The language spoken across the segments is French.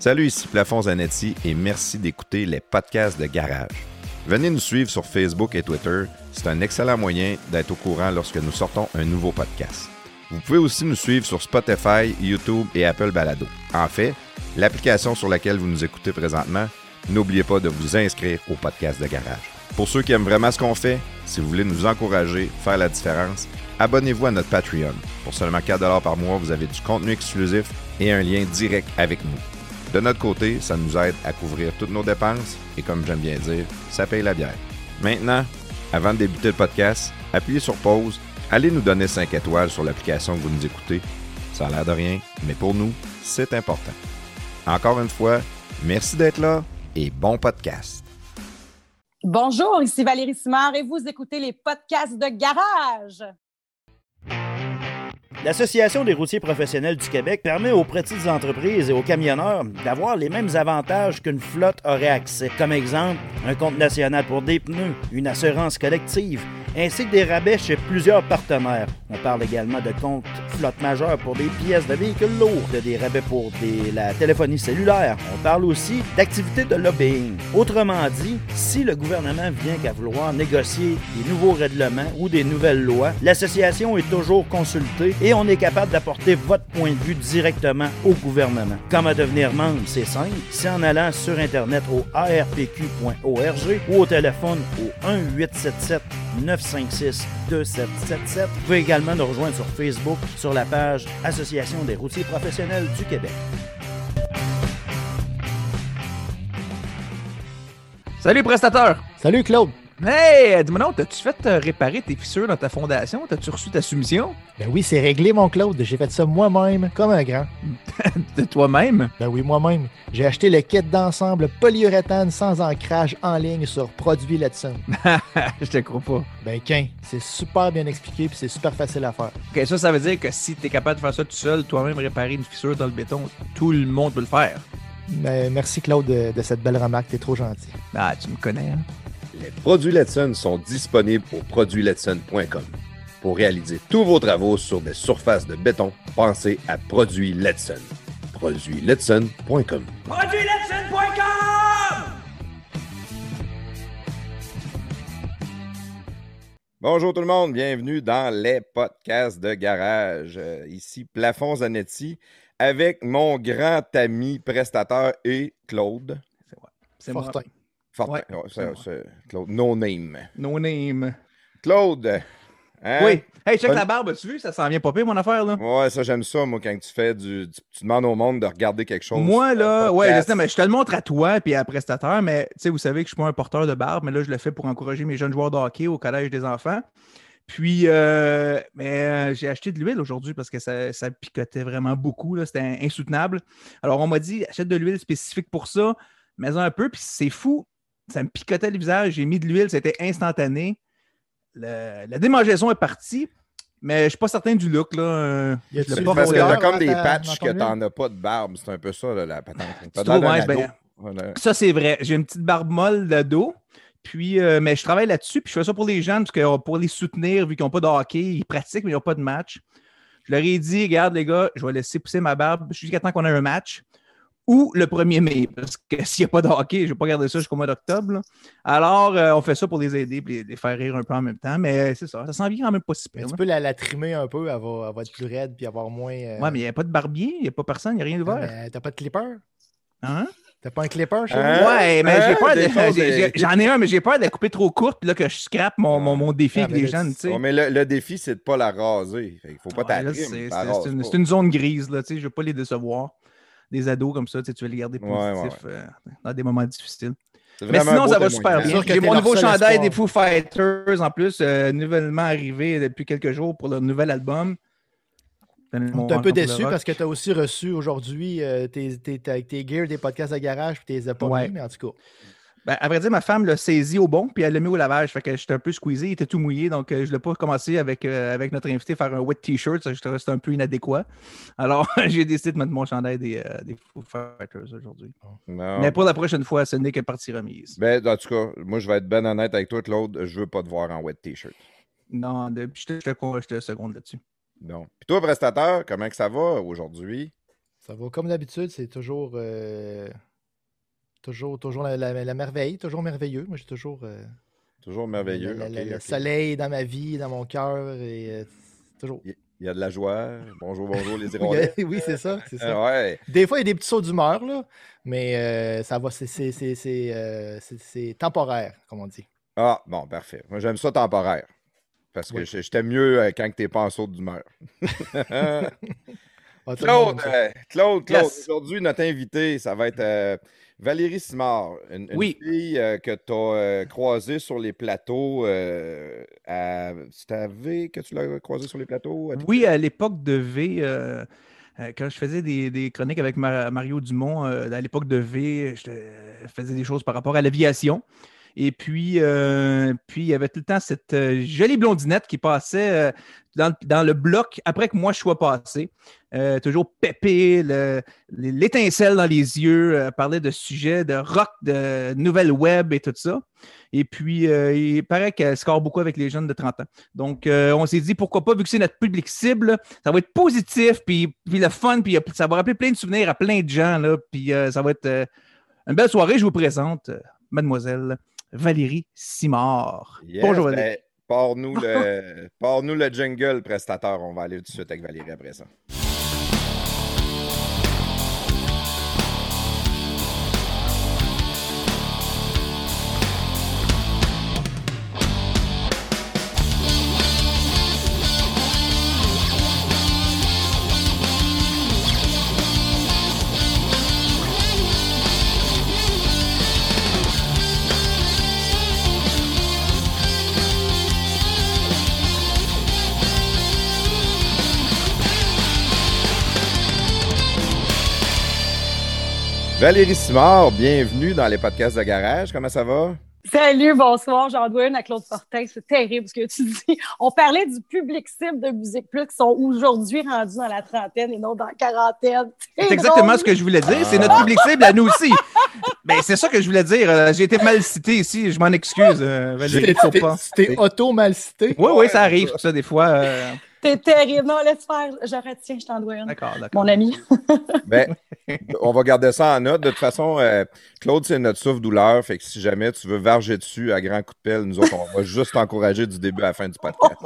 Salut, ici Plafond Zanetti et merci d'écouter les podcasts de garage. Venez nous suivre sur Facebook et Twitter. C'est un excellent moyen d'être au courant lorsque nous sortons un nouveau podcast. Vous pouvez aussi nous suivre sur Spotify, YouTube et Apple Balado. En fait, l'application sur laquelle vous nous écoutez présentement, n'oubliez pas de vous inscrire au podcast de garage. Pour ceux qui aiment vraiment ce qu'on fait, si vous voulez nous encourager, faire la différence, abonnez-vous à notre Patreon. Pour seulement 4$ par mois, vous avez du contenu exclusif et un lien direct avec nous. De notre côté, ça nous aide à couvrir toutes nos dépenses et comme j'aime bien dire, ça paye la bière. Maintenant, avant de débuter le podcast, appuyez sur pause, allez nous donner 5 étoiles sur l'application que vous nous écoutez. Ça a l'air de rien, mais pour nous, c'est important. Encore une fois, merci d'être là et bon podcast. Bonjour, ici Valérie Simard et vous écoutez les podcasts de garage. L'Association des routiers professionnels du Québec permet aux petites entreprises et aux camionneurs d'avoir les mêmes avantages qu'une flotte aurait accès. Comme exemple, un compte national pour des pneus, une assurance collective, ainsi que des rabais chez plusieurs partenaires. On parle également de comptes flotte majeure pour des pièces de véhicules lourds, des rabais pour la téléphonie cellulaire. On parle aussi d'activités de lobbying. Autrement dit, si le gouvernement vient qu'à vouloir négocier des nouveaux règlements ou des nouvelles lois, l'association est toujours consultée et on est capable d'apporter votre point de vue directement au gouvernement. Comment devenir membre, c'est simple. C'est en allant sur Internet au arpq.org ou au téléphone au 1-877-956-2777. Vous pouvez également nous rejoindre sur Facebook, sur la page Association des routiers professionnels du Québec. Salut prestateur! Salut Claude! Hey, dis-moi non, t'as-tu fait réparer tes fissures dans ta fondation? T'as-tu reçu ta soumission? Ben oui, c'est réglé mon Claude, j'ai fait ça moi-même, comme un grand. De toi-même? Ben oui, moi-même. J'ai acheté le kit d'ensemble polyuréthane sans ancrage en ligne sur Produit Letson. Je te crois pas. Ben c'est super bien expliqué puis c'est super facile à faire. Ok, ça veut dire que si t'es capable de faire ça tout seul, toi-même réparer une fissure dans le béton, tout le monde peut le faire. Ben, merci Claude de cette belle remarque, t'es trop gentil. Ah, tu me connais, hein? Les produits Letson sont disponibles au produitsletson.com. Pour réaliser tous vos travaux sur des surfaces de béton, pensez à Produits Letson. Produitsletson.com. Produitsletson.com! Bonjour tout le monde, bienvenue dans les podcasts de garage. Ici Plafond Zanetti avec mon grand ami prestateur et Claude. C'est Fortin. moi. Fortin. Ouais, C'est Claude. No name. No name. Claude. Hein? Oui. Hey, check la barbe, as-tu vu? Ça s'en vient pas pire, mon affaire, là. Ouais, ça, j'aime ça, moi, quand tu fais tu demandes au monde de regarder quelque chose. Moi, là, podcast. mais je te le montre à toi et à prestataire, mais tu sais, vous savez que je suis pas un porteur de barbe, mais là, je le fais pour encourager mes jeunes joueurs de hockey au collège des enfants. Puis, j'ai acheté de l'huile aujourd'hui parce que ça picotait vraiment beaucoup, là. C'était insoutenable. Alors, on m'a dit, achète de l'huile spécifique pour ça, mais un peu, puis c'est fou. Ça me picotait le visage, j'ai mis de l'huile, c'était instantané. La démangeaison est partie, mais je ne suis pas certain du look. Là. C'est parce que t'as comme des patchs que t'en as pas de barbe. C'est un peu ça, là, la patente. Ça, c'est vrai. J'ai une petite barbe molle de dos. Puis, mais je travaille là-dessus, puis je fais ça pour les jeunes, parce que pour les soutenir, vu qu'ils n'ont pas de hockey, ils pratiquent, mais ils n'ont pas de match. Je leur ai dit, regarde les gars, je vais laisser pousser ma barbe jusqu'à temps qu'on ait un match. Ou le 1er mai, parce que s'il n'y a pas de hockey, je ne vais pas garder ça jusqu'au mois d'octobre. Là. Alors, on fait ça pour les aider et les faire rire un peu en même temps, mais c'est ça s'en vient quand même pas si pire. Tu peux la trimer un peu, elle va être plus raide puis avoir moins... Ouais, mais il n'y a pas de barbier, il n'y a pas personne, il n'y a rien d'ouvert. T'as pas de clipper? Hein? T'as pas un clipper chez vous? Ouais, mais j'ai peur j'en ai un, mais j'ai peur de la couper trop courte puis là, que je scrape mon défi avec les jeunes. Ouais, mais le défi, c'est de ne pas la raser. Il ne faut pas t'attrimer. C'est une zone grise, là, je ne veux pas les décevoir. Des ados comme ça, tu veux les garder positifs dans des moments difficiles. Mais sinon, ça va super bien. J'ai mon nouveau chandail des Foo Fighters en plus, nouvellement arrivé depuis quelques jours pour leur nouvel album. On est un peu déçu parce que tu as aussi reçu aujourd'hui tes gears des podcasts de garage et tes pas mis, mais en tout cas. Ben, à vrai dire, ma femme l'a saisi au bon, puis elle l'a mis au lavage. Fait que j'étais un peu squeezé, il était tout mouillé, donc je ne l'ai pas commencé avec notre invité faire un wet t-shirt. C'était un peu inadéquat. Alors, j'ai décidé de mettre mon chandail des Foo Fighters aujourd'hui. Mais pour la prochaine fois, ce n'est que partie remise. Ben, en tout cas, moi, je vais être ben honnête avec toi, Claude. Je veux pas te voir en wet t-shirt. Non, je te seconde là-dessus. Non. Puis toi, prestataire, comment que ça va aujourd'hui? Ça va comme d'habitude, c'est toujours la merveille, toujours merveilleux. Moi, j'ai toujours toujours merveilleux. Le soleil dans ma vie, dans mon cœur, et toujours. Il y a de la joie. Bonjour les Irlandais. Oui, c'est ça. Ouais. Des fois, il y a des petits sauts d'humeur, là, mais ça va, c'est temporaire, comme on dit. Ah, bon, parfait. Moi, j'aime ça temporaire. Parce que j'étais mieux quand tu n'es pas en saut d'humeur. Claude, yes. Aujourd'hui, notre invité, ça va être Valérie Simard, une fille que tu as croisée sur les plateaux. C'était à V que tu l'as croisée sur les plateaux? Oui, à l'époque de V, quand je faisais des chroniques avec Mario Dumont, à l'époque de V, je faisais des choses par rapport à l'aviation. Et puis, il y avait tout le temps cette jolie blondinette qui passait dans le bloc après que moi je sois passé. Toujours pépée, l'étincelle dans les yeux, parlait de sujets de rock, de nouvelles web et tout ça. Et puis, il paraît qu'elle score beaucoup avec les jeunes de 30 ans. Donc, on s'est dit, pourquoi pas, vu que c'est notre public cible, ça va être positif, puis le fun, puis ça va rappeler plein de souvenirs à plein de gens, là, puis ça va être une belle soirée. Je vous présente mademoiselle Valérie Simard. Yes, bonjour Valérie. Pars-nous le jingle, prestateur. On va aller tout de suite avec Valérie après ça. Valérie Simard, bienvenue dans les podcasts de garage. Comment ça va? Salut, bonsoir. J'en dois une à Claude Fortin. C'est terrible ce que tu dis. On parlait du public cible de Musique Plus qui sont aujourd'hui rendus dans la trentaine et non dans la quarantaine. C'est exactement ce que je voulais dire. C'est notre public cible à nous aussi. Ben, c'est ça que je voulais dire. J'ai été mal cité ici. Je m'en excuse, Valérie. C'était auto-mal cité? Oui, ça arrive, ça, des fois. T'es terrible. Non, laisse faire. Je retiens, je t'en dois une. D'accord. Mon ami. Ben, on va garder ça en note. De toute façon, Claude, c'est notre souffle-douleur. Fait que si jamais tu veux varger dessus à grands coups de pelle, nous autres, on va juste t'encourager du début à la fin du podcast.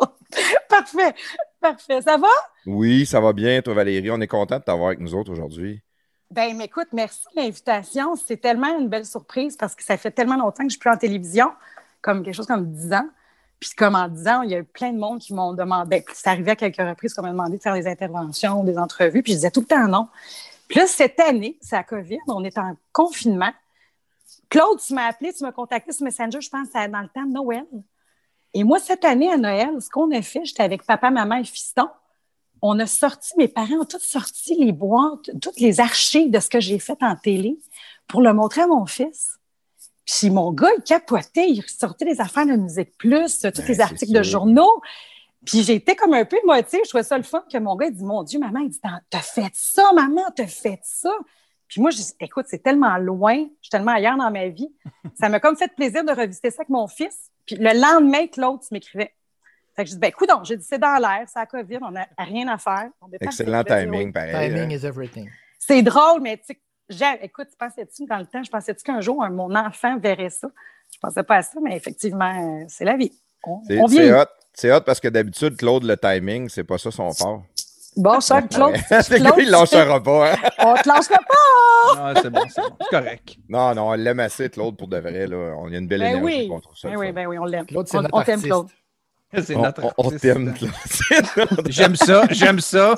Parfait. Ça va? Oui, ça va bien, toi, Valérie. On est content de t'avoir avec nous autres aujourd'hui. Ben, mais écoute, merci de l'invitation. C'est tellement une belle surprise parce que ça fait tellement longtemps que je suis plus en télévision, comme quelque chose comme 10 ans. Puis comme en 10 ans, il y a eu plein de monde qui m'ont demandé, c'est arrivé à quelques reprises qu'on m'a demandé de faire des interventions, des entrevues, puis je disais tout le temps non. Puis là, cette année, c'est la COVID, on est en confinement. Claude, tu m'as appelé, tu m'as contacté sur Messenger, je pense, dans le temps de Noël. Et moi, cette année, à Noël, ce qu'on a fait, j'étais avec papa, maman et fiston. On a sorti, mes parents ont tous sorti les boîtes, toutes les archives de ce que j'ai fait en télé pour le montrer à mon fils. Puis mon gars, il capotait, il sortait des affaires de Musique Plus, tous les articles de journaux. Puis j'ai été comme un peu émotive, je trouvais ça le fun que mon gars, il dit, mon Dieu, maman, il dit, t'as fait ça, maman, t'as fait ça. Puis moi, je dis, écoute, c'est tellement loin, je suis tellement ailleurs dans ma vie. Ça m'a comme fait plaisir de revisiter ça avec mon fils. Puis le lendemain, Claude m'écrivait. Fait que je dis, ben, coudonc, j'ai dit, c'est dans l'air, c'est la COVID, on n'a rien à faire. Excellent timing, pareil. Timing is everything. C'est drôle, mais tu sais, écoute, pensais-tu dans le temps, je pensais-tu qu'un jour, mon enfant verrait ça? Je pensais pas à ça, mais effectivement, c'est la vie. C'est hot parce que d'habitude, Claude, le timing, c'est pas ça son fort. Bon, ça, Claude. Claude, il ne lâchera pas. Hein? On te lâchera pas! Non, c'est bon. C'est correct. Non, on l'aime assez, Claude, pour de vrai. Là. On a une belle énergie contre ça. Ben oui, on l'aime. Claude, c'est notre artiste. Claude. C'est notre artiste. On t'aime, Claude. J'aime ça.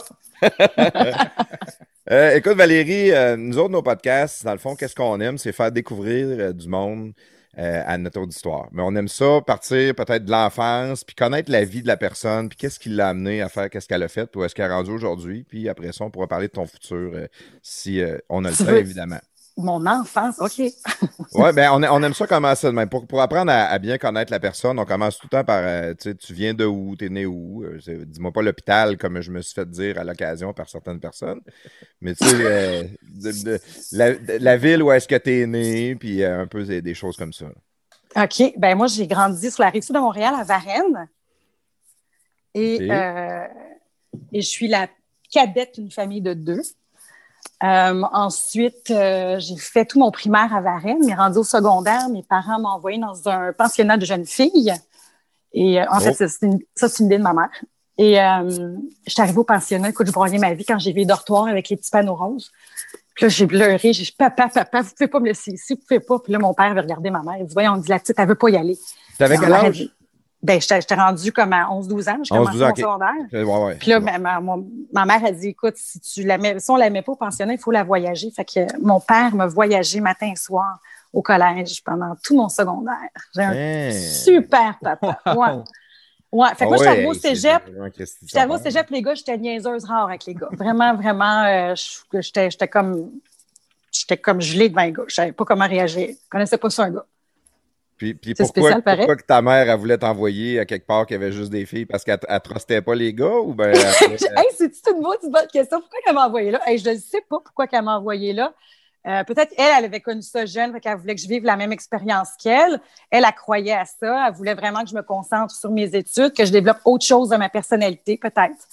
Écoute, Valérie, nous autres, nos podcasts, dans le fond, qu'est-ce qu'on aime? C'est faire découvrir du monde à notre auditoire. Mais on aime ça, partir peut-être de l'enfance, puis connaître la vie de la personne, puis qu'est-ce qui l'a amené à faire, qu'est-ce qu'elle a fait, puis où est-ce qu'elle est rendue aujourd'hui. Puis après ça, on pourra parler de ton futur si on a le temps, évidemment. Mon enfance, OK. Oui, bien, on aime ça commencer de même. Pour apprendre à bien connaître la personne, on commence tout le temps par, tu viens de où, t'es né où? Dis-moi pas l'hôpital, comme je me suis fait dire à l'occasion par certaines personnes. Mais tu sais, la ville où est-ce que t'es né, puis un peu des choses comme ça. OK. Ben moi, j'ai grandi sur la rive-sud de Montréal, à Varennes. Et je suis la cadette d'une famille de 2. Ensuite, j'ai fait tout mon primaire à Varennes, mais rendu au secondaire, mes parents m'ont envoyé dans un pensionnat de jeunes filles. Et en fait, c'est une idée de ma mère. Et je suis arrivée au pensionnat, écoute, je broyais ma vie quand j'ai vu les dortoirs avec les petits panneaux roses. Puis là, j'ai pleuré, j'ai dit, papa, vous pouvez pas me laisser ici, vous pouvez pas. Puis là, mon père avait regardé ma mère, il dit, voyons, on dit, la petite, elle veut pas y aller. T'avais quel âge? Ben, j'étais rendue comme à 11-12 ans, j'ai commencé mon secondaire. Ouais. Puis là, ma mère a dit, écoute, si on la met pas au pensionnat, il faut la voyager. Fait que mon père m'a voyagé matin et soir au collège pendant tout mon secondaire. J'ai un super papa. Ouais. Fait que moi, j'étais arrivée au cégep. J'étais arrivée au cégep, les gars, j'étais niaiseuse rare avec les gars. Vraiment, j'étais comme gelée devant les gars. Je savais pas comment réagir. Je connaissais pas ça, un gars. Puis pourquoi que ta mère, elle voulait t'envoyer à quelque part qu'il y avait juste des filles? Parce qu'elle ne trustait pas les gars? Ou ben, c'est une bonne question. Pourquoi elle m'a envoyé là? Je ne sais pas pourquoi elle m'a envoyé là. Peut-être elle avait connu ça jeune, qu'elle voulait que je vive la même expérience qu'elle. Elle croyait à ça. Elle voulait vraiment que je me concentre sur mes études, que je développe autre chose de ma personnalité, peut-être.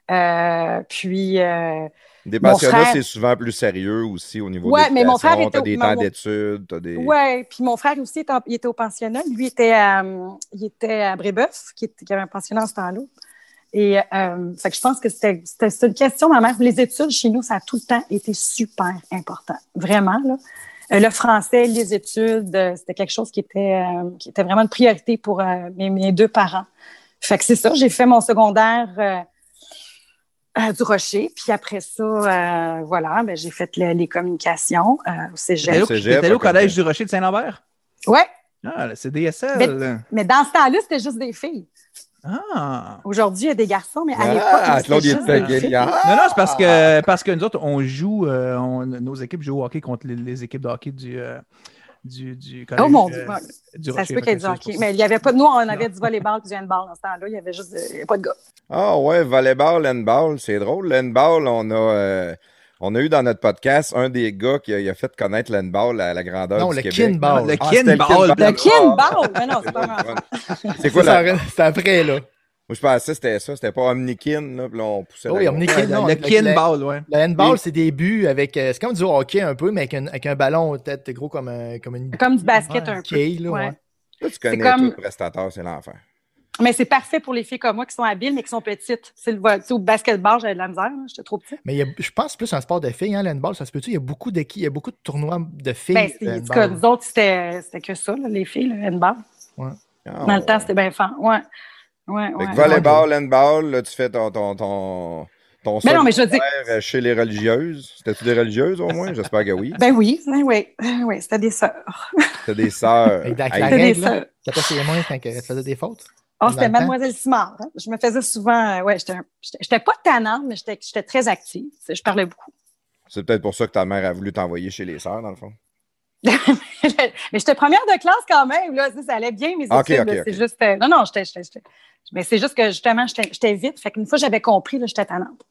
Des pensionnats, c'est souvent plus sérieux aussi au niveau de mais mon frère était des temps d'études. Oui, puis mon frère aussi, il était au pensionnat. Lui, il était à Brébeuf, qui avait un pensionnat en ce temps-là. Et fait que je pense que c'était une question, ma mère. Les études, chez nous, ça a tout le temps été super important. Vraiment, là. Le français, les études, c'était quelque chose qui était vraiment une priorité pour mes deux parents. Fait que c'est ça, j'ai fait mon secondaire du Rocher. Puis après ça, j'ai fait les communications au cégep. T'étais allé au collège du Rocher de Saint-Lambert? Oui. Ah, le CDSL. Mais dans ce temps-là, c'était juste des filles. Ah! Aujourd'hui, il y a des garçons, mais à l'époque, c'était juste des filles. Non, c'est parce que nous autres, on joue, nos équipes jouent au hockey contre les équipes de hockey du collège. Oh mon Dieu! Du ça Rocher, se peut qu'il y ait du hockey. Mais il y avait pas. Nous, on avait du volleyball et du handball dans ce temps-là. Il y avait juste pas de gars. Ah ouais, volleyball, handball, c'est drôle. L'handball, on a eu dans notre podcast un des gars qui a fait connaître l'handball à la grandeur du Québec. Kinball. Le kinball! Mais non, c'est pas mal. C'est quoi là? C'était après, là. Moi, je pensais que c'était ça. C'était pas Omnikin, là. Puis là, on poussait oui, Omnikin, non. Le kinball, ouais. Le handball, c'est des buts avec. C'est comme du hockey un peu, mais avec un ballon peut-être gros comme du basket un peu. Là, Là, tu connais tout le prestateur, c'est l'enfer. Mais c'est parfait pour les filles comme moi qui sont habiles, mais qui sont petites. Au basketball, j'avais de la misère. J'étais trop petite. Mais je pense plus un sport de filles, hein, le handball, ça se peut-tu? Il y a beaucoup de tournois de filles. En tout cas, nous autres, c'était que ça, là, les filles, le handball. Ouais. Dans le temps, c'était bien fort. Ouais. Fait que volleyball, handball, là, tu fais ton mais non, mais je veux dire... chez les religieuses. C'était-tu des religieuses, au moins? J'espère que oui. Ben oui, c'était des sœurs. C'était des sœurs. Avec la règle, là, t'as passé les mains quand tu faisais des fautes? C'était Mademoiselle Simard. Hein? Je me faisais souvent... j'étais pas tannante, mais j'étais très active. Je parlais beaucoup. C'est peut-être pour ça que ta mère a voulu t'envoyer chez les sœurs, dans le fond. Mais j'étais première de classe quand même. Là, ça allait bien, mes études. Okay. C'est juste... Non, mais c'est juste que, justement, j'étais vite. Fait qu'une fois j'avais compris, là, j'étais tannante.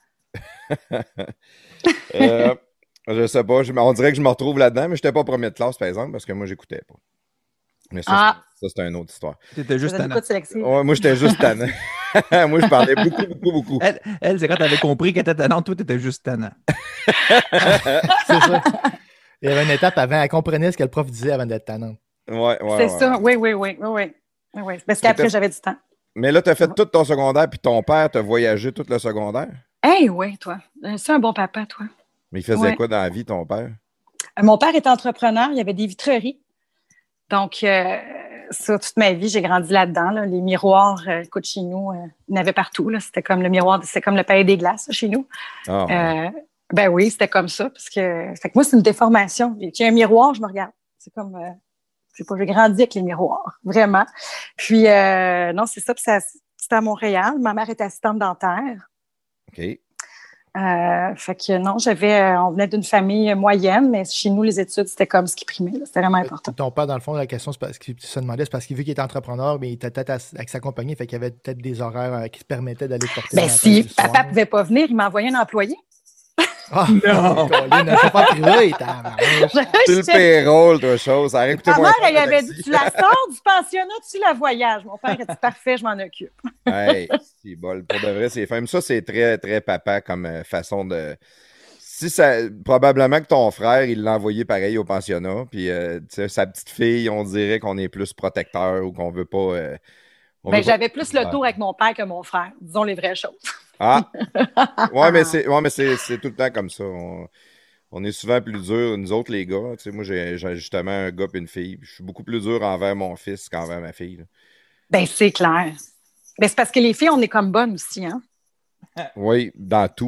Je sais pas. On dirait que je me retrouve là-dedans, mais je n'étais pas premier de classe, par exemple, parce que moi, j'écoutais pas. Mais ça, c'est une autre histoire. T'étais juste tannant. Ouais, moi, j'étais juste tannant. Moi, je parlais beaucoup. Elle, c'est quand t'avais compris qu'elle était tannante, toi, t'étais juste tannant. C'est ça. Il y avait une étape avant, elle comprenait ce que le prof disait avant d'être tannante. Ouais. C'est ça, oui. Parce qu'après, j'avais du temps. Mais là, tu as fait tout ton secondaire, puis ton père t'a voyagé tout le secondaire? Oui, toi. C'est un bon papa, toi. Mais il faisait quoi dans la vie, ton père? Mon père était entrepreneur, il y avait des vitreries. Donc, ça, toute ma vie, j'ai grandi là-dedans. Là. Les miroirs, écoute, chez nous, il y en avait partout. Là. C'était comme le miroir, c'était comme le palais des glaces là, chez nous. Ben oui, c'était comme ça. Parce que, fait que moi, c'est une déformation. Il y a un miroir, je me regarde. C'est comme, je sais pas, j'ai grandi avec les miroirs, vraiment. Puis, non, c'est ça. Puis c'était à Montréal. Ma mère était assistante dentaire. OK. Fait que non, on venait d'une famille moyenne, mais chez nous, les études, c'était comme ce qui primait. Là. C'était vraiment important. Ton père, dans le fond, la question, c'est parce qu'il se demandait, c'est parce qu'il vu qu'il était entrepreneur, mais il était peut-être avec sa compagnie, fait qu'il y avait peut-être des horaires qui se permettaient d'aller porter. Ben si papa ne pouvait pas venir, il m'envoyait un employé. Ah, non! Il n'a pas privé, c'est le payroll, toi, chose. Ma mère, elle avait dit, tu la sors du pensionnat, tu la voyages. Mon père a dit, parfait, je m'en occupe. Hey, c'est bol. Pour de vrai, c'est fin. Mais ça, c'est très, très papa comme façon de... si ça, probablement que ton frère, il l'a envoyé pareil au pensionnat, puis sa petite fille, on dirait qu'on est plus protecteur ou qu'on veut pas... j'avais plus le tour avec mon père que mon frère. Disons les vraies choses. Ah! Ouais, mais c'est tout le temps comme ça. On est souvent plus dur, nous autres, les gars. Tu sais, moi, j'ai justement un gars et une fille. Je suis beaucoup plus dur envers mon fils qu'envers ma fille. Là. Ben, c'est clair. Ben, c'est parce que les filles, on est comme bonnes aussi, hein? Oui, dans tout.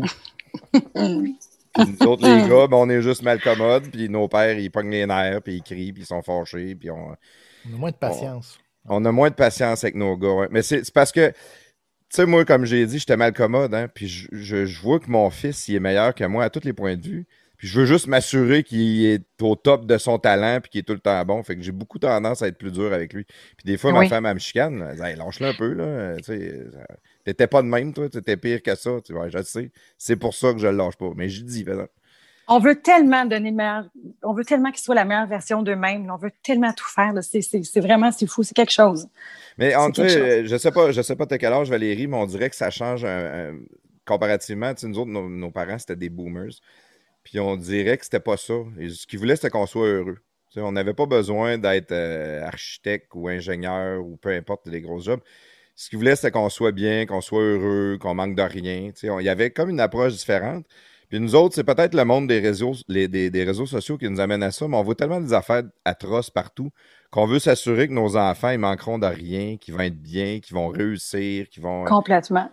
Puis nous autres, les gars, ben, on est juste malcommodes, puis nos pères, ils pognent les nerfs, puis ils crient, puis ils sont fâchés, puis on a moins de patience. On a moins de patience avec nos gars. Ouais. Mais c'est parce que, tu sais, moi, comme j'ai dit, j'étais malcommode, hein, puis je vois que mon fils, il est meilleur que moi à tous les points de vue. Puis je veux juste m'assurer qu'il est au top de son talent puis qu'il est tout le temps bon. Fait que j'ai beaucoup tendance à être plus dur avec lui. Puis des fois, ma femme, elle me chicane. Elle dit hey, lâche-le un peu, là. T'étais pas de même, toi. T'étais pire que ça. Tu vois, je sais. C'est pour ça que je le lâche pas. Mais je dis, là. On veut tellement donner le meilleur. On veut tellement qu'il soit la meilleure version d'eux-mêmes. On veut tellement tout faire. C'est vraiment, c'est fou. C'est quelque chose. Mais je sais pas t'as quel âge, Valérie, mais on dirait que ça change comparativement. Nous autres, nos parents, c'était des boomers. Puis on dirait que c'était pas ça. Et ce qu'ils voulaient, c'était qu'on soit heureux. T'sais, on n'avait pas besoin d'être architecte ou ingénieur ou peu importe les gros jobs. Ce qu'ils voulaient, c'était qu'on soit bien, qu'on soit heureux, qu'on manque de rien. Il y avait comme une approche différente. Puis nous autres, c'est peut-être le monde des réseaux, des réseaux sociaux qui nous amène à ça, mais on voit tellement des affaires atroces partout qu'on veut s'assurer que nos enfants, ils manqueront de rien, qu'ils vont être bien, qu'ils vont réussir, qu'ils vont... Complètement.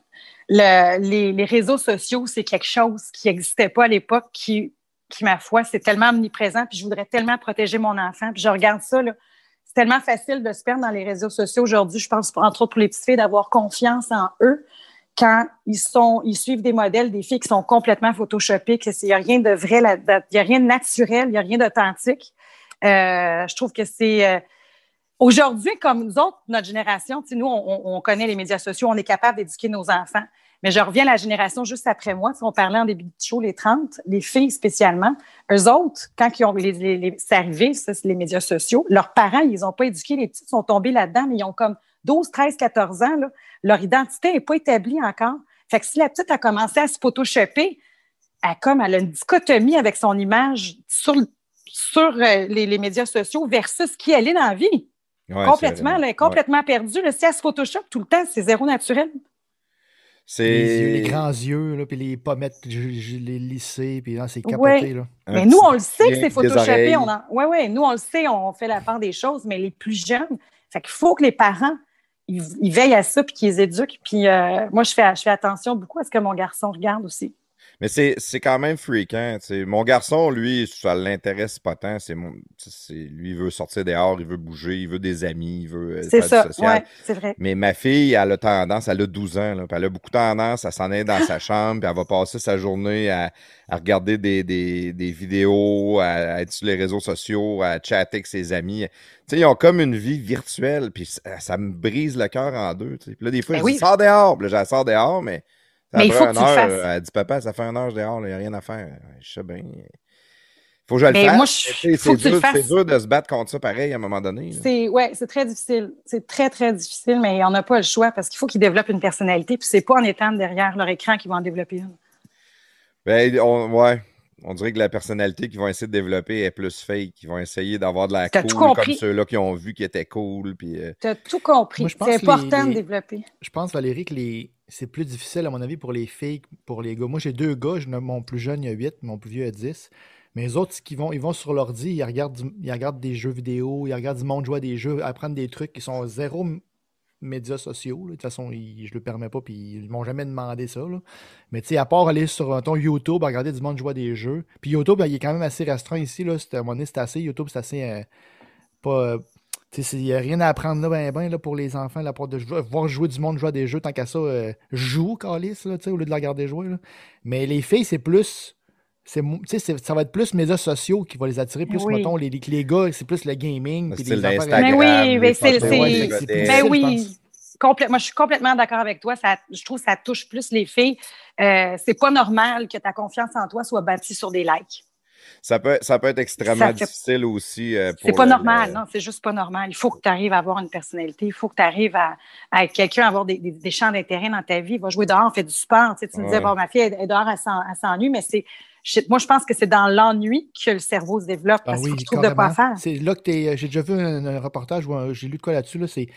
Les réseaux sociaux, c'est quelque chose qui n'existait pas à l'époque, qui, ma foi, c'est tellement omniprésent, puis je voudrais tellement protéger mon enfant, puis je regarde ça, là. C'est tellement facile de se perdre dans les réseaux sociaux aujourd'hui, je pense, entre autres pour les petites filles, d'avoir confiance en eux quand ils suivent des modèles, des filles qui sont complètement photoshopées, qu'il n'y a rien de vrai, il n'y a rien de naturel, il n'y a rien d'authentique. Je trouve que c'est... Aujourd'hui, comme nous autres, notre génération, nous, on connaît les médias sociaux, on est capable d'éduquer nos enfants. Mais je reviens à la génération juste après moi. On parlait en début de show, les 30, les filles spécialement. Eux autres, quand ils ont c'est arrivé, ça, c'est les médias sociaux, leurs parents, ils n'ont pas éduqué. Les petits sont tombés là-dedans, mais ils ont comme 12, 13, 14 ans. Là, leur identité n'est pas établie encore. Fait que si la petite a commencé à se photoshopper, elle a une dichotomie avec son image sur les médias sociaux versus qui elle est dans la vie. Ouais, complètement, elle est complètement perdue. Là, si elle se photoshop tout le temps, c'est zéro naturel. Les grands yeux, là, puis les pommettes, les lissés, puis là, c'est capoté. Là. Mais nous, on le sait que c'est photoshopé. Oui, nous, on le sait, on fait la part des choses, mais les plus jeunes, fait qu'il faut que les parents, ils veillent à ça puis qu'ils les éduquent. Puis moi, je fais attention beaucoup à ce que mon garçon regarde aussi. Mais c'est quand même fréquent. Mon garçon, lui, ça l'intéresse pas tant. Lui, il veut sortir dehors, il veut bouger, il veut des amis, il veut faire du social. Ouais, c'est vrai. Mais ma fille, elle a 12 ans, là, puis elle a beaucoup tendance à s'en aller dans sa chambre, puis elle va passer sa journée à regarder des vidéos, à être sur les réseaux sociaux, à chatter avec ses amis. Ils ont comme une vie virtuelle, puis ça me brise le cœur en deux. Puis là, des fois, je dis « Sors dehors! » Puis là, je la sors dehors, mais il faut que tu le fasses. Elle dit, papa, ça fait 1 heure dehors, il n'y a rien à faire. Je sais bien. Il faut que je le fasse. Moi, c'est dur de se battre contre ça pareil à un moment donné. C'est très difficile. C'est très, très difficile, mais on n'a pas le choix parce qu'il faut qu'ils développent une personnalité. Puis c'est pas en étant derrière leur écran qu'ils vont en développer une. On dirait que la personnalité qu'ils vont essayer de développer est plus fake. Ils vont essayer d'avoir de la cool comme ceux-là qui ont vu qu'ils étaient cool. Tu as tout compris. C'est important de développer. Je pense, Valérie, que c'est plus difficile, à mon avis, pour les filles que pour les gars. Moi, j'ai 2 gars. Mon plus jeune, il a 8, mon plus vieux a 10. Mais les autres, ils vont sur l'ordi, ils regardent des jeux vidéo, ils regardent du monde jouer à des jeux, apprendre des trucs qui sont zéro médias sociaux. Là. De toute façon, je ne le permets pas, puis ils ne m'ont jamais demandé ça. Là. Mais tu sais, à part aller sur ton YouTube, regarder du monde jouer à des jeux. Puis YouTube, il est quand même assez restreint ici. Là. À un moment donné, YouTube, c'est assez pas... Il n'y a rien à apprendre là, là, pour les enfants, là, pour voir jouer du monde jouer à des jeux, tant qu'à ça, joue, calice, là, au lieu de la regarder jouer. Là. Mais les filles, c'est plus... ça va être plus médias sociaux qui vont les attirer, plus, mettons, les gars, c'est plus le gaming. C'est l'Instagram. Mais oui, moi, je suis complètement d'accord avec toi. Je trouve que ça touche plus les filles. C'est pas normal que ta confiance en toi soit bâtie sur des likes. Ça peut être extrêmement difficile aussi. C'est pas normal, non, c'est juste pas normal. Il faut que tu arrives à avoir une personnalité, il faut que tu arrives à être quelqu'un, à avoir des champs d'intérêt dans ta vie. Va jouer dehors, on fait du sport. Tu me disais, bon, ma fille est dehors, elle s'ennuie, mais Moi, je pense que c'est dans l'ennui que le cerveau se développe parce qu'il faut qu'il trouve de quoi faire. C'est là que j'ai déjà vu un reportage où j'ai lu de quoi là-dessus. Là, c'est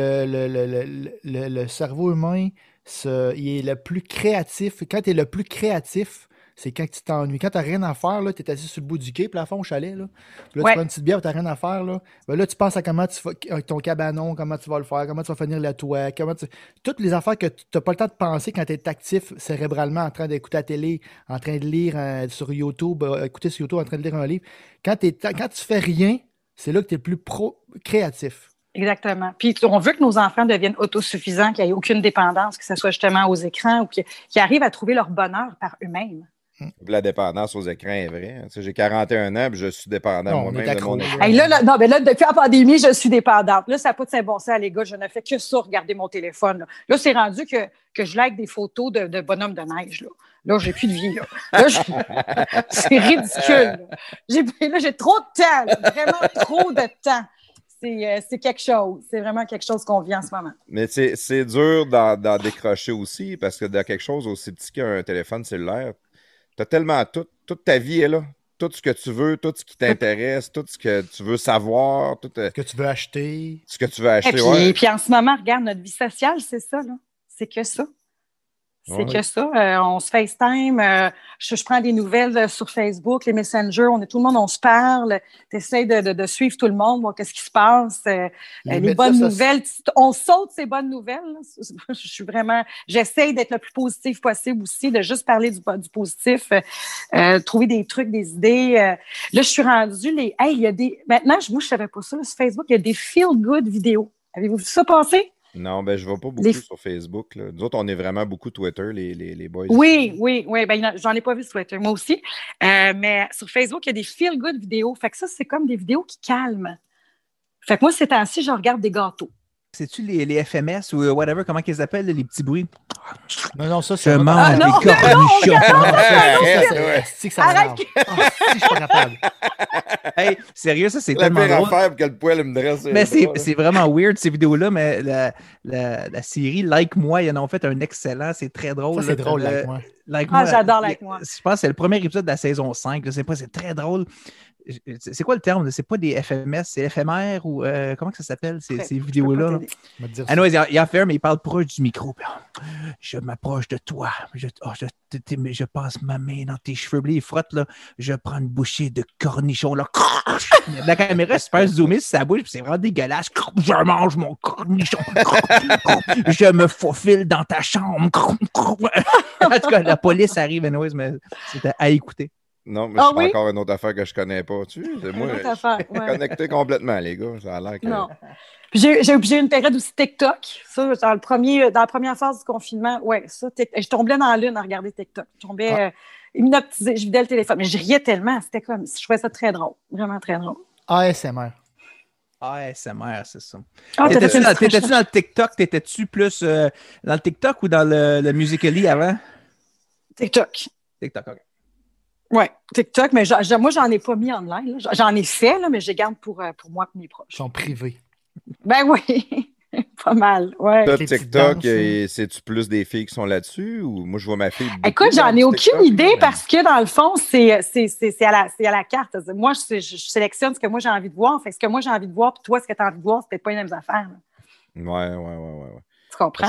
le cerveau humain, il est le plus créatif. Quand tu es le plus créatif, c'est quand tu t'ennuies. Quand tu n'as rien à faire, tu es assis sur le bout du quai, puis à fond au chalet. Là, puis là tu prends une petite bière, tu n'as rien à faire. Là, tu penses à comment tu vas, ton cabanon, comment tu vas le faire, comment tu vas finir le toit. Toutes les affaires que tu n'as pas le temps de penser quand tu es actif cérébralement, en train d'écouter la télé, en train de lire sur YouTube, écouter sur YouTube, en train de lire un livre. Quand tu fais rien, c'est là que tu es le plus créatif. Exactement. Puis on veut que nos enfants deviennent autosuffisants, qu'il n'y ait aucune dépendance, que ce soit justement aux écrans ou qu'ils arrivent à trouver leur bonheur par eux-mêmes. La dépendance aux écrans est vraie. J'ai 41 ans et je suis dépendant moi-même de mon écran. Hey, là, depuis la pandémie, je suis dépendante. Là, ça n'a pas de saint bon sens, les gars. Je ne fais que ça, regarder mon téléphone. Là, c'est rendu que je like des photos de bonhommes de neige. Là, j'ai plus de vie. Là c'est ridicule. Là, j'ai trop de temps. Là. Vraiment trop de temps. C'est quelque chose. C'est vraiment quelque chose qu'on vit en ce moment. Mais c'est dur d'en décrocher aussi parce que dans quelque chose aussi petit qu'un téléphone cellulaire, t'as tellement toute ta vie est là. Tout ce que tu veux, tout ce qui t'intéresse, tout ce que tu veux savoir. Ce que tu veux acheter. Ce que tu veux acheter, Et puis en ce moment, regarde, notre vie sociale, c'est ça. Là. C'est que ça. C'est que ça. On se FaceTime. Je prends des nouvelles sur Facebook, les Messenger. Tout le monde, on se parle. Tu essaies de suivre tout le monde, voir qu'est-ce qui se passe. Les bonnes nouvelles. On saute ces bonnes nouvelles. J'essaie d'être le plus positif possible aussi, de juste parler du positif, trouver des trucs, des idées. Là, je suis rendue il y a maintenant, moi, je savais pas ça. Sur Facebook, il y a des feel-good vidéos. Avez-vous vu ça passer? Non, je ne vais pas beaucoup sur Facebook. Là. Nous autres, on est vraiment beaucoup Twitter, les boys. Oui. J'en ai pas vu sur Twitter, moi aussi. Mais sur Facebook, il y a des feel-good vidéos. Fait que ça, c'est comme des vidéos qui calment. Fait que moi, ces temps-ci, je regarde des gâteaux. C'est-tu les FMS ou whatever, comment qu'ils appellent, les petits bruits? Non, ça, c'est... Je mange des cornichons. Arrête! Je suis pas capable. Hey, sérieux, ça, c'est tellement drôle. Faire que le poil me dresse. Mais c'est vraiment weird, ces vidéos-là, mais la série Like-moi, ils en ont fait un excellent, c'est très drôle. Ça, c'est drôle, Like-moi. Like-moi, j'adore Like-moi. Je pense que c'est le premier épisode de la saison 5, je sais pas, c'est très drôle. C'est quoi le terme? C'est pas des FMS, c'est éphémère ou comment que ça s'appelle, ces vidéos-là? Anyways, il y a faire, mais il parle proche du micro. Je m'approche de toi. Je passe ma main dans tes cheveux bleus, il frotte, là. Je prends une bouchée de cornichons, là. La caméra est super zoomée sur sa bouche, c'est vraiment dégueulasse. Je mange mon cornichon. Je me faufile dans ta chambre. En tout cas, la police arrive, anyways, mais c'était à écouter. Non, mais c'est encore une autre affaire que je connais pas. Moi, je suis connecté complètement, les gars. Ça a l'air que... Non. J'ai une période aussi TikTok. Ça, dans la première phase du confinement, je tombais dans la lune à regarder TikTok. Je tombais hypnotisée, je vidais le téléphone. Mais je riais tellement. C'était comme, je trouvais ça très drôle. Vraiment très drôle. ASMR. ASMR, c'est ça. T'étais-tu dans le TikTok? T'étais-tu plus dans le TikTok ou dans le Musical.ly avant? TikTok. TikTok, OK. Oui, TikTok, mais moi, j'en ai pas mis online. Là. J'en ai fait, là, mais je les garde pour moi et mes proches. Ils sont privés. Ben oui, pas mal. Ouais. TikTok, c'est-tu plus des filles qui sont là-dessus ou moi, je vois ma fille. Écoute, j'en ai aucune idée parce que dans le fond, c'est à la carte. Moi, je sélectionne ce que moi j'ai envie de voir. Fait que ce que moi j'ai envie de voir, puis toi, ce que tu as envie de voir, c'est peut-être pas les mêmes affaires. Là. Ouais. Tu comprends?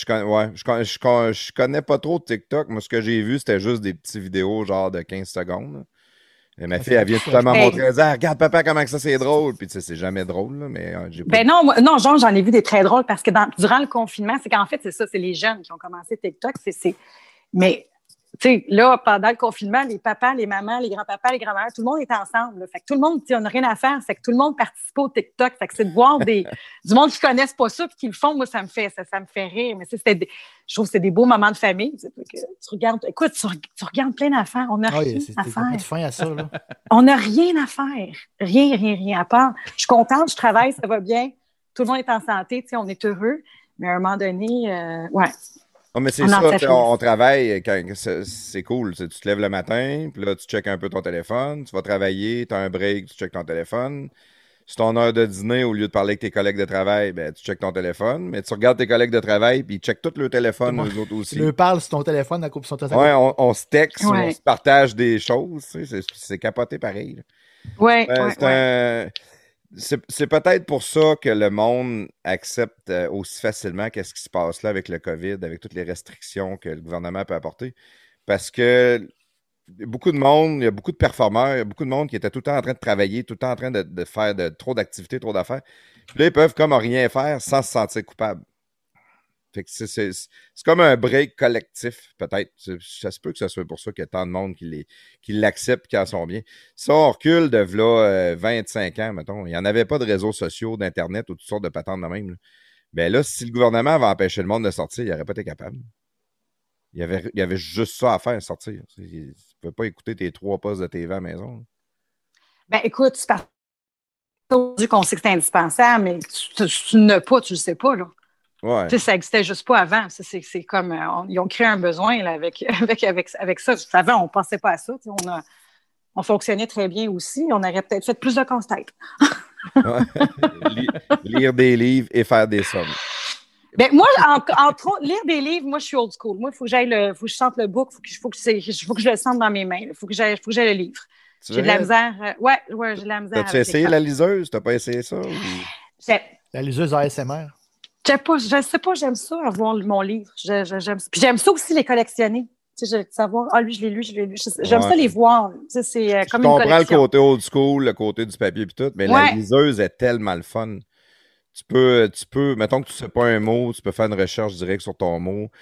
Je connais pas trop de TikTok. Moi, ce que j'ai vu, c'était juste des petites vidéos genre de 15 secondes. Là. Et ma fille, elle vient tout à m'en montrer. Elle dit, regarde, papa, comment ça c'est drôle. Puis, tu sais, c'est jamais drôle, là, mais j'ai pas. Non, genre, j'en ai vu des très drôles parce que durant le confinement, c'est qu'en fait, c'est ça, c'est les jeunes qui ont commencé TikTok. Mais, tu sais, là, pendant le confinement, les papas, les mamans, les grands-papas, les grands-mères, tout le monde est ensemble. Là. Fait que tout le monde, on n'a rien à faire. Fait que tout le monde participe au TikTok. Fait que c'est de voir du monde qui ne connaissent pas ça et qui le font. Moi, ça me fait rire. Mais je trouve que c'est des beaux moments de famille. Tu regardes, écoute, tu regardes plein d'affaires. On n'a rien à faire. De fin à ça, là. On n'a rien à faire. Rien à part. Je suis contente, je travaille, ça va bien. Tout le monde est en santé, on est heureux. Mais à un moment donné, Oh, mais c'est ça, on travaille, c'est cool. Tu te lèves le matin, puis là, tu checkes un peu ton téléphone, tu vas travailler, tu as un break, tu checkes ton téléphone. sur ton heure de dîner, au lieu de parler avec tes collègues de travail, ben, tu checkes ton téléphone, mais tu regardes tes collègues de travail, puis ils checkent tout leur téléphone, eux autres aussi. Tu leur parles sur ton téléphone, à coupe sur ton téléphone. Ouais, on se texte, on se partage des choses. Tu sais, c'est capoté pareil. Oui, c'est peut-être pour ça que le monde accepte aussi facilement qu'est-ce qui se passe là avec le COVID, avec toutes les restrictions que le gouvernement peut apporter. Parce que beaucoup de monde, il y a beaucoup de performeurs, il y a beaucoup de monde qui était tout le temps en train de travailler, tout le temps en train de faire trop d'activités, trop d'affaires. Puis là, ils peuvent comme rien faire sans se sentir coupable. Fait que c'est comme un break collectif, peut-être. Ça se peut que ce soit pour ça qu'il y a tant de monde qui l'acceptent et qui en sont bien. Si on recule de là 25 ans, mettons, il n'y en avait pas de réseaux sociaux, d'Internet ou toutes sortes de patentes de même. Là. Ben là, si le gouvernement avait empêché le monde de sortir, il n'aurait pas été capable. Il y avait juste ça à faire, sortir. Tu ne peux pas écouter tes 3 postes de TV à la maison. Là. Ben écoute, c'est parce qu'on sait que c'est indispensable, mais tu n'as pas, tu ne le sais pas, là. Ouais. Tu sais, ça n'existait juste pas avant. C'est comme ils ont créé un besoin là, avec ça. Avant, on ne pensait pas à ça. On fonctionnait très bien aussi. On aurait peut-être fait plus de casse-tête. Lire des livres et faire des sommes. Ben, moi, entre autres, lire des livres, moi, je suis old school. Moi, il faut que je sente le book, il faut que je le sente dans mes mains. Il faut que j'aie le livre. J'ai de la misère. Ouais, j'ai de la misère. T'as-tu essayé la liseuse? T'as pas essayé ça? La liseuse ASMR? Je sais pas, j'aime ça, avoir mon livre. Puis j'aime ça aussi les collectionner. Tu sais, savoir, lui, je l'ai lu. J'aime ça les voir. Tu sais, c'est comme une collection. Je comprends le côté old school, le côté du papier et tout, mais la liseuse est tellement le fun. Tu peux, mettons que tu ne sais pas un mot, tu peux faire une recherche directe sur ton mot.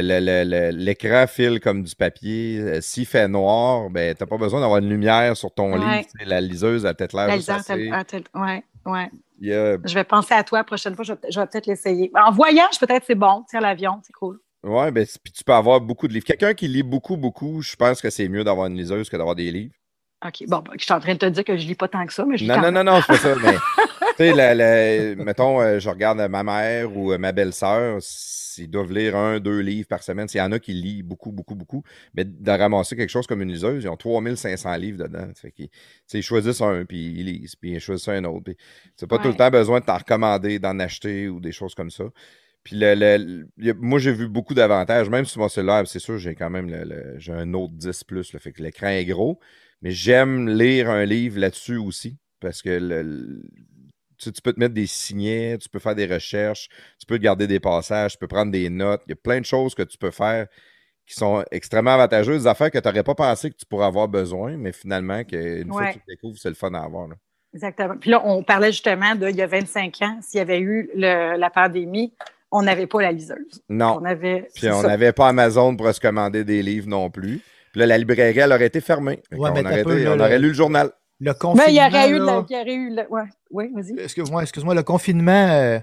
L'écran file comme du papier. S'il fait noir, ben, tu n'as pas besoin d'avoir une lumière sur ton livre. La liseuse a peut-être l'air juste assez. Ouais. Je vais penser à toi la prochaine fois, je vais peut-être l'essayer. En voyage, peut-être c'est bon, à l'avion, c'est cool. Oui, ben, puis tu peux avoir beaucoup de livres. Quelqu'un qui lit beaucoup, je pense que c'est mieux d'avoir une liseuse que d'avoir des livres. OK. Bon, je suis en train de te dire que je lis pas tant que ça, mais je lis Non, c'est pas ça. Mais, tu sais, mettons, je regarde ma mère ou ma belle-sœur, s'ils doivent lire 1-2 livres par semaine. S'il y en a qui lisent beaucoup, mais de ramasser quelque chose comme une liseuse, ils ont 3500 livres dedans. Fait qu'ils, ils choisissent un, puis ils lisent, puis ils choisissent un autre. Tu n'as pas tout le temps besoin de t'en recommander, d'en acheter ou des choses comme ça. Puis moi, j'ai vu beaucoup d'avantages. Même sur mon cellulaire, c'est sûr, j'ai quand même j'ai un Note 10 Plus, fait que l'écran est gros. Mais j'aime lire un livre là-dessus aussi, parce que tu peux te mettre des signets, tu peux faire des recherches, tu peux garder des passages, tu peux prendre des notes. Il y a plein de choses que tu peux faire qui sont extrêmement avantageuses, des affaires que tu n'aurais pas pensé que tu pourrais avoir besoin, mais finalement, une fois que tu découvres, c'est le fun à avoir. Là. Exactement. Puis là, on parlait justement il y a 25 ans, s'il y avait eu la pandémie, on n'avait pas la liseuse. Non. Puis on n'avait pas Amazon pour se commander des livres non plus. Puis là, la librairie, elle aurait été fermée. On aurait lu le journal. Le confinement. Mais il y aurait eu Oui, vas-y. Excuse-moi, le confinement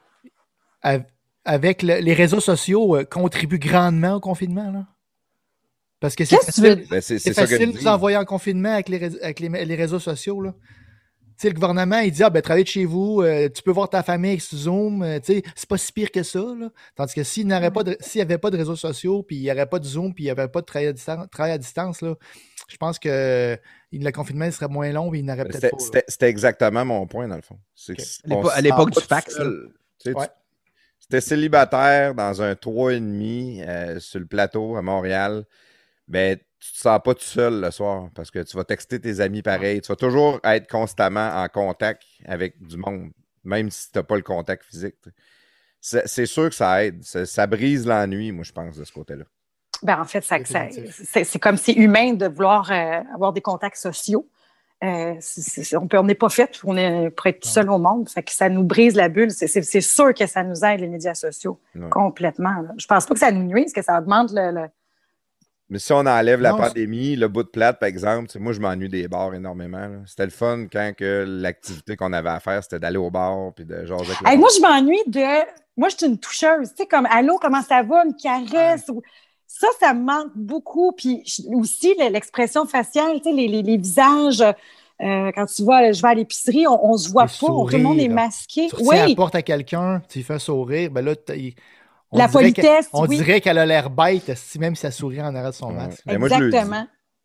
avec les réseaux sociaux contribue grandement au confinement, là. Parce que c'est facile, c'est facile de nous envoyer en confinement avec les réseaux sociaux, là. Tu sais, le gouvernement, il dit, travaillez de chez vous, tu peux voir ta famille avec Zoom, c'est pas si pire que ça, là. Tandis que s'il n'y avait pas de réseaux sociaux, puis il n'y aurait pas de Zoom, puis il n'y avait pas de travail à distance, là, je pense que le confinement serait moins long, et il n'aurait peut-être pas. C'était exactement mon point, dans le fond. À l'époque du fax, c'était célibataire dans un 3,5 sur le plateau à Montréal. Ben, tu te sens pas tout seul le soir parce que tu vas texter tes amis pareil. Tu vas toujours être constamment en contact avec du monde, même si tu n'as pas le contact physique. C'est sûr que ça aide. Ça brise l'ennui, moi, je pense, de ce côté-là. Ben, en fait, c'est comme c'est humain de vouloir avoir des contacts sociaux. On n'est pas fait pour être tout seul au monde. Fait que ça nous brise la bulle. C'est sûr que ça nous aide, les médias sociaux, complètement. Là. Je pense pas que ça nous nuise, que ça augmente Mais si on enlève la pandémie, le bout de plate, par exemple, moi, je m'ennuie des bars énormément. Là. C'était le fun quand que l'activité qu'on avait à faire, c'était d'aller au bar puis de jaser avec moi, je m'ennuie de... Moi, je suis une toucheuse. Tu sais, comme « Allô, comment ça va? » Une caresse. Ouais. Ça me manque beaucoup. Puis aussi, l'expression faciale, tu sais, les visages... quand tu vois, je vais à l'épicerie, on se voit pas. Tout le monde est masqué. Tu retiens la porte à quelqu'un, tu lui fais sourire, ben là, politesse, on dirait qu'elle a l'air bête, même si elle sourit en arrière de son masque. Exactement.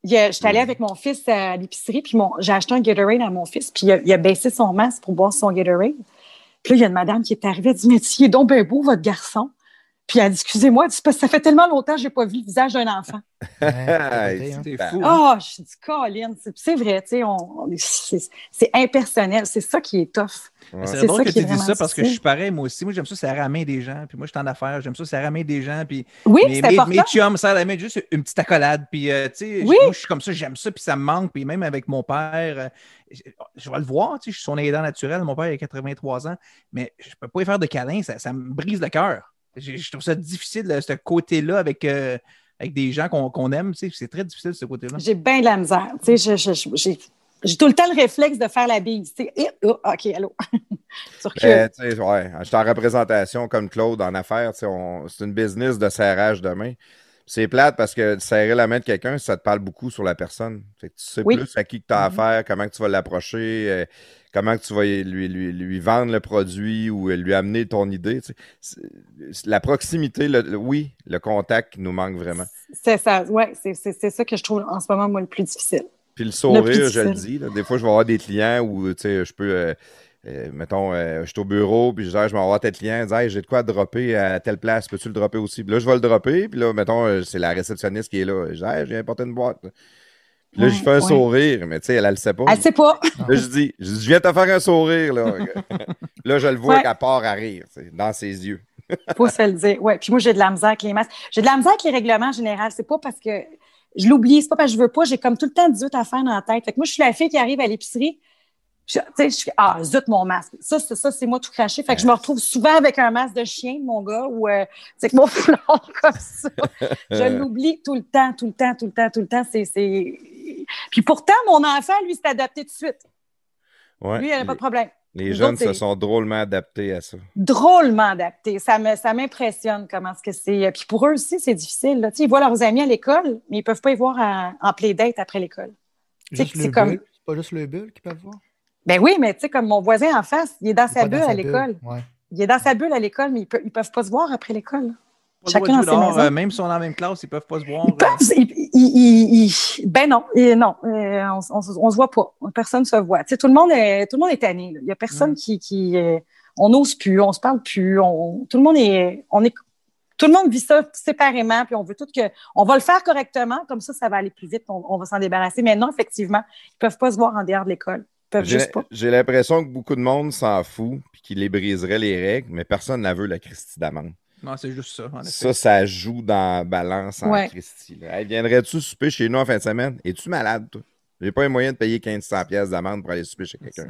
J'étais allée avec mon fils à l'épicerie, puis j'ai acheté un Gatorade à mon fils, puis il a baissé son masque pour boire son Gatorade. Puis là, il y a une madame qui est arrivée, elle dit « Mais il est donc bien beau, votre garçon. » Puis elle dit « Excusez-moi, parce que ça fait tellement longtemps que je n'ai pas vu le visage d'un enfant. » C'est fou. Ah, je dis « Colin, c'est vrai, tu sais, c'est impersonnel. C'est ça qui est tough. Ouais. C'est drôle que tu dises ça parce que je difficile. suis pareil, moi aussi. Moi, j'aime ça, c'est à la main des gens. Puis moi, je suis en affaires, j'aime ça, c'est à la main des gens. Puis Oui, c'est important. mes chums, ça à la main, juste une petite accolade. Puis, tu sais, Oui. moi, je suis comme ça, j'aime ça, puis ça me manque. Puis même avec mon père, je vais le voir, tu sais, je suis son aidant naturel. Mon père, il a 83 ans, mais je peux pas y faire de câlin, ça me brise le cœur. Je trouve ça difficile, ce côté-là, avec des gens qu'on aime, tu sais, c'est très difficile, ce côté-là. J'ai bien de la misère. Tu sais, j'ai tout le temps le réflexe de faire la bise. Tu sais, OK, allô. Sur que... Ouais, je suis en représentation comme Claude en affaires. C'est une business de serrage de main. C'est plate parce que serrer la main de quelqu'un, ça te parle beaucoup sur la personne. Fait que tu sais Oui. plus à qui tu as affaire, comment que tu vas l'approcher, comment que tu vas lui vendre le produit ou lui amener ton idée. Tu sais. La proximité, oui, le contact nous manque vraiment. C'est ça, oui, c'est ça que je trouve en ce moment, moi, le plus difficile. Puis le sourire, je le dis. Là, des fois, je vais avoir des clients où je peux, mettons, je suis au bureau, puis je vais avoir tel client, dire hey, j'ai de quoi dropper à telle place, peux-tu le dropper aussi? Puis là, je vais le dropper, puis là, mettons, c'est la réceptionniste qui est là. Je dis hey, j'ai apporté une boîte. Puis là, je fais un sourire, mais tu sais, elle le sait pas. Elle ne sait pas. Là, je dis, je viens te faire un sourire, là. Là, je le vois qu'elle part à rire, dans ses yeux. Il faut se le dire. Oui, puis moi, j'ai de la misère avec les masques. J'ai de la misère avec les règlements en général. C'est pas parce que je l'oublie, c'est pas parce que je veux pas. J'ai comme tout le temps 18 affaires dans la tête. Fait que moi, je suis la fille qui arrive à l'épicerie. Tu sais, je fais zut, mon masque. Ça, c'est moi tout craché. Fait que je me retrouve souvent avec un masque de chien, mon gars, ou c'est que mon foulard comme ça. Je l'oublie tout le temps. Puis pourtant, mon enfant, lui, s'est adapté tout de suite. Ouais, lui, il n'avait pas de problème. Les jeunes se sont drôlement adaptés à ça. Drôlement adaptés. Ça m'impressionne comment est-ce que c'est. Puis pour eux aussi, c'est difficile. Là. Ils voient leurs amis à l'école, mais ils ne peuvent pas y voir en playdate après l'école. Juste le bulle. C'est pas juste le bulle qu'ils peuvent voir? Ben oui, mais tu sais, comme mon voisin en face, il est dans sa bulle à l'école. Ouais. Il est dans sa bulle à l'école, mais ils ne peuvent pas se voir après l'école. Chacun dans ses maisons. Même si on est dans la même classe, ils ne peuvent pas se voir. Ben non, on se voit pas. Personne ne se voit. Tout le monde est tanné. Là. Il n'y a personne qui on n'ose plus, on se parle plus. Tout le monde vit ça séparément, puis on veut on va le faire correctement, comme ça va aller plus vite, on va s'en débarrasser. Mais non, effectivement, ils ne peuvent pas se voir en dehors de l'école. J'ai l'impression que beaucoup de monde s'en fout puis qu'il les briserait les règles, mais personne ne la veut, la Christie d'amende. Non, c'est juste ça, en effet. Ça joue dans la balance en Christie. Hey, viendrais-tu souper chez nous en fin de semaine? Es-tu malade, toi? J'ai pas les moyens de payer 1500$ d'amende pour aller souper chez quelqu'un.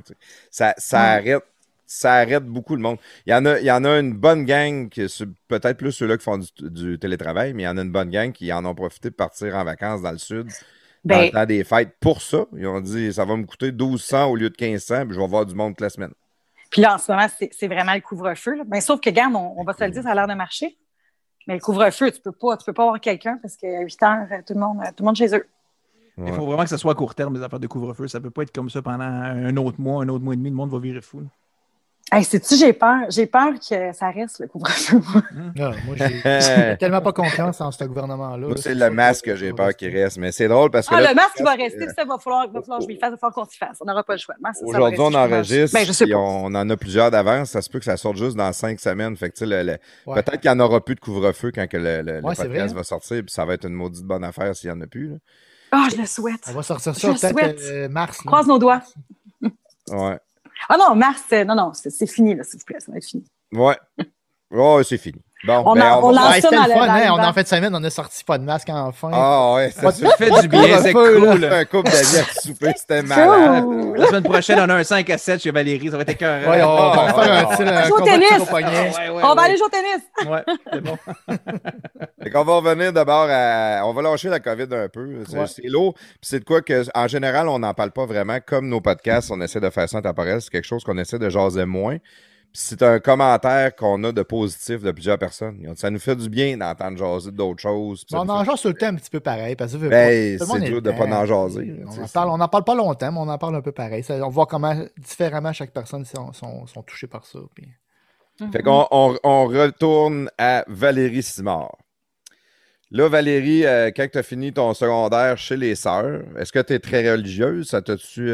Ça arrête beaucoup le monde. Il y en a une bonne gang, peut-être plus ceux-là qui font du télétravail, mais il y en a une bonne gang qui en ont profité de partir en vacances dans le sud. Dans le temps des fêtes, pour ça, ils ont dit ça va me coûter 1200 au lieu de 1500, puis je vais voir du monde toute la semaine. Puis là, en ce moment, c'est vraiment le couvre-feu. Ben, sauf que, regarde, on va se le dire, ça a l'air de marcher. Mais le couvre-feu, tu peux pas avoir quelqu'un parce qu'à 8 heures, tout le monde chez eux. Ouais. Il faut vraiment que ça soit à court terme, les affaires de couvre-feu. Ça peut pas être comme ça pendant un autre mois et demi. Le monde va virer fou. Hey, sais-tu, j'ai peur que ça reste le couvre-feu. Non, moi, j'ai tellement pas confiance en ce gouvernement-là. Moi, c'est le masque que j'ai peur qu'il reste. Mais c'est drôle parce que. Le masque, il va rester. Ça va falloir que je m'y fasse. Il va falloir qu'on s'y fasse. On n'aura pas le choix. Aujourd'hui, on enregistre. Ben, on en a plusieurs d'avance. Ça se peut que ça sorte juste dans 5 semaines. Fait que, peut-être qu'il n'y en aura plus de couvre-feu quand le podcast va sortir. Puis ça va être une maudite bonne affaire s'il n'y en a plus. Je le souhaite. On va sortir ça peut-être mars. Croise nos doigts. Ouais. Ah non, mars, c'est fini, là, s'il vous plaît, ça va être fini. Ouais. Oh, c'est fini. Bon, on lance ça dans on en fait de semaine, on a sorti pas de masque enfin. Ah ouais, ça fait du bien, c'est cool. Un couple d'amis à souper, c'était malade. La semaine prochaine, on a un 5 à 7 chez Valérie, ça va être écœurant. Ouais, on va faire un jouer au tennis. On va aller jouer au tennis. Ouais, c'est bon. Fait qu'on va revenir d'abord on va lâcher la COVID un peu. C'est lourd. Puis c'est de quoi que, en général, on n'en parle pas vraiment. Comme nos podcasts, on essaie de faire ça en temporel. C'est quelque chose qu'on essaie de jaser moins. C'est un commentaire qu'on a de positif de plusieurs personnes. Ça nous fait du bien d'entendre jaser d'autres choses. On en jase sur le temps un petit peu pareil. Parce que c'est dur de ne pas en jaser. On n'en parle pas longtemps, mais on en parle un peu pareil. On voit comment différemment chaque personne sont touchées par ça. Puis... Fait qu'on retourne à Valérie Simard. Là, Valérie, quand tu as fini ton secondaire chez les sœurs, est-ce que tu es très religieuse? Ça t'a-tu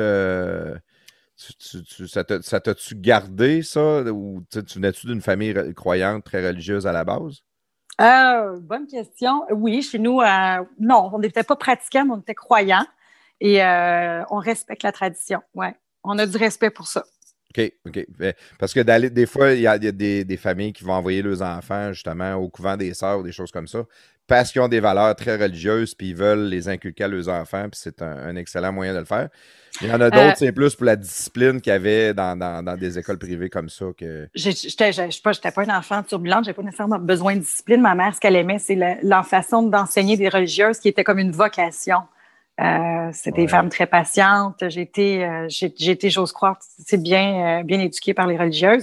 ça t'a-tu gardé, ça? Ou tu venais-tu d'une famille croyante très religieuse à la base? Bonne question. Oui, chez nous, non, on n'était pas pratiquants, mais on était croyants et on respecte la tradition. Ouais, on a du respect pour ça. OK. Parce que des fois, il y a des familles qui vont envoyer leurs enfants justement au couvent des sœurs ou des choses comme ça parce qu'ils ont des valeurs très religieuses puis ils veulent les inculquer à leurs enfants puis c'est un excellent moyen de le faire. Il y en a d'autres, c'est plus pour la discipline qu'il y avait dans des écoles privées comme ça. J'étais pas une enfant turbulente, j'avais pas nécessairement besoin de discipline. Ma mère, ce qu'elle aimait, c'est la façon d'enseigner des religieuses qui était comme une vocation. C'était des femmes très patientes. J'ai été, j'ose croire, bien éduquée par les religieuses.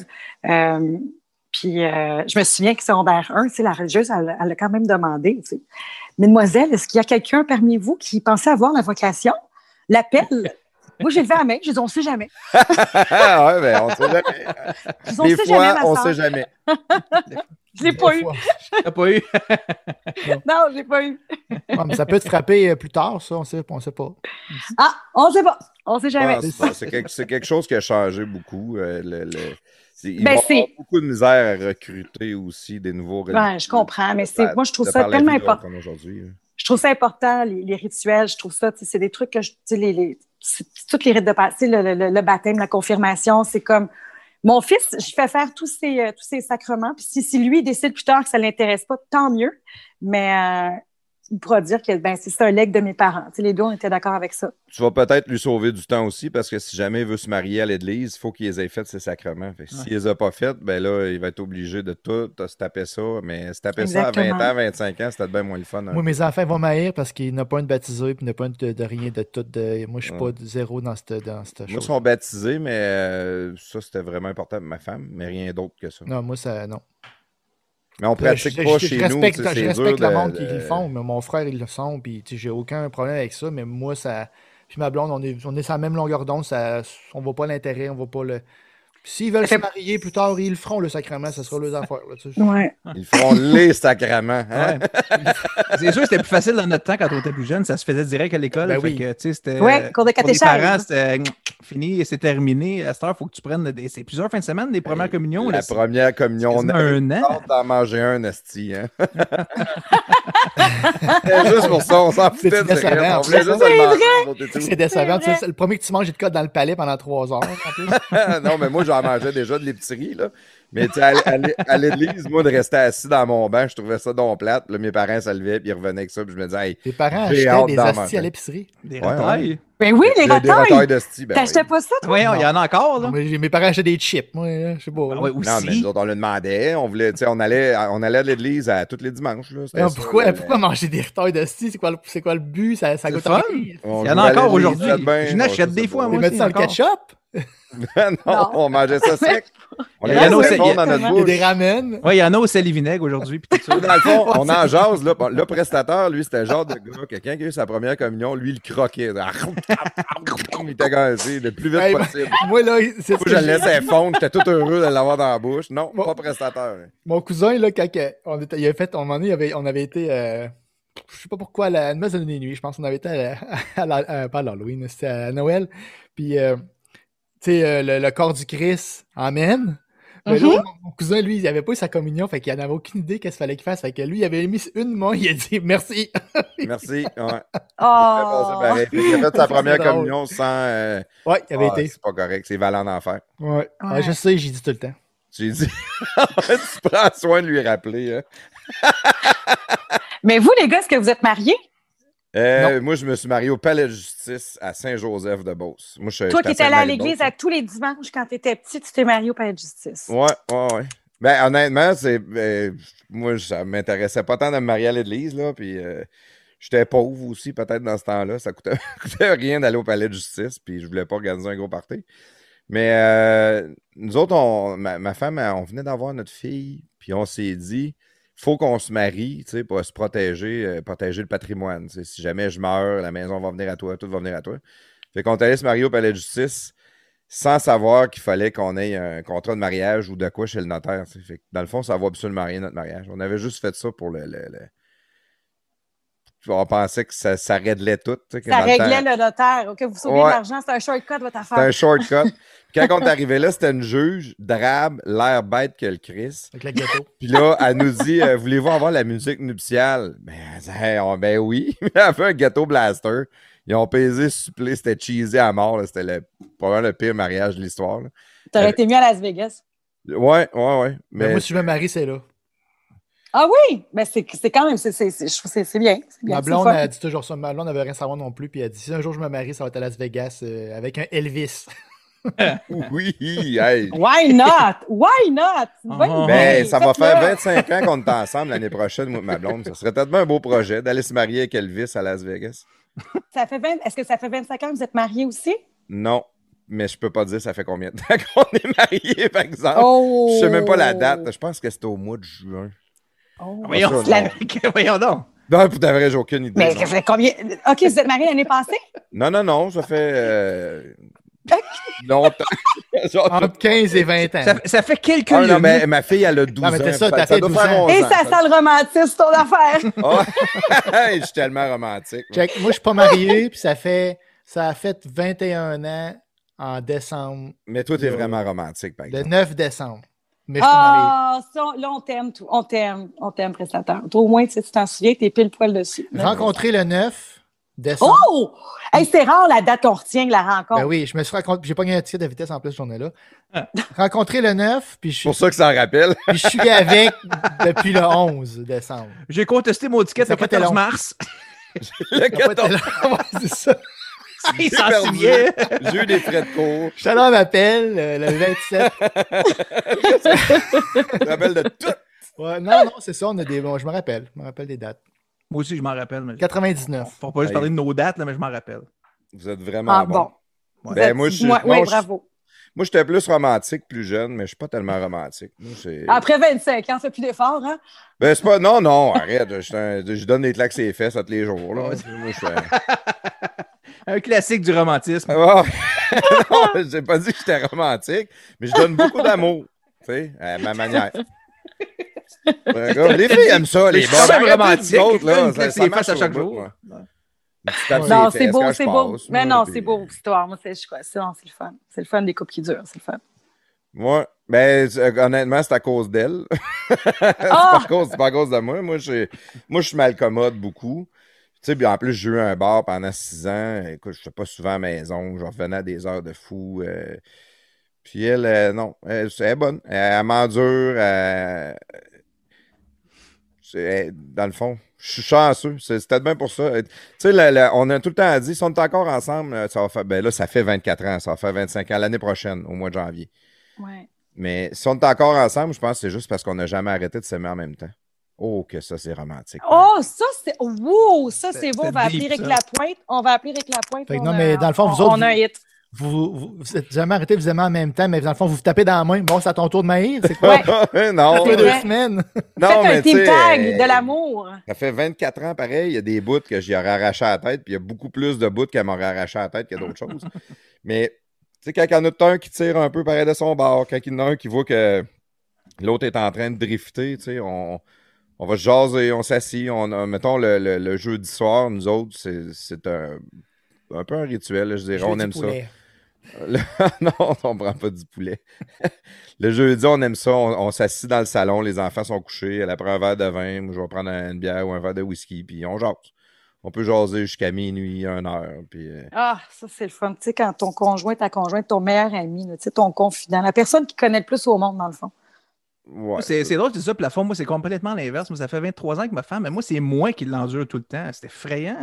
Puis, je me souviens que secondaire 1, la religieuse, elle a quand même demandé, Mademoiselle, est-ce qu'il y a quelqu'un parmi vous qui pensait avoir la vocation? L'appel? Moi, j'ai levé la main, je dis, on ne sait jamais. Ouais, ben, on ne sait jamais. Des fois, on ne sait jamais. Je ne l'ai pas eu. Tu n'as pas eu? Non, je ne l'ai pas eu. Ouais, mais ça peut te frapper plus tard, ça, on ne sait pas. Ah, on ne sait pas. On ne sait jamais. C'est quelque chose qui a changé beaucoup. Il Ben, va y avoir beaucoup de misère à recruter aussi des nouveaux religieux. Ben, je comprends, mais moi, je trouve ça tellement important. Je trouve ça important, les rituels. Je trouve ça, c'est des trucs que toutes les rites de passé, le baptême, la confirmation, c'est comme mon fils, je fais faire tous ces sacrements. Puis si lui décide plus tard que ça ne l'intéresse pas, tant mieux. Mais il pourra dire que c'est un legs de mes parents. Les deux, on était d'accord avec ça. Tu vas peut-être lui sauver du temps aussi parce que si jamais il veut se marier à l'église, il faut qu'il les ait fait ses sacrements. S'il les a pas fait, ben là, il va être obligé de tout se taper ça. Mais se taper Exactement. ça à 20 ans, 25 ans, c'était bien moins le fun. Moi, mes enfants vont m'haïr parce qu'ils n'ont pas une baptisée puis ils n'ont pas de rien de tout. Moi, je suis pas de zéro dans cette chose. Moi, ils sont baptisés, mais ça, c'était vraiment important pour ma femme, mais rien d'autre que ça. Non, moi, ça, non. Mais on pratique pas chez nous. Je respecte le monde qui le font, mais mon frère, ils le sont, puis j'ai aucun problème avec ça, mais moi, ça... Puis ma blonde, on est sur la même longueur d'onde, on voit pas l'intérêt, on voit pas le... S'ils veulent se marier plus tard, ils le feront, le sacrement, ça sera leurs affaires. Ouais. Ils feront les sacrements. Hein? Ouais. C'est sûr que c'était plus facile dans notre temps quand on était plus jeune, ça se faisait direct à l'école. Ben oui. Pour Cours de les catéchèse. parents, c'était fini et c'est terminé. À cette heure, il faut que tu prennes c'est plusieurs fins de semaine, des premières communions. La première communion, on a un an. d'en manger un, esti. Hein? Juste pour ça, on s'en foutait de décevant. On voulait juste le manger. C'est décevant. Le premier que tu manges, il te cote dans le palais pendant 3 heures. En plus. Non, mais moi, j'en mangeais déjà de l'épicerie, là. Mais tu sais, à l'église, moi, de rester assis dans mon banc, je trouvais ça donc plate. Là, mes parents se levaient, puis ils revenaient avec ça, puis je me disais, hey, tes parents achetaient des hosties à l'épicerie. Des retailles. Ben oui, les des retailles. retailles d'hosties. Ben T'achetais oui. pas ça, toi? Oui, il y en a encore, là. Mes parents achetaient des chips, moi, je sais pas. Ouais, aussi. Non, mais nous autres, on le demandait. On voulait, tu sais, on allait à l'église tous les dimanches. Là. Non, pourquoi manger des retailles d'hosties? C'est quoi le but? Ça goûte fun. rien. Il y en a encore aujourd'hui. Je n'achète des fois, moi Ils aussi. mettent ça dans le ketchup? Non, on mangeait ça sec. On Il y en a laissait aussi- fondre dans notre Il y a bouche. des ramen. Oui, il y en a au sel et vinaigre aujourd'hui. Puis tout ça. Dans le fond, on en jase, là. Le prestateur, lui, c'était le genre de gars, quelqu'un qui a eu sa première communion, lui, il croquait. Il était gagné le plus vite Hey, possible. Moi, là, c'est Moi, je le laissais fondre, j'étais tout heureux de l'avoir dans la bouche. Non, pas prestateur. Mon cousin, là, quand il avait fait, à un moment donné, on avait été, je sais pas pourquoi, à la messe de des nuits, je pense qu'on avait été pas à l'Halloween, c'était à Noël. Puis, tu sais, le corps du Christ, amen. Mais là, mon cousin, lui, il avait pas eu sa communion, fait qu'il n'avait aucune idée qu'est-ce qu'il fallait qu'il fasse. Fait que lui, il avait mis une main, il a dit merci. Merci. Ouais. Oh. Il a fait sa première drôle. communion sans. Ouais, il avait été. C'est pas correct, c'est valant d'en faire. Ouais. Ouais. Je sais, j'ai dit tout le temps. J'ai dit, tu prends soin de lui rappeler. Hein. Mais vous, les gars, est-ce que vous êtes mariés? Moi, je me suis marié au Palais de Justice à Saint-Joseph-de-Beauce. Toi qui étais allé à l'église à tous les dimanches quand tu étais petit, tu t'es marié au Palais de Justice. Ouais. Ben, honnêtement, moi, ça m'intéressait pas tant de me marier à l'église, là, puis j'étais pauvre aussi, peut-être, dans ce temps-là. Ça coûtait rien d'aller au Palais de Justice, puis je voulais pas organiser un gros party. Mais nous autres, ma femme, on venait d'avoir notre fille, puis on s'est dit, faut qu'on se marie, tu sais, pour se protéger le patrimoine. T'sais. Si jamais je meurs, la maison va venir à toi, tout va venir à toi. Fait qu'on est allé se marier au Palais de Justice sans savoir qu'il fallait qu'on ait un contrat de mariage ou de quoi chez le notaire. T'sais. Fait que dans le fond, ça va absolument rien, notre mariage. On avait juste fait ça pour on pensait que ça réglait tout. Tu sais, que Ça dans le réglait temps- le notaire. OK, vous sauvez de Ouais. l'argent, c'est un shortcut, votre C'était un affaire. shortcut. Puis quand on est arrivé là, c'était une juge, drabe, l'air bête que le Chris. Avec le gâteau. Puis là, elle nous dit voulez-vous avoir la musique nuptiale? Ben, elle dit, hey, ben oui. Elle a fait un gâteau blaster. Ils ont pesé supplé, c'était cheesy à mort. là. C'était probablement le pire mariage de l'histoire. là. T'aurais été mieux à Las Vegas. Ouais. Mais Mais moi, si je me marie, c'est là. Ah oui! Mais c'est quand même, je trouve que c'est bien. C'est bien, Ma c'est blonde, fun. elle dit toujours ça. Ma blonde n'avait rien à savoir non plus. Puis elle dit si un jour je me marie, ça va être à Las Vegas avec un Elvis. oui, hey. Why not? Why not? C'est une bonne Ah. idée. Ben, ça va Faites-le. faire 25 ans qu'on est ensemble l'année prochaine, moi et ma blonde. Ça serait tellement un beau projet d'aller se marier avec Elvis à Las Vegas. Est-ce que ça fait 25 ans que vous êtes mariés aussi? Non, mais je peux pas dire ça fait combien de temps qu'on est mariés, par exemple. Oh! Je sais même pas la date. Je pense que c'était au mois de juin. Oh. Voyons, ça, non. voyons donc. Non, pour de vrai, j'ai aucune idée. Mais non. ça fait combien? OK, vous êtes mariés l'année passée? Non, ça fait longtemps. Genre, Entre 15 et 20 ans. Ça fait quelques ah, non, minutes. mais ma fille, elle a 12 Non, mais ans. t'es ça, ta ça fille doit 12 faire ans. 11 Et ans. ça sent le romantisme, ton affaire! Ah, je suis tellement romantique. Check. Moi, je suis pas marié, puis ça a fait 21 ans en décembre. Mais toi, t'es vraiment romantique, par Le exemple. 9 décembre. Mais je suis pas marié. Ah, là, on t'aime, prestataire. Toi, au moins, tu t'en souviens, t'es pile poil dessus. Rencontré le 9 décembre. Oh! Hey, c'est rare la date qu'on retient que la rencontre. Ben oui, je me suis rencontré. J'ai pas gagné un ticket de vitesse en plus cette journée-là. Rencontré le 9, puis C'est pour ça que ça en rappelle. puis je suis avec depuis le 11 décembre. J'ai contesté mon ticket Ça a le pas été 14 long. mars. Le 14. Ouais, c'est ça. Il J'ai s'en perdu. souvient. J'ai eu des frais de cours. Je suis allé en appel le 27. Je me rappelle de tout. Ouais, non, c'est ça. On a des. Bon, je me rappelle des dates. Moi aussi, je m'en rappelle. Mais 99. faut pas juste parler de nos dates, là, mais je m'en rappelle. Vous êtes vraiment Ah bon. bon. Ben, moi, je- oui, non, je- bravo. Moi, j'étais plus romantique plus jeune, mais je suis pas tellement romantique. Moi, Après 25 ans, on fait plus d'efforts, hein? Ben, c'est pas. Non, arrête. Je donne des claques sur les fesses à tous les jours. Là. Moi, je fais. Un classique du romantisme. Ah, non, j'ai pas dit que j'étais romantique, mais je donne beaucoup d'amour. Tu sais, à ma manière. Les filles aiment ça, les Je suis quand même bonnes. romantique. Arrêtez, vous autres, Une claque sur les fesses à chaque jour. moi. Une petite tape sur Non, les c'est fesses beau, quand c'est je beau. passe, Mais moi, non, puis- c'est beau, l'histoire. Moi, c'est le fun. C'est le fun des couples qui durent, c'est le fun. Ouais. Ben, honnêtement, c'est à cause d'elle. Ah! C'est pas à cause de moi. Moi, je m'accommode beaucoup. Tu sais, puis en plus, j'ai eu un bar pendant 6 ans. Écoute, je ne pas souvent à la maison. Je revenais à des heures de fou. Puis elle, non, elle est bonne. Elle m'endure. Dans le fond, je suis chanceux. C'est peut-être bien pour ça. Tu sais, on a tout le temps dit, si on est encore ensemble, ça va faire, ben là, ça fait 24 ans. Ça va faire 25 ans l'année prochaine, au mois de janvier. Ouais. Mais si on est encore ensemble, je pense que c'est juste parce qu'on n'a jamais arrêté de s'aimer en même temps. Oh, que ça, c'est romantique. Oh, ça, c'est. Wow, ça, c'est beau. On va C'est appeler deep, Rick ça. Lapointe. On va appeler Rick Lapointe. Fait que on non, a- mais dans le fond, vous on- autres, On a un hit. Vous êtes jamais arrêté de vous aimer en même temps, mais dans le fond, vous vous tapez dans la main. Bon, c'est à ton tour de maïr. C'est quoi? non, Ça fait C'est 2 vrai. semaines. non, Faites un mais tu team sais, tag de l'amour. ça fait 24 ans pareil. Il y a des bouts que j'y aurais arraché à la tête, puis il y a beaucoup plus de bouts qu'elle m'aurait arraché à la tête qu'il y a d'autres choses. Mais, tu sais, quand il y en a un qui tire un peu pareil de son bord, quand il y en a un qui voit que l'autre est en train de drifter, tu sais, on va se jaser, on s'assit, mettons le jeudi soir, nous autres, c'est un peu un rituel, là, je dirais, on aime ça. Non, on ne prend pas du poulet. Le jeudi, on aime ça. On s'assit dans le salon, les enfants sont couchés. Elle prend un verre de vin. Moi, je vais prendre une bière ou un verre de whisky. Puis on jase. On peut jaser jusqu'à minuit, 1 heure. Puis, Ah, ça, c'est le fun. Tu sais, quand ton conjoint, ta conjointe, ton meilleur ami, là, tu sais, ton confident, la personne qui connaît le plus au monde, dans le fond. ouais. C'est drôle, c'est ça. Puis la forme, moi, c'est complètement l'inverse. Moi, ça fait 23 ans que ma femme, mais moi, c'est moi qui l'endure tout le temps. C'est effrayant.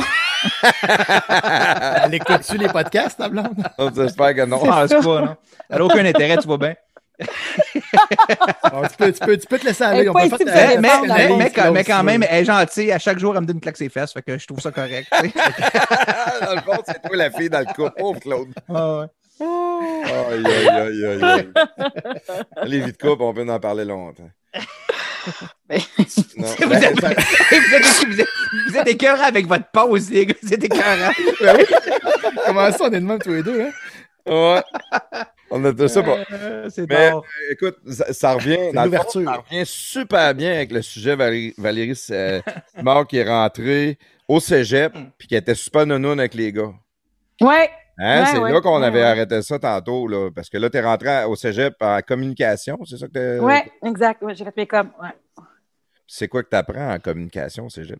Elle écoute-tu les podcasts, ta blonde? J'espère que non. Je pense pas, non. Elle n'a aucun intérêt, tu vois bien. Alors, tu peux te laisser aller. Elle est On pas peut ici faire pour ta- faire Mais, défendre, mais, là. mais quand même, elle est gentille. À chaque jour, elle me donne une claque ses fesses. Fait que je trouve ça correct. Tu sais. Dans le fond, c'est toi la fille dans le couple. Pauvre Claude. Ah ouais. Aïe, aïe, aïe, aïe, aïe. Les vies de couple, on peut en parler longtemps. Non, Vous ben, êtes, ça- vous êtes écœurants avec votre pause, les gars. Vous êtes écœurants. Comment ça, on est de même tous les deux, hein? ouais. On a ça pour... C'est Mais tard. écoute, ça revient, dans le fond, l'ouverture. ça revient super bien avec le sujet Valérie Simard qui est rentrée au cégep puis qui était super nounoune avec les gars. Ouais. Hein? Ouais, C'est ouais, là qu'on ouais, avait ouais. arrêté ça tantôt, là, parce que là, tu es rentré au cégep en communication, c'est ça que tu Ouais, exact. Ouais, j'ai fait mes coms. Ouais. C'est quoi que tu apprends en communication au cégep?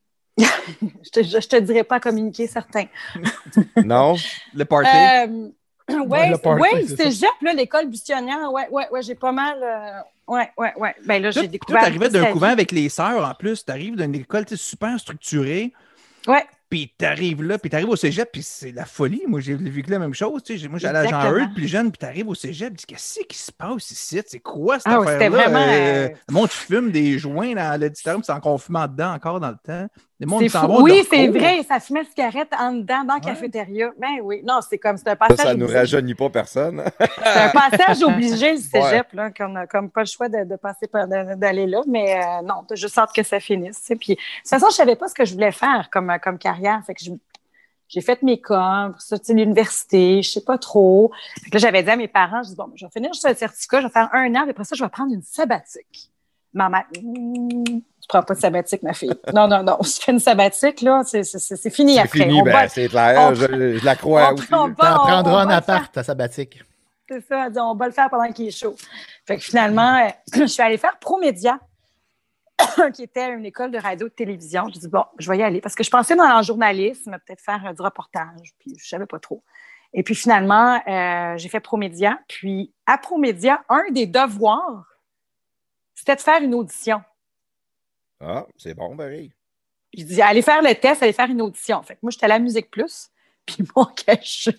Je te dirais pas communiquer, certain. Non? Le party. Ouais, le party, ouais, c'est ça. cégep, là, l'école buissonnière, ouais, j'ai pas mal. Ouais. Ben là, j'ai Toi, découvert. t'arrivais toute sa d'un couvent vie. avec les sœurs en plus. T'arrives d'une école super structurée. Ouais, Puis t'arrives là, puis t'arrives au cégep, puis c'est la folie. Moi, j'ai vécu la même chose. Tu sais. Moi, j'allais à Jean Exactement. Eudes, plus jeune, puis t'arrives au cégep, tu dis qu'est-ce qui se passe ici? C'est quoi cette Ah ouais, affaire-là? c'était vraiment, Le monde fume des joints dans l'auditorium, c'est encore fumant dedans encore dans le temps. Le monde c'est s'en fou. va de Oui, leur c'est cours. vrai, ça fumait cigarette en dedans, dans la cafétéria. Ben oui, non, c'est comme, c'est un passage Ça nous obligé. rajeunit pas personne. C'est un passage obligé, le cégep, là, qu'on n'a comme pas le choix de passer d'aller là, mais non, t'as juste hâte que ça finisse. Tu sais. Puis, de toute façon, je savais pas ce que je voulais faire comme carrière. Fait que j'ai fait mes coms, pour ça, tu sais, l'université, je sais pas trop. Fait que là, j'avais dit à mes parents, je dis, bon, je vais finir juste le certificat, je vais faire 1 an, puis après ça, je vais prendre une sabbatique. Maman, tu prends pas de sabbatique, ma fille. Non, si tu fais une sabbatique, là, c'est fini C'est après. fini, On ben, va- c'est clair. on- Je la crois aussi. on T'en va- on prendras va en le appart, ta sabbatique. C'est ça, elle dit, on va le faire pendant qu'il est chaud. Fait que finalement, je suis allée faire ProMédia, qui était une école de radio et de télévision. Je dis, bon, je vais y aller parce que je pensais dans le journalisme, peut-être faire du reportage, puis je ne savais pas trop. Et puis finalement, j'ai fait ProMédia. Puis à ProMédia, un des devoirs, c'était de faire une audition. Ah, c'est bon, pareil. Je dis, allez faire le test, allez faire une audition. Fait que moi, j'étais à la Musique Plus, puis ils m'ont caché.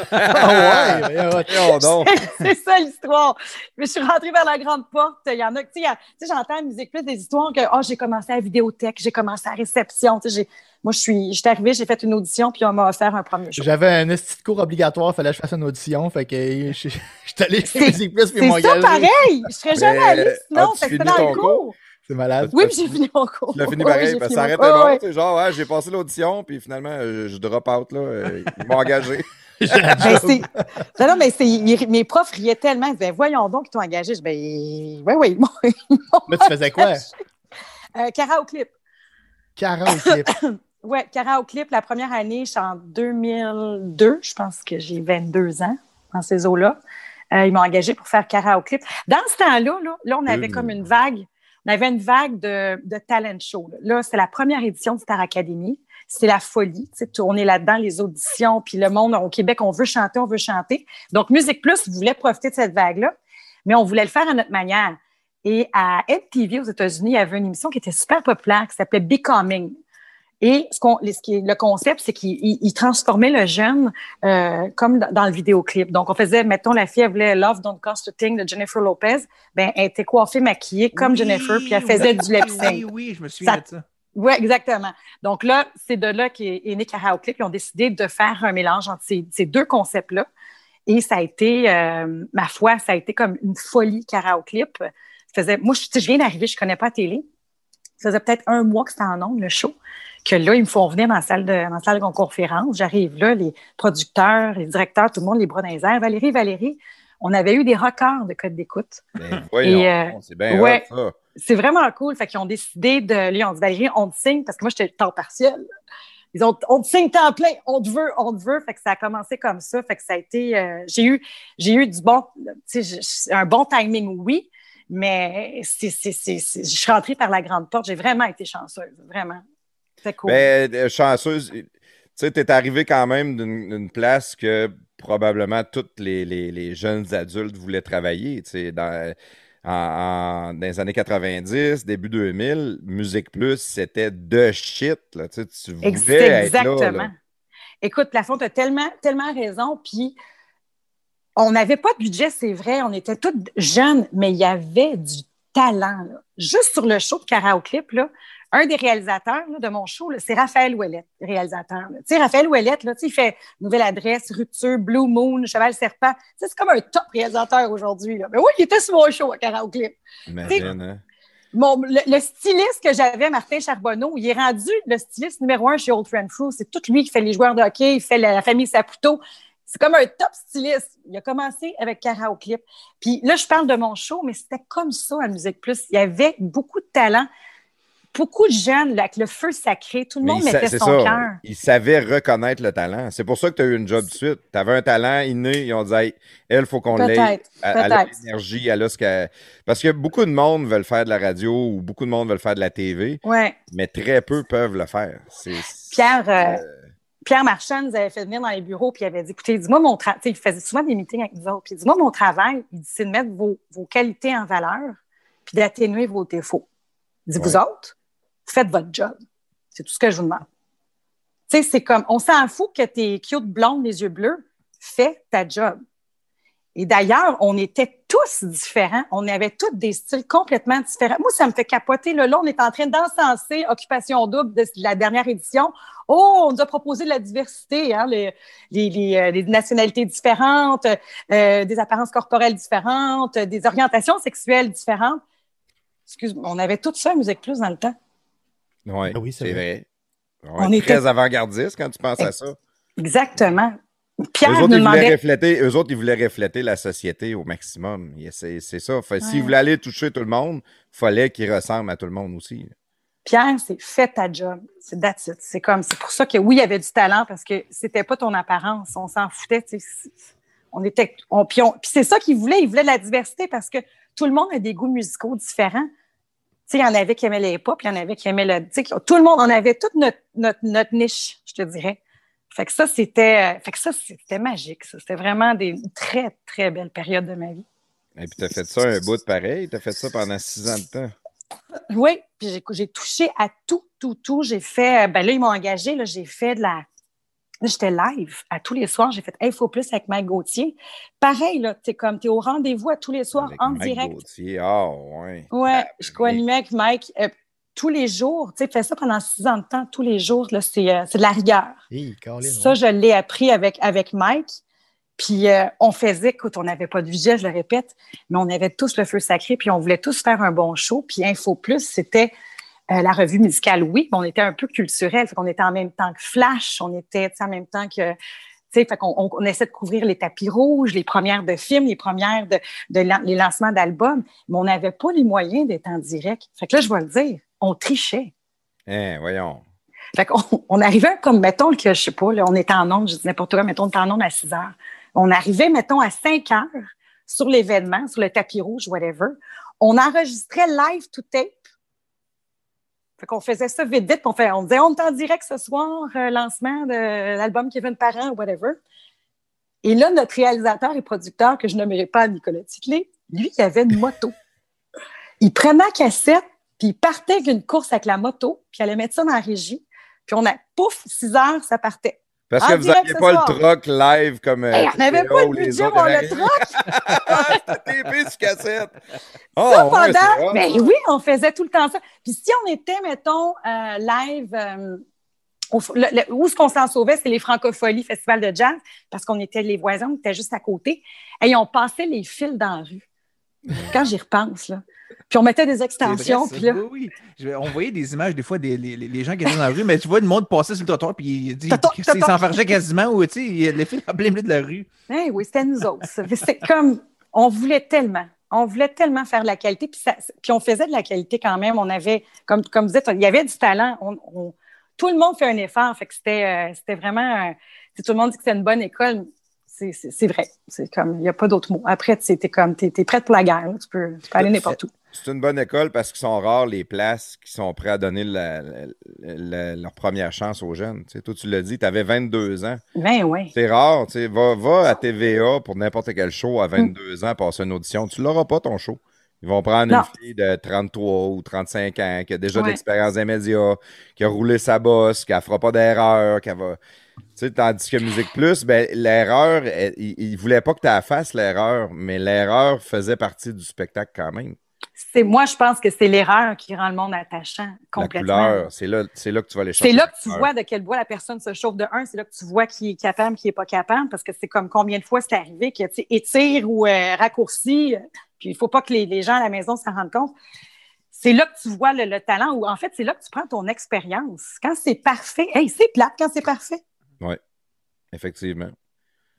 Ah ouais, Voyons donc. C'est ça l'histoire. Mais je suis rentrée vers la grande porte. Il y en a, tu sais, j'entends à Musique Plus des histoires que j'ai commencé à Vidéothèque, j'ai commencé à réception. Tu sais, moi, j'étais arrivée, j'ai fait une audition, puis on m'a offert un premier show. J'avais un petit cours obligatoire, il fallait que je fasse une audition, fait que je suis allé chez Musique Plus, puis ils m'ont C'est ça engagé. pareil! Je serais jamais allée sinon, as-tu fait que c'était fini dans le ton cours. C'est malade. Oui, puis j'ai fini mon cours. Tu l'as fini Oui, pareil, j'ai parce que fini ça mon aurait été cours. bon. Ouais. Tu sais, genre, ouais, j'ai passé l'audition, puis finalement, je drop out, là. Ils m'ont engagé. Ben, non, mais mes profs riaient tellement. Ils disaient, voyons donc, ils t'ont engagé. Je dis, ben, oui. Là, tu faisais quoi? Karaoke-clip. Karaoke. Oui, Karaoke-clip, la première année, je suis en 2002. Je pense que j'ai 22 ans dans ces eaux-là. Ils m'ont engagé pour faire Karaoke-clip. Dans ce temps-là, on avait comme une vague. On avait une vague de talent show. Là, c'était la première édition du Star Academy. C'est la folie. On est là-dedans, les auditions, puis le monde au Québec, on veut chanter. Donc, Musique Plus voulait profiter de cette vague-là, mais on voulait le faire à notre manière. Et à MTV, aux États-Unis, il y avait une émission qui était super populaire qui s'appelait Becoming. Et le concept, c'est qu'il transformait le jeune comme dans le vidéoclip. Donc, on faisait, mettons, la fille, elle voulait Love Don't Cost a Thing de Jennifer Lopez. Ben, elle était coiffée, maquillée comme Jennifer, puis elle faisait du lip-sync. Oui, je me souviens de ça. Oui, exactement. Donc là, c'est de là qu'est né Karaoke. Ils ont décidé de faire un mélange entre ces deux concepts-là. Et ça a été, ma foi, ça a été comme une folie Karaoke. Moi, je viens d'arriver, je ne connais pas la télé. Ça faisait peut-être 1 mois que c'était en ondes, le show. Que là, ils me font venir dans la salle de conférence. J'arrive là, les producteurs, les directeurs, tout le monde, les bras dans les airs. Valérie, on avait eu des records de code d'écoute. Ben, voyons, c'est bien ouais, hot, ça. C'est vraiment cool. Fait qu'ils ont décidé là, ils ont dit, Valérie, on te signe, parce que moi, j'étais temps partiel. Ils ont, on te signe temps plein, on te veut. Fait que ça a commencé comme ça. Fait que ça a été, j'ai eu du bon, tu sais, un bon timing, oui, mais je suis rentrée par la grande porte. J'ai vraiment été chanceuse, vraiment. C'est cool. Ben, chanceuse, tu sais, t'es arrivé quand même d'une place que probablement tous les jeunes adultes voulaient travailler, tu sais, dans les années 90, début 2000, Musique Plus, c'était de shit, là, tu voulais Exactement. être là. Écoute, Plafond, tu as tellement raison, puis on n'avait pas de budget, c'est vrai, on était tous jeunes, mais il y avait du talent, là. Juste sur le show de Karaoke-clip, là, un des réalisateurs là, de mon show, là, c'est Raphaël Ouellette, réalisateur. Tu sais, Raphaël Ouellette, là, il fait Nouvelle Adresse, Rupture, Blue Moon, Cheval Serpent. C'est comme un top réalisateur aujourd'hui. Là. Mais oui, il était sur mon show à Karaoke-clip. Imagine, hein? Le styliste que j'avais, Martin Charbonneau, il est rendu le styliste numéro 1 chez Old Friend Crew. C'est tout lui qui fait les joueurs de hockey, il fait la famille Saputo. C'est comme un top styliste. Il a commencé avec Cara au clip. Puis là, je parle de mon show, mais c'était comme ça à Musique Plus. Il y avait beaucoup de talent. Beaucoup de jeunes, là, avec le feu sacré, tout le monde mettait son cœur. Ils savaient reconnaître le talent. C'est pour ça que tu as eu une job de suite. Tu avais un talent inné, ils ont dit hey, elle, il faut qu'on l'ait. Elle a l'énergie, elle a ce qu'elle. Parce que beaucoup de monde veulent faire de la radio ou beaucoup de monde veulent faire de la TV, mais très peu peuvent le faire. Pierre Marchand nous avait fait venir dans les bureaux puis il avait dit écoutez, dis-moi mon travail. Il faisait souvent des meetings avec nous autres. Puis dis-moi mon travail, il dit c'est de mettre vos qualités en valeur puis d'atténuer vos défauts. Il dit vous autres, faites votre job. C'est tout ce que je vous demande. Tu sais, c'est comme, on s'en fout que t'es cute blonde, les yeux bleus, fais ta job. Et d'ailleurs, on était tous différents. On avait tous des styles complètement différents. Moi, ça me fait capoter. Là, on est en train d'encenser Occupation Double de la dernière édition. Oh, on nous a proposé de la diversité, hein, les nationalités différentes, des apparences corporelles différentes, des orientations sexuelles différentes. Excuse-moi, on avait tout ça à Musique Plus dans le temps. Oui, c'est vrai. On était très avant-gardiste quand tu penses à ça. Exactement. Pierre eux autres, ils voulaient refléter la société au maximum. C'est ça. S'ils voulaient aller toucher tout le monde, il fallait qu'ils ressemblent à tout le monde aussi. Pierre, c'est fais ta job. C'est that's it. C'est pour ça que oui, il y avait du talent parce que c'était pas ton apparence. On s'en foutait. Puis c'est ça qu'ils voulaient. Ils voulaient de la diversité parce que tout le monde a des goûts musicaux différents. Il y en avait qui aimaient les pop, il y en avait qui aimaient tout le monde, on avait toute notre niche, je te dirais. Fait que ça, c'était magique. Ça. C'était vraiment des très, très belles périodes de ma vie. Et puis, tu as fait ça un bout de pareil. Tu as fait ça pendant 6 ans de temps. Oui, puis j'ai touché à tout. J'ai fait, là, ils m'ont engagée, là, j'ai fait de la... Là, j'étais live à tous les soirs. J'ai fait Info Plus avec Mike Gauthier. Pareil, là, t'es au rendez-vous à tous les soirs en Mike direct. Gauthier, ouais. Ouais, je co-animais avec Mike tous les jours. Tu sais, fais ça pendant 6 ans de temps, tous les jours, là, c'est de la rigueur. Ça, je l'ai appris avec Mike. Puis on faisait, écoute, on n'avait pas de budget, je le répète, mais on avait tous le feu sacré, puis on voulait tous faire un bon show. Puis Info Plus, c'était la revue musicale, oui, mais on était un peu culturel. Fait qu'on était en même temps que Flash, on était en même temps que... Fait qu'on essaie de couvrir les tapis rouges, les premières de films, les premières les lancements d'albums, mais on n'avait pas les moyens d'être en direct. Fait que là, je vais le dire, on trichait. Voyons. Fait qu'on arrivait comme, mettons, que je sais pas, là, on était en ondes, je dis n'importe quoi, mettons, on était en ondes à 6 heures. On arrivait, mettons, à 5 heures sur l'événement, sur le tapis rouge, whatever. On enregistrait live to tape. Fait qu'on faisait ça vite, on disait, on est en direct ce soir, lancement de l'album Kevin Parent, whatever. Et là, notre réalisateur et producteur, que je nommerai pas Nicolas Ticlé, lui, il avait une moto. Il prenait la cassette, puis il partait avec une course avec la moto, puis il allait mettre ça dans la régie. Puis on a, pouf, 6 heures, ça partait. Parce que vous n'aviez pas le truck live comme. On n'avait pas le budget pour le truck. C'était TP sur cassette. Mais oui, on faisait tout le temps ça. Puis si on était, mettons, live, où est-ce qu'on s'en sauvait, c'est les Francopholies, Festival de jazz, parce qu'on était les voisins, on était juste à côté. Et on passait les fils dans la rue. Quand j'y repense, là. Puis on mettait des extensions. Vrai, puis là... Oui. On voyait des images, des fois, les gens qui étaient dans la rue, mais tu vois le monde passer sur le trottoir, puis il s'enfargeait quasiment, ou tu sais, il y a les fils en plein milieu de la rue. Oui, c'était nous autres. C'est comme, on voulait tellement faire de la qualité, puis on faisait de la qualité quand même. On avait, comme vous dites, il y avait du talent. Tout le monde fait un effort, fait que c'était vraiment... tout le monde dit que c'est une bonne école. C'est vrai. C'est comme, il n'y a pas d'autre mot. Après, t'es prête pour la guerre. Là. Tu peux aller n'importe où. C'est une bonne école parce qu'ils sont rares les places qui sont prêts à donner leur première chance aux jeunes. Tu sais, toi, tu l'as dit, tu avais 22 ans. Ben oui. C'est rare. Tu sais, va à TVA pour n'importe quel show à 22 ans, passer une audition. Tu ne l'auras pas, ton show. Ils vont prendre une fille de 33 ou 35 ans qui a déjà de l'expérience des médias, qui a roulé sa bosse, qui ne fera pas d'erreur, qui va... Tu sais, tandis que Musique Plus, ben, l'erreur, il ne voulait pas que tu la fasses, l'erreur, mais l'erreur faisait partie du spectacle quand même. Moi, je pense que c'est l'erreur qui rend le monde attachant complètement. La couleur, c'est là que tu vas aller chercher. C'est là que tu vois de quel bois la personne se chauffe de un, c'est là que tu vois qui est capable, qui n'est pas capable, parce que c'est comme combien de fois c'est arrivé que tu étire ou raccourci, puis il ne faut pas que les gens à la maison s'en rendent compte. C'est là que tu vois le talent, ou en fait, c'est là que tu prends ton expérience. Quand c'est parfait, c'est plate quand c'est parfait. Oui, effectivement.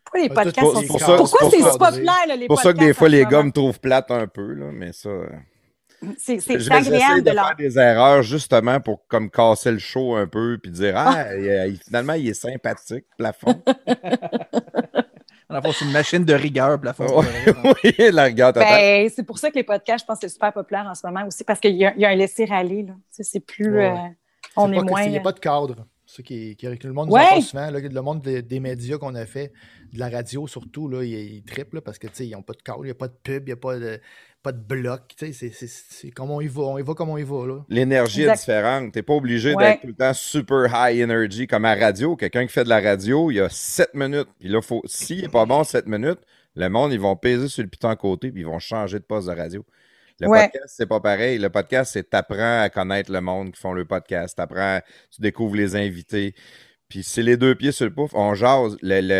Pourquoi les Ah, tout- podcasts sont... c'est pour ça- Pourquoi c'est c'est pour si ça- populaire, là, les C'est pour ça que des podcasts, fois, en les ce gars moment? me trouvent plate un peu, là, mais ça... C'est J'essaie agréable de de leur... faire des erreurs justement pour comme casser le show un peu puis dire finalement il est sympathique plafond. Dans le fond, c'est une machine de rigueur, plafond. Oui, la rigueur totale. Ben, c'est pour ça que les podcasts, je pense que c'est super populaire en ce moment aussi, parce qu'il y a un laisser-aller. Là. Tu sais, c'est plus... Ouais. on est Il moins... n'y a pas de cadre. C'est ça que le monde nous Ouais. en parle souvent. Là, le monde des médias qu'on a fait, de la radio surtout, là, ils trippent là, parce que ils n'ont pas de cadre, il n'y a pas de pub, il n'y a pas de bloc. C'est comme on y va comme on y va. Là. L'énergie est Exact. différente. Tu n'es pas obligé Ouais. d'être tout le temps super high energy comme à radio. Quelqu'un qui fait de la radio, il y a 7 minutes. Puis là, s'il n'est pas bon 7 minutes, le monde, ils vont peser sur le piton à côté puis ils vont changer de poste de radio. Le Ouais. podcast, c'est pas pareil. Le podcast, c'est t'apprends à connaître le monde qui font le podcast. Tu découvres les invités. Puis c'est les deux pieds sur le pouf. On jase.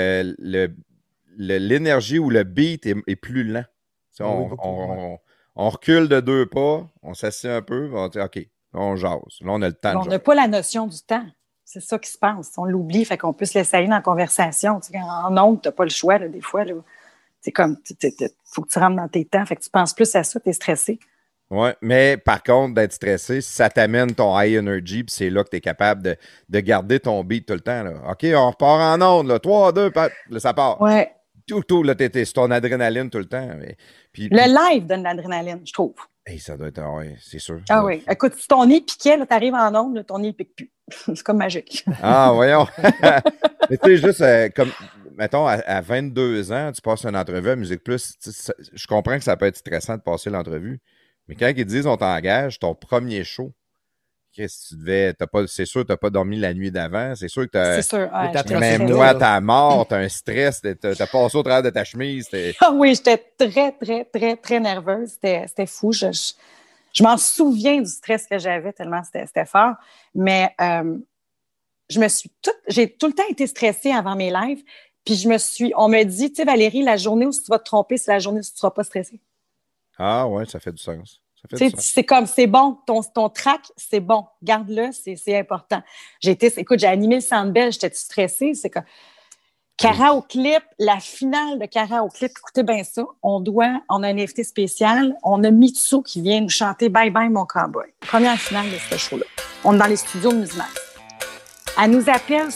L'énergie ou le beat est plus lent. Tu sais, Oui, beaucoup, on recule de 2 pas, on s'assied un peu, on dit OK, là, on jase. Là, on a le temps On de n'a jaser. pas la notion du temps. C'est ça qui se passe. On l'oublie, fait qu'on peut se laisser aller dans la conversation. Tu sais, en ondes, tu n'as pas le choix, là, des fois. C'est comme, faut que tu rentres dans tes temps. Fait que tu penses plus à ça, tu es stressé. Ouais, mais par contre, d'être stressé, ça t'amène ton high energy, puis c'est là que tu es capable de garder ton beat tout le temps. Là. OK, on repart en onde, là, 3, 2, là, ça part. Ouais. Tout, là, t'es sur ton adrénaline tout le temps. Puis, Le live donne de l'adrénaline, je trouve. hey, ça doit être, ouais, c'est sûr. Ah oui. Écoute, si ton nez piquait, tu arrives en onde, là, ton nez ne pique plus. C'est comme magique. Ah, voyons. Mais tu sais, juste comme, mettons, à 22 ans, tu passes une entrevue à Musique Plus. Je comprends que ça peut être stressant de passer l'entrevue. Mais quand ils disent on t'engage, ton premier show, qu'est-ce que tu devais. C'est sûr que tu n'as pas dormi la nuit d'avant. C'est sûr que tu C'est as. sûr. Mais t'as j'étais tracé Même stressée. moi, t'as mort, t'as un stress, t'as passé au travers de ta chemise. Ah oui, j'étais très, très, très, très nerveuse. C'était fou. Je m'en souviens du stress que j'avais tellement c'était fort. Mais j'ai tout le temps été stressée avant mes lives. Puis on me dit, tu sais, Valérie, la journée où tu vas te tromper, c'est la journée où tu ne seras pas stressée. Ah ouais, ça fait du sens. Ça fait Tu du sais, sens. c'est comme, c'est bon, ton track, c'est bon. Garde-le, c'est important. Écoute, j'ai animé le Centre Bell, j'étais stressée. C'est comme Cara au clip, la finale de Cara au clip, écoutez bien ça. On a un invité spécial. On a Mitsu qui vient nous chanter Bye Bye Mon Cowboy. Première finale de ce show-là. On est dans les studios de Musimax. Elle nous appelle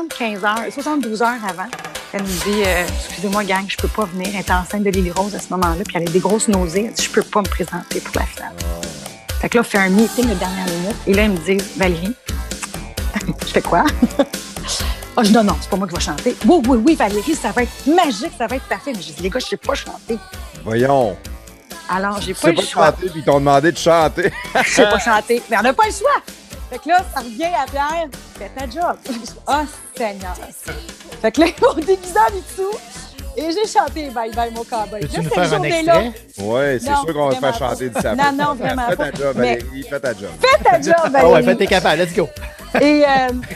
72 heures avant. Elle nous dit excusez-moi, gang, je peux pas venir. Elle était enceinte de Lily Rose à ce moment-là, puis elle avait des grosses nausées. Elle dit je peux pas me présenter pour la finale. Fait que là, on fait un meeting de dernière minute. Et là, ils me disent Valérie, je fais quoi? Je dis non, c'est pas moi qui vais chanter. Oui, Valérie, ça va être magique, ça va être parfait. Mais je dis les gars, je sais pas chanter. Voyons. Alors, j'ai Tu pas sais le pas choix. chanter, puis ils t'ont demandé de chanter. Je sais pas chanter. Mais on n'a pas le choix. Fait que là, ça revient à Pierre. Fais ta job. Oh, Seigneur. Fait que là, ils m'ont déguisé en Mitsu. Et j'ai chanté Bye Bye Mon Cowboy. Peux-tu Là, nous cette faire un journée-là, extrait? Ouais, c'est Non, sûr qu'on va te faire vraiment chanter pas. d'ici à Non, non, vraiment Fais pas. ta job, Mais- Valérie, fais ta job. fais ta job, Ah Valérie. ouais, fais t'es capable, let's go. Et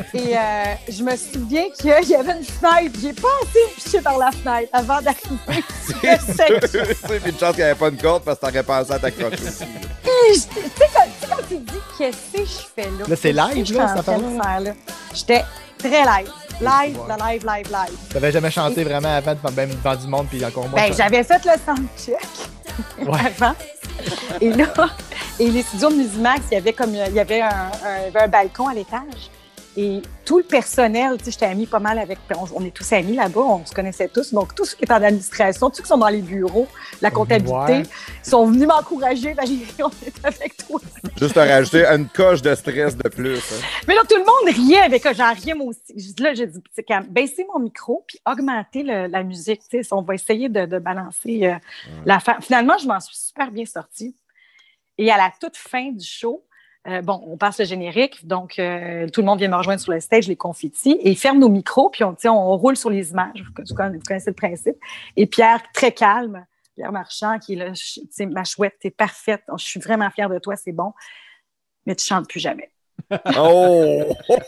je me souviens qu'il y avait une fenêtre. J'ai pas assez piché par la fenêtre avant d'arriver. C'est sûr. Puis une chance qu'il n'y avait pas une corde parce que t'aurais pensé à t'accrocher aussi. Tu sais, quand tu te dis, qu'est-ce que je fais là? Là, c'est live, Qu'est-ce que là, je suis en cette train de affaire-là? faire, là? J'étais très live. Live. T'avais jamais chanté vraiment avant, même devant du monde, puis encore moins. Ben, j'avais fait le soundcheck Ouais. avant. Et là, les studios de Musimax, il y avait un balcon à l'étage. Et tout le personnel, tu sais, j'étais amie pas mal avec... On est tous amis là-bas, on se connaissait tous. Donc, tous ceux qui étaient en administration, tous ceux qui sont dans les bureaux, la comptabilité, Ouais. ils sont venus m'encourager. Valérie, on est avec toi. Juste à rajouter une coche de stress de plus. Hein. Mais là, tout le monde riait avec j'en riais moi aussi. Là, j'ai dit, c'est quand même baisser mon micro puis augmenter la musique. Tu sais, on va essayer de balancer l'affaire. Finalement, je m'en suis super bien sortie. Et à la toute fin du show, on passe le générique, donc tout le monde vient me rejoindre sur le stage, les confettis, et ils ferment nos micros, puis on roule sur les images. Vous connaissez le principe. Et Pierre, très calme, Pierre Marchand, qui est là, tu sais, ma chouette, t'es parfaite, je suis vraiment fière de toi, c'est bon, mais tu chantes plus jamais. Oh!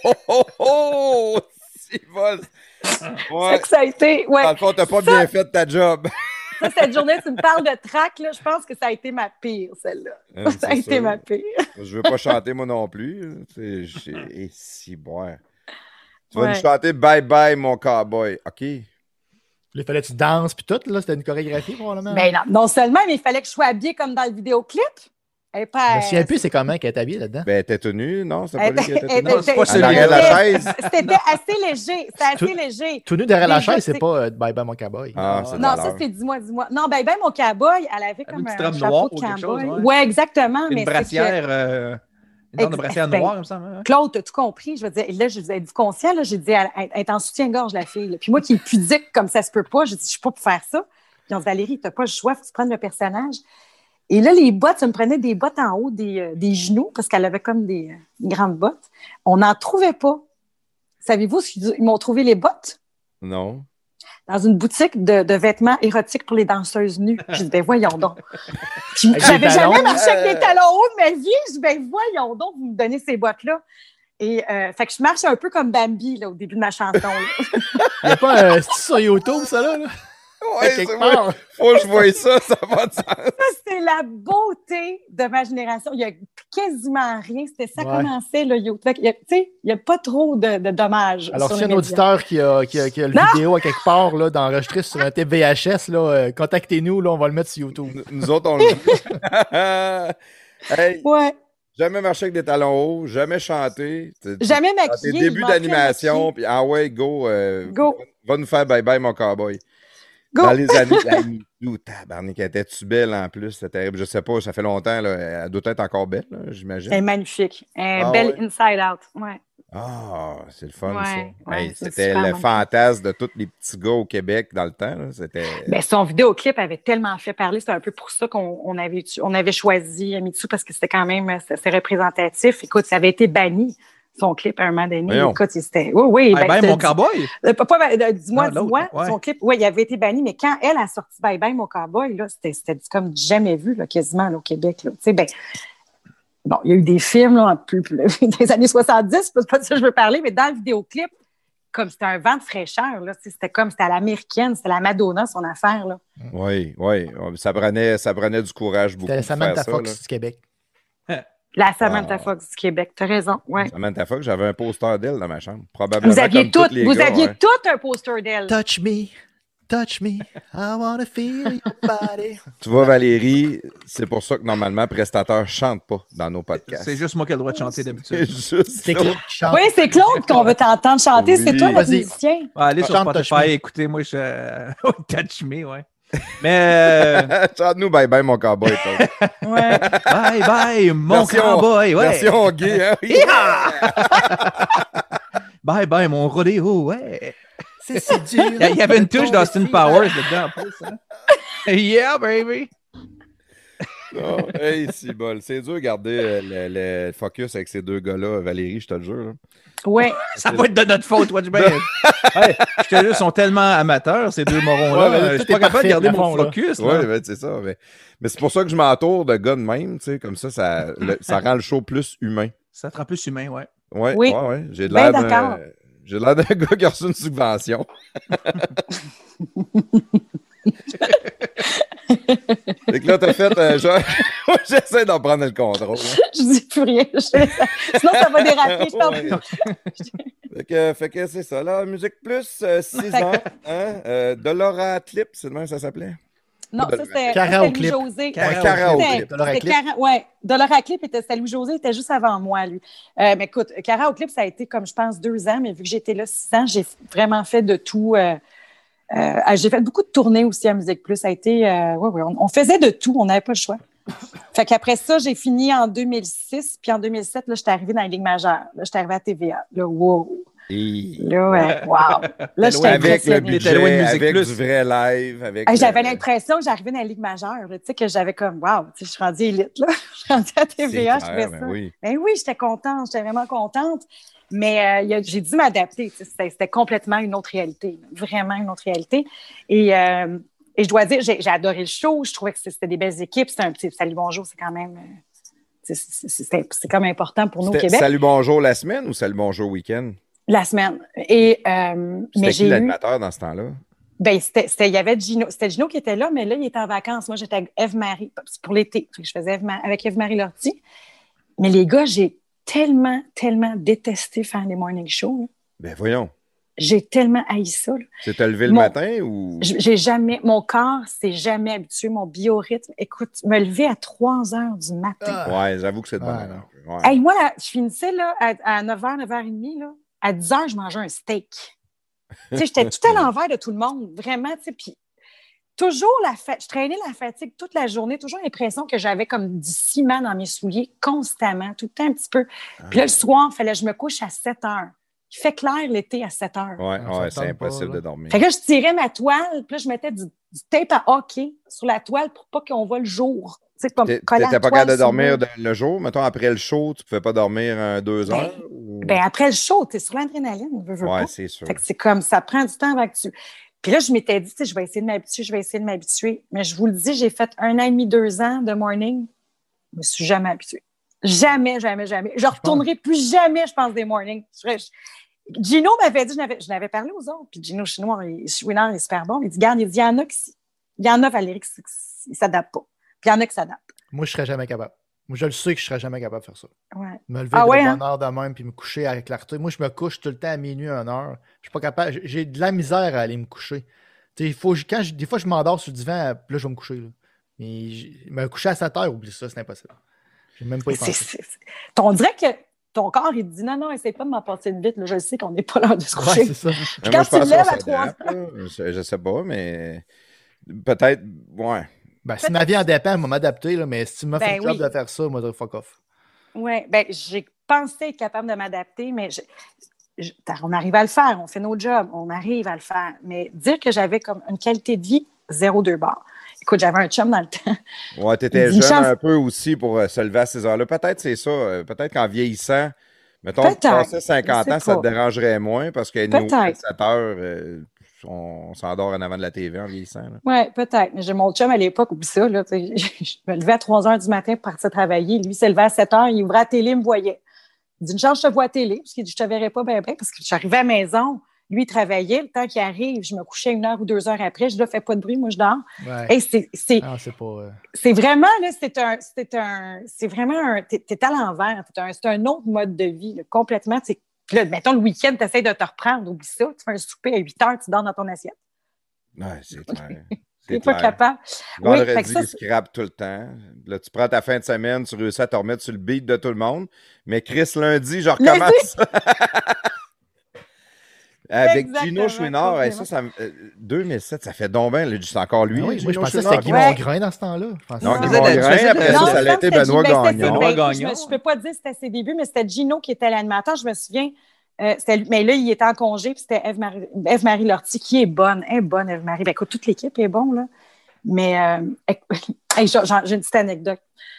C'est vol! Ouais. Fait que ça a été, ouais. Dans le fond, t'as pas bien fait ta job. Ça, cette journée, tu me parles de track, là, je pense que ça a été ma pire, celle-là. Ça a été sûr. ma pire. Je veux pas chanter moi non plus. Et si, boire. Tu vas Ouais. nous chanter Bye Bye Mon Cowboy. OK. Il fallait que tu danses, puis tout, là, c'était une chorégraphie, probablement. Ben non seulement, mais il fallait que je sois habillée comme dans le vidéoclip. Je me souviens plus, c'est comment qu'elle est habillée là-dedans? Ben, elle était tenue, non? C'est pas lui qui était tenue. Non, c'est pas En celui arrière de la chaise. C'était assez léger. C'était assez léger. Tout nu derrière la Les chaise, gars, c'est pas Bye Bye Mon Cowboy. Ah, c'est Non, dans ça, l'heure. c'était dis-moi. Non, ben, mon cowboy, elle avait comme une petite un robe chapeau noire de ou quelque cowboy. chose, ouais. Ouais, exactement. Une mais brassière, une sorte de brassière Ben, noire, il me semble. Hein? Claude, t'as tout compris. Je veux dire, là, je vous ai dit conscient, là, j'ai dit, elle est en soutien-gorge, la fille. Là. Puis moi qui est pudique comme ça se peut pas, j'ai dit, je suis pas pour faire ça. Puis on dit, Valérie, t'as pas le choix, faut que tu prennes le personnage. Et là, les bottes, ça me prenait des bottes en haut des genoux parce qu'elle avait comme des grandes bottes. On n'en trouvait pas. Savez-vous, ils m'ont trouvé les bottes Non. dans une boutique de vêtements érotiques pour les danseuses nues. Je dis, ben voyons donc. Puis, Avec j'avais des talons, jamais marché avec des talons hauts de ma vie. Je dis, ben voyons donc, vous me donnez ces bottes-là. Et fait que je marche un peu comme Bambi là, au début de ma chanson. Là. Il n'y a pas un sur YouTube, ça, là? Ouais, Quelque c'est part. vrai. Faut que je voie ça, ça va de sens. Ça, c'est la beauté de ma génération. Il n'y a quasiment rien. C'était ça Ouais. commençait, là, YouTube. Fait que, tu sais, il n'y a pas trop de dommages. Alors, sur s'il y a les un médias. auditeur qui a le Non! vidéo à quelque part, là, d'enregistrer sur un tape VHS, là, contactez-nous, là, on va le mettre sur YouTube. Nous autres, on le Hey, Ouais. jamais marché avec des talons hauts, jamais chanté. Jamais Dans maquillé. tes il débuts m'en fait d'animation, maquiller. puis ah ouais, go, Go. va nous faire bye bye mon cowboy. Go. Dans les années MeToo, tabarnak, elle était-tu belle en plus, c'était terrible. Je sais pas, ça fait longtemps, là, elle doit être encore belle, là, j'imagine. Elle est magnifique. Elle est Ah belle ouais. inside out. Ouais. Ah, c'est le fun, Ouais, ça. ouais, Hey, c'est c'était super le bon. fantasme de tous les petits gars au Québec dans le temps. Là. C'était... Ben, son vidéoclip avait tellement fait parler. C'est un peu pour ça qu'on avait choisi MeToo parce que c'était quand même c'est représentatif. Écoute, ça avait été banni, son clip, à un moment donné. Voyons. Écoute, c'était... Oui, Bye bye, mon cowboy! dis-moi, Non, l'autre, ouais. son clip, oui, il avait été banni, mais quand elle a sorti Bye Bye, mon cowboy, là, c'était comme jamais vu, là, quasiment, là, au Québec. Là. Tu sais, ben, bon, il y a eu des films là, plus des années 70, c'est pas de ça que je veux parler, mais dans le vidéoclip, comme c'était un vent de fraîcheur, là, c'était à l'américaine, c'était la Madonna, son affaire. Là. Oui, ça prenait du courage beaucoup. C'était pour Samantha faire ça, Fox là. du Québec. La Samantha Fox du Québec, t'as raison. Ouais. Samantha Fox, j'avais un poster d'elle dans ma chambre. Probablement. Vous aviez comme tous les gars, aviez hein. tout un poster d'elle. Touch me, I wanna feel your body. Tu vois, Valérie, c'est pour ça que normalement, prestataire ne chante pas dans nos podcasts. C'est juste moi qui ai le droit de chanter C'est d'habitude. juste C'est ça. Claude qui chante. Oui, c'est Claude qu'on veut t'entendre chanter. Oui. C'est toi, notre Vas-y. musicien. Allez sur Chante Touch Spotify, Me. écoutez, moi, je... Touch me, ouais. Mais Chante-nous bye bye, mon cowboy. Claude. Ouais. bye bye, mon cowboy, ouais. Version gay, hein? Bye bye, mon rodéo, ouais. C'est si dur. Il y avait une touche d'Austin Powers dedans, en plus. Hein? Yeah, baby. Non, hey, c'est bol. C'est dur de garder le focus avec ces deux gars-là, Valérie, je te le jure. Là. Ouais. Ça va être de notre faute, watch bien. Hey, je te jure, ils sont tellement amateurs, ces deux morons-là. Ouais, mais Je tout suis pas est capable de garder parfait, mon à fond, là. focus. Oui, Là. ben, c'est ça. Mais c'est pour ça que je m'entoure de gars de même, tu sais, comme ça, ça rend le show plus humain. Ça te rend plus humain, ouais. Ouais, Oui. ouais. J'ai Ben l'air d'accord. j'ai l'air d'un gars qui a reçu une subvention. Fait que là, t'as fait genre. J'essaie d'en prendre le contrôle. Hein. Je dis plus rien. Sinon, ça va déraper. Je parle plus. Fait que c'est ça, là. Musique Plus, 6 ans. Hein? Dolora Clip, c'est le même que ça s'appelait? Non, ça, c'était Karaoclip. Louis-José. Karaoclip. Doloraclip. Oui, Doloraclip, c'était Louis-José, était juste avant moi, lui. Mais écoute, Karaoclip, ça a été, comme je pense, 2 ans, mais vu que j'étais là 6 ans, j'ai vraiment fait de tout. J'ai fait beaucoup de tournées aussi à Musique Plus. Ça a été, on faisait de tout, on n'avait pas le choix. Fait qu'après ça, j'ai fini en 2006, puis en 2007, là, j'étais arrivée dans la Ligue majeure. Là, j'étais arrivée à TVA. Là, wow! Et... Là, wow! Là, j'étais avec le impressionnée. T'étais loin de budget, Musique avec Plus. du vrai live. Avec J'avais l'impression que j'arrivais dans la Ligue majeure, là, tu sais, que j'avais comme, wow, tu sais, je suis rendue élite, là. Je suis rendue à TVA, je fais ça. Oui. Ben oui, j'étais contente, j'étais vraiment contente. Mais j'ai dû m'adapter. Tu sais, c'était complètement une autre réalité, vraiment une autre réalité. Et je dois dire, j'ai adoré le show. Je trouvais que c'était des belles équipes. C'était un petit Salut Bonjour, c'est quand même. C'est comme important pour nous au Québec. Salut Bonjour la semaine ou Salut Bonjour week-end? La semaine. Et, C'était mais qui j'ai eu. l'animateur dans ce temps-là? Ben, il y avait Gino. C'était Gino qui était là, mais là, il était en vacances. Moi, j'étais avec Eve-Marie. C'est pour l'été. Je faisais avec Eve-Marie Lortie. Mais les gars, j'ai tellement détesté faire les morning shows. Là. Ben voyons. J'ai tellement haï ça. Là. C'est te lever le matin ou? J'ai jamais, mon corps s'est jamais habitué, mon biorhythme. Écoute, me lever à 3 heures du matin. Ouais, j'avoue que c'est de bonne heure. Ouais. Hey, moi, là, je finissais là, à 9h, 9h30. Là. À 10h, je mangeais un steak. J'étais tout à l'envers de tout le monde, vraiment. Puis toujours je traînais la fatigue toute la journée, toujours l'impression que j'avais comme du ciment dans mes souliers constamment, tout le temps un petit peu. Puis là, le soir, il fallait que je me couche à 7h. Il fait clair l'été à 7h. Ouais, c'est impossible de dormir. Fait que là, je tirais ma toile, puis là, je mettais du tape à hockey sur la toile pour pas qu'on voit le jour. Tu n'étais pas capable de dormir le jour? Mettons, après le show, tu ne pouvais pas dormir 2 heures? Ben, après le show, tu es sur l'adrénaline. Oui, c'est sûr. Fait que c'est comme, ça prend du temps avant que tu... Puis là, je m'étais dit, je vais essayer de m'habituer. Mais je vous le dis, j'ai fait 1 an et demi, 2 ans de morning. Je me suis jamais habituée. Jamais, jamais, jamais. Je ne retournerai plus jamais, je pense, des mornings. Gino m'avait dit, je n'avais parlé aux autres, puis Gino Chouinard, il est super bon. Il dit, regarde, il y en a, Valérie, qui ne s'adaptent pas. Puis il y en a qui s'adaptent. Moi, je ne serais jamais capable. Moi, je le sais que je ne serais jamais capable de faire ça. Ouais. Me lever de bonne heure de même puis me coucher avec clarté. Moi, je me couche tout le temps à minuit, 1h. Je suis pas capable. J'ai de la misère à aller me coucher. Des fois, je m'endors sur le divan, puis là, je vais me coucher. Là. Mais me coucher à 7h, oublie ça, c'est impossible. Je n'ai même pas y pensé. On dirait que ton corps, il te dit non, essaye pas de m'en passer vite. Là. Je sais qu'on n'est pas l'heure de se coucher. Ouais, c'est ça. Puis quand tu te lèves à 3h. Je sais pas, mais peut-être, ouais. Ben, si ma vie en dépend, je vais m'adapter, là, mais si tu m'as fait le job de faire ça, moi, je vais fuck off. Oui, bien, j'ai pensé être capable de m'adapter, mais on arrive à le faire, on fait nos jobs, on arrive à le faire. Mais dire que j'avais comme une qualité de vie, 0,2 bar. Écoute, j'avais un chum dans le temps. Ouais, tu étais jeune un peu aussi pour se lever à ces heures-là. Peut-être c'est ça. Peut-être qu'en vieillissant, mettons, passer 50 ans, ça te dérangerait moins parce que nous, à 7 heures, on s'endort en avant de la TV en vieillissant. Oui, peut-être. Mais j'ai mon chum à l'époque, oublie ça. Là, je me levais à 3 heures du matin pour partir travailler. Lui, il s'est levé à 7 heures, il ouvrait la télé, il me voyait. Il dit, une chance, je te vois à la télé, parce qu'il dit, je te verrai pas bien, parce que j'arrivais à la maison. Lui, il travaillait. Le temps qu'il arrive, je me couchais 1 heure ou 2 heures après. Je dis, fais pas de bruit, moi, je dors. Ouais. Et c'est vraiment, là, c'est vraiment t'es à l'envers. C'est un autre mode de vie, là, complètement. Puis là, mettons, le week-end, tu essaies de te reprendre, oublie ça. Tu fais un souper à 8 heures, tu dors dans ton assiette. Oui, c'est clair. Tu n'es pas capable. Vendredi, il scrape tout le temps. Là, tu prends ta fin de semaine, tu réussis à te remettre sur le beat de tout le monde. Mais Chris, lundi, je recommence. Avec Gino Chouinard, 2007, ça fait donc bien. C'est encore lui. Oui, moi, je pensais que c'était Guy Mongrain dans ce temps-là. Non, Guy Mongrain, après ça a été Benoît Gagnon. Je ne peux pas dire que c'était ses débuts, mais c'était Gino qui était l'animateur. Je me souviens. Mais là, il était en congé, puis c'était Ève-Marie Lortie, qui est bonne. Elle est bonne, Ève-Marie. Ben, écoute, toute l'équipe est bonne, là. Mais j'ai une petite anecdote.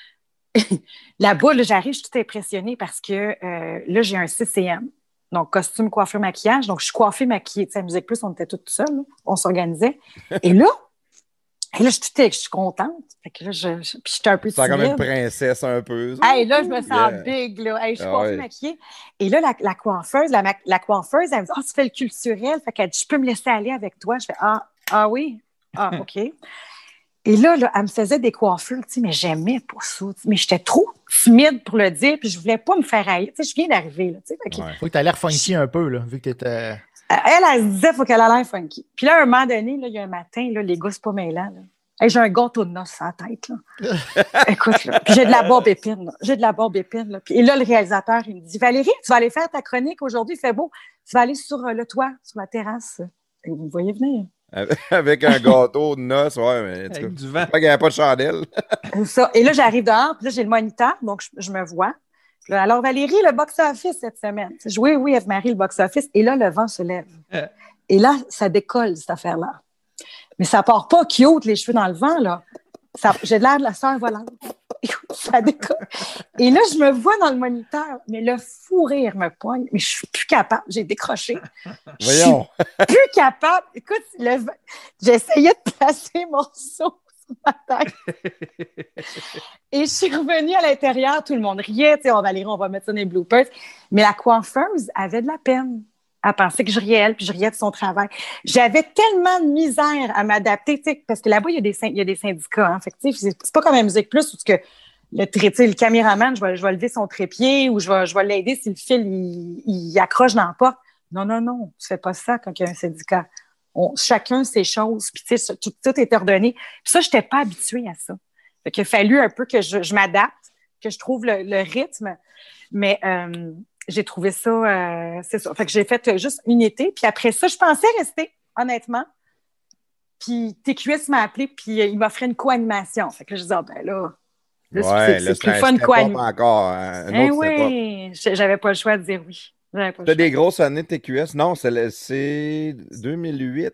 Là-bas, là, j'arrive, je suis toute impressionnée parce que là, j'ai un CCM. Donc, costume, coiffure, maquillage. Donc, je suis coiffée, maquillée. Tu sais, à Musique Plus, on était toutes seules. Là. On s'organisait. Et là, je suis contente. Fait que là, puis j'étais un peu timide. C'est comme une princesse un peu. Hey, là, je me sens big. Là. Hey, je suis coiffée, maquillée. Et là, la coiffeuse, la coiffeuse, elle me dit, tu fais le culturel. Fait qu'elle dit, je peux me laisser aller avec toi. Je fais, ah oui? Ah, OK. Et là, elle me faisait des coiffures, tu sais, mais j'aimais pas ça. Mais j'étais trop timide pour le dire, puis je voulais pas me faire haïr. Tu sais, je viens d'arriver, là, tu sais. Faut que tu aies l'air funky un peu, là, vu que tu étais... Elle se disait, faut qu'elle ait l'air funky. Puis là, à un moment donné, là, il y a un matin, là, les gars, c'est pas mêlant, là. Hey, j'ai un gâteau de noces sur la tête, là. Écoute, là. Puis j'ai de la barbe épine, là. Puis, et là, le réalisateur, il me dit, Valérie, tu vas aller faire ta chronique aujourd'hui, il fait beau. Tu vas aller sur le toit, sur la terrasse. Et vous me voyez venir. Avec un gâteau de noces, ouais, mais avec du vent. Pas qu'il n'y a pas de chandelle. Ça. Et là, j'arrive dehors, puis là, j'ai le moniteur, donc je me vois. Là, alors, Valérie, le box-office cette semaine. Je dis, oui, Ève-Marie, le box-office. Et là, le vent se lève. Et là, ça décolle, cette affaire-là. Mais ça part pas cute, les cheveux dans le vent, là. J'ai l'air de la sœur volante. Ça décolle. Et là, je me vois dans le moniteur, mais le fou rire me poigne. Mais je suis plus capable. J'ai décroché. Voyons. Je suis plus capable. Écoute, j'essayais de placer mon seau sur ma tête. Et je suis revenue à l'intérieur. Tout le monde riait. Tu sais, Valérie, on va mettre ça dans les bloopers. Mais la coiffeuse avait de la peine. Elle pensait que je riais elle, puis je riais de son travail. J'avais tellement de misère à m'adapter, tu sais, parce que là-bas, il y a des syndicats. Hein, fait que, c'est pas comme à Musique Plus où que le caméraman, je vais lever son trépied ou je vais l'aider si le fil il accroche dans la porte. Non, non, non, tu fais pas ça quand il y a un syndicat. Chacun ses choses, puis tu sais, tout est ordonné. Puis ça, je n'étais pas habituée à ça. Fait qu'il a fallu un peu que je m'adapte, que je trouve le rythme, mais j'ai trouvé ça, c'est ça. Fait que j'ai fait juste une été, puis après ça, je pensais rester, honnêtement. Puis TQS m'a appelé, puis il m'offrait une co-animation. Fait que là, je disais, ben là, c'est plus fun co-animation. Encore, oui, j'avais pas le choix de dire oui. T'as des grosses années de TQS? Non, c'est 2008.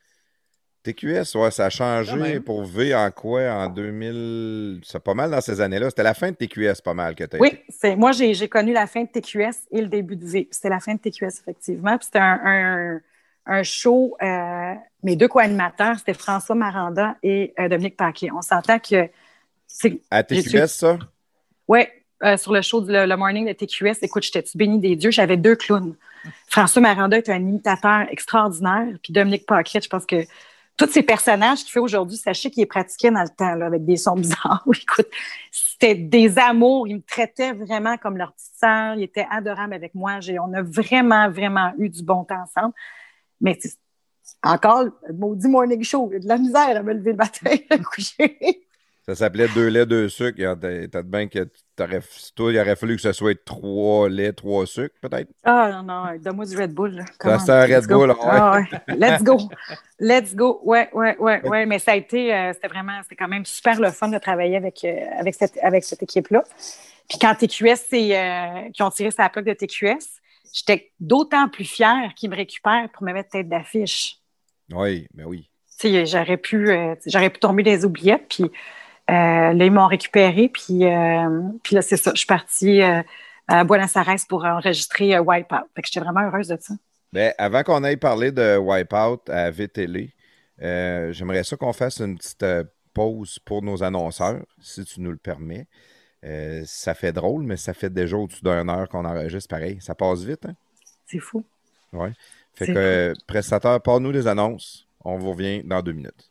TQS, ouais, ça a changé pour V en quoi? En 2000... C'est pas mal dans ces années-là. C'était la fin de TQS, pas mal que tu as été. Oui, moi, j'ai connu la fin de TQS et le début de V. C'était la fin de TQS, effectivement. Puis c'était un show... mes deux co-animateurs, c'était François Maranda et Dominique Paquet. On s'entend que... À TQS, ça? Oui, sur le show le Morning de TQS. Écoute, j'étais-tu bénie des dieux? J'avais 2 clowns. François Maranda est un imitateur extraordinaire. Puis Dominique Paquet, je pense que tous ces personnages qu'il fait aujourd'hui, sachez qu'il les pratiquait dans le temps, là, avec des sons bizarres. Écoute, c'était des amours. Ils me traitaient vraiment comme leur petite sœur. Ils étaient adorables avec moi. On a vraiment, vraiment eu du bon temps ensemble. Mais encore, le maudit morning show, il y a de la misère à me lever le matin, à me coucher. Ça s'appelait 2 laits, 2 sucres. T'as de bien que toi, il aurait fallu que ce soit 3 laits, 3 sucres, peut-être. Ah non, donne-moi du Red Bull. C'est un Red Bull, ouais. Let's go. Let's go. Ouais. Mais ça a été, c'était quand même super le fun de travailler avec cette équipe-là. Puis quand TQS, qui ont tiré sa plaque de TQS, j'étais d'autant plus fière qu'ils me récupèrent pour me mettre tête d'affiche. Oui, mais oui. Tu sais, j'aurais pu tomber des oubliettes, puis là, ils m'ont récupéré, puis là, c'est ça. Je suis partie à Buenos Aires pour enregistrer Wipeout. Fait que j'étais vraiment heureuse de ça. Bien, avant qu'on aille parler de Wipeout à VTL, j'aimerais ça qu'on fasse une petite pause pour nos annonceurs, si tu nous le permets. Ça fait drôle, mais ça fait déjà au-dessus d'1 heure qu'on enregistre pareil. Ça passe vite, hein? C'est fou. Oui. Fait que, prestataire, parle-nous des annonces. On vous revient dans 2 minutes.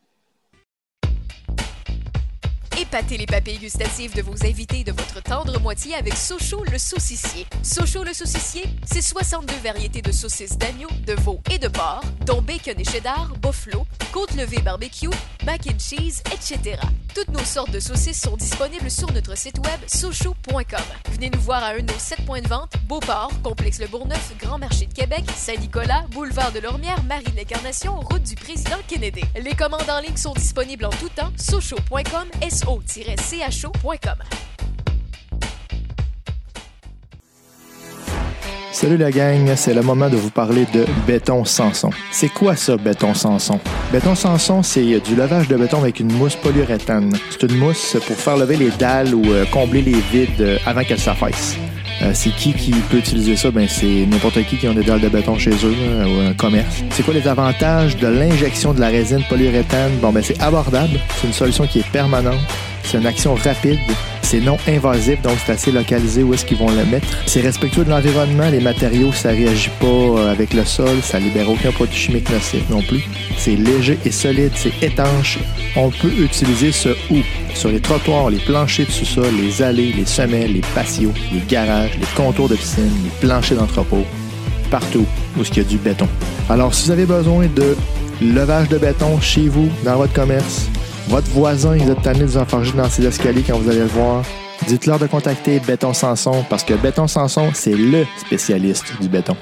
Épatez les papilles gustatives de vos invités de votre tendre moitié avec Sochaux le saucissier. Sochaux le saucissier, c'est 62 variétés de saucisses d'agneau, de veau et de porc, dont bacon et cheddar, buffalo, côte levée barbecue, mac and cheese, etc. Toutes nos sortes de saucisses sont disponibles sur notre site web sochaux.com. Venez nous voir à un de nos 7 points de vente, Beauport, Complexe Le Bourgneuf, Grand Marché de Québec, Saint-Nicolas, Boulevard de l'Ormière, Marie de l'Incarnation, route du Président Kennedy. Les commandes en ligne sont disponibles en tout temps, sochaux.com, so-cho.com. Salut la gang, c'est le moment de vous parler de Béton Sanson. C'est quoi ça, Béton Sanson? Béton Sanson, c'est du levage de béton avec une mousse polyuréthane. C'est une mousse pour faire lever les dalles ou combler les vides avant qu'elles s'affaissent. C'est qui peut utiliser ça? Ben, c'est n'importe qui a des dalles de béton chez eux, ou un commerce. C'est quoi les avantages de l'injection de la résine polyuréthane? Bon, ben, c'est abordable. C'est une solution qui est permanente. C'est une action rapide. C'est non invasif, donc c'est assez localisé où est-ce qu'ils vont le mettre. C'est respectueux de l'environnement. Les matériaux, ça réagit pas avec le sol. Ça libère aucun produit chimique nocif non plus. C'est léger et solide. C'est étanche. On peut utiliser ce où? Sur les trottoirs, les planchers de sous-sol, les allées, les semelles, les patios, les garages, les contours de piscine, les planchers d'entrepôt. Partout où il y a du béton. Alors, si vous avez besoin de levage de béton chez vous, dans votre commerce, votre voisin, il a tanné de vous enfarger dans ses escaliers quand vous allez le voir, dites-leur de contacter Béton Sanson parce que Béton Sanson, c'est le spécialiste du béton.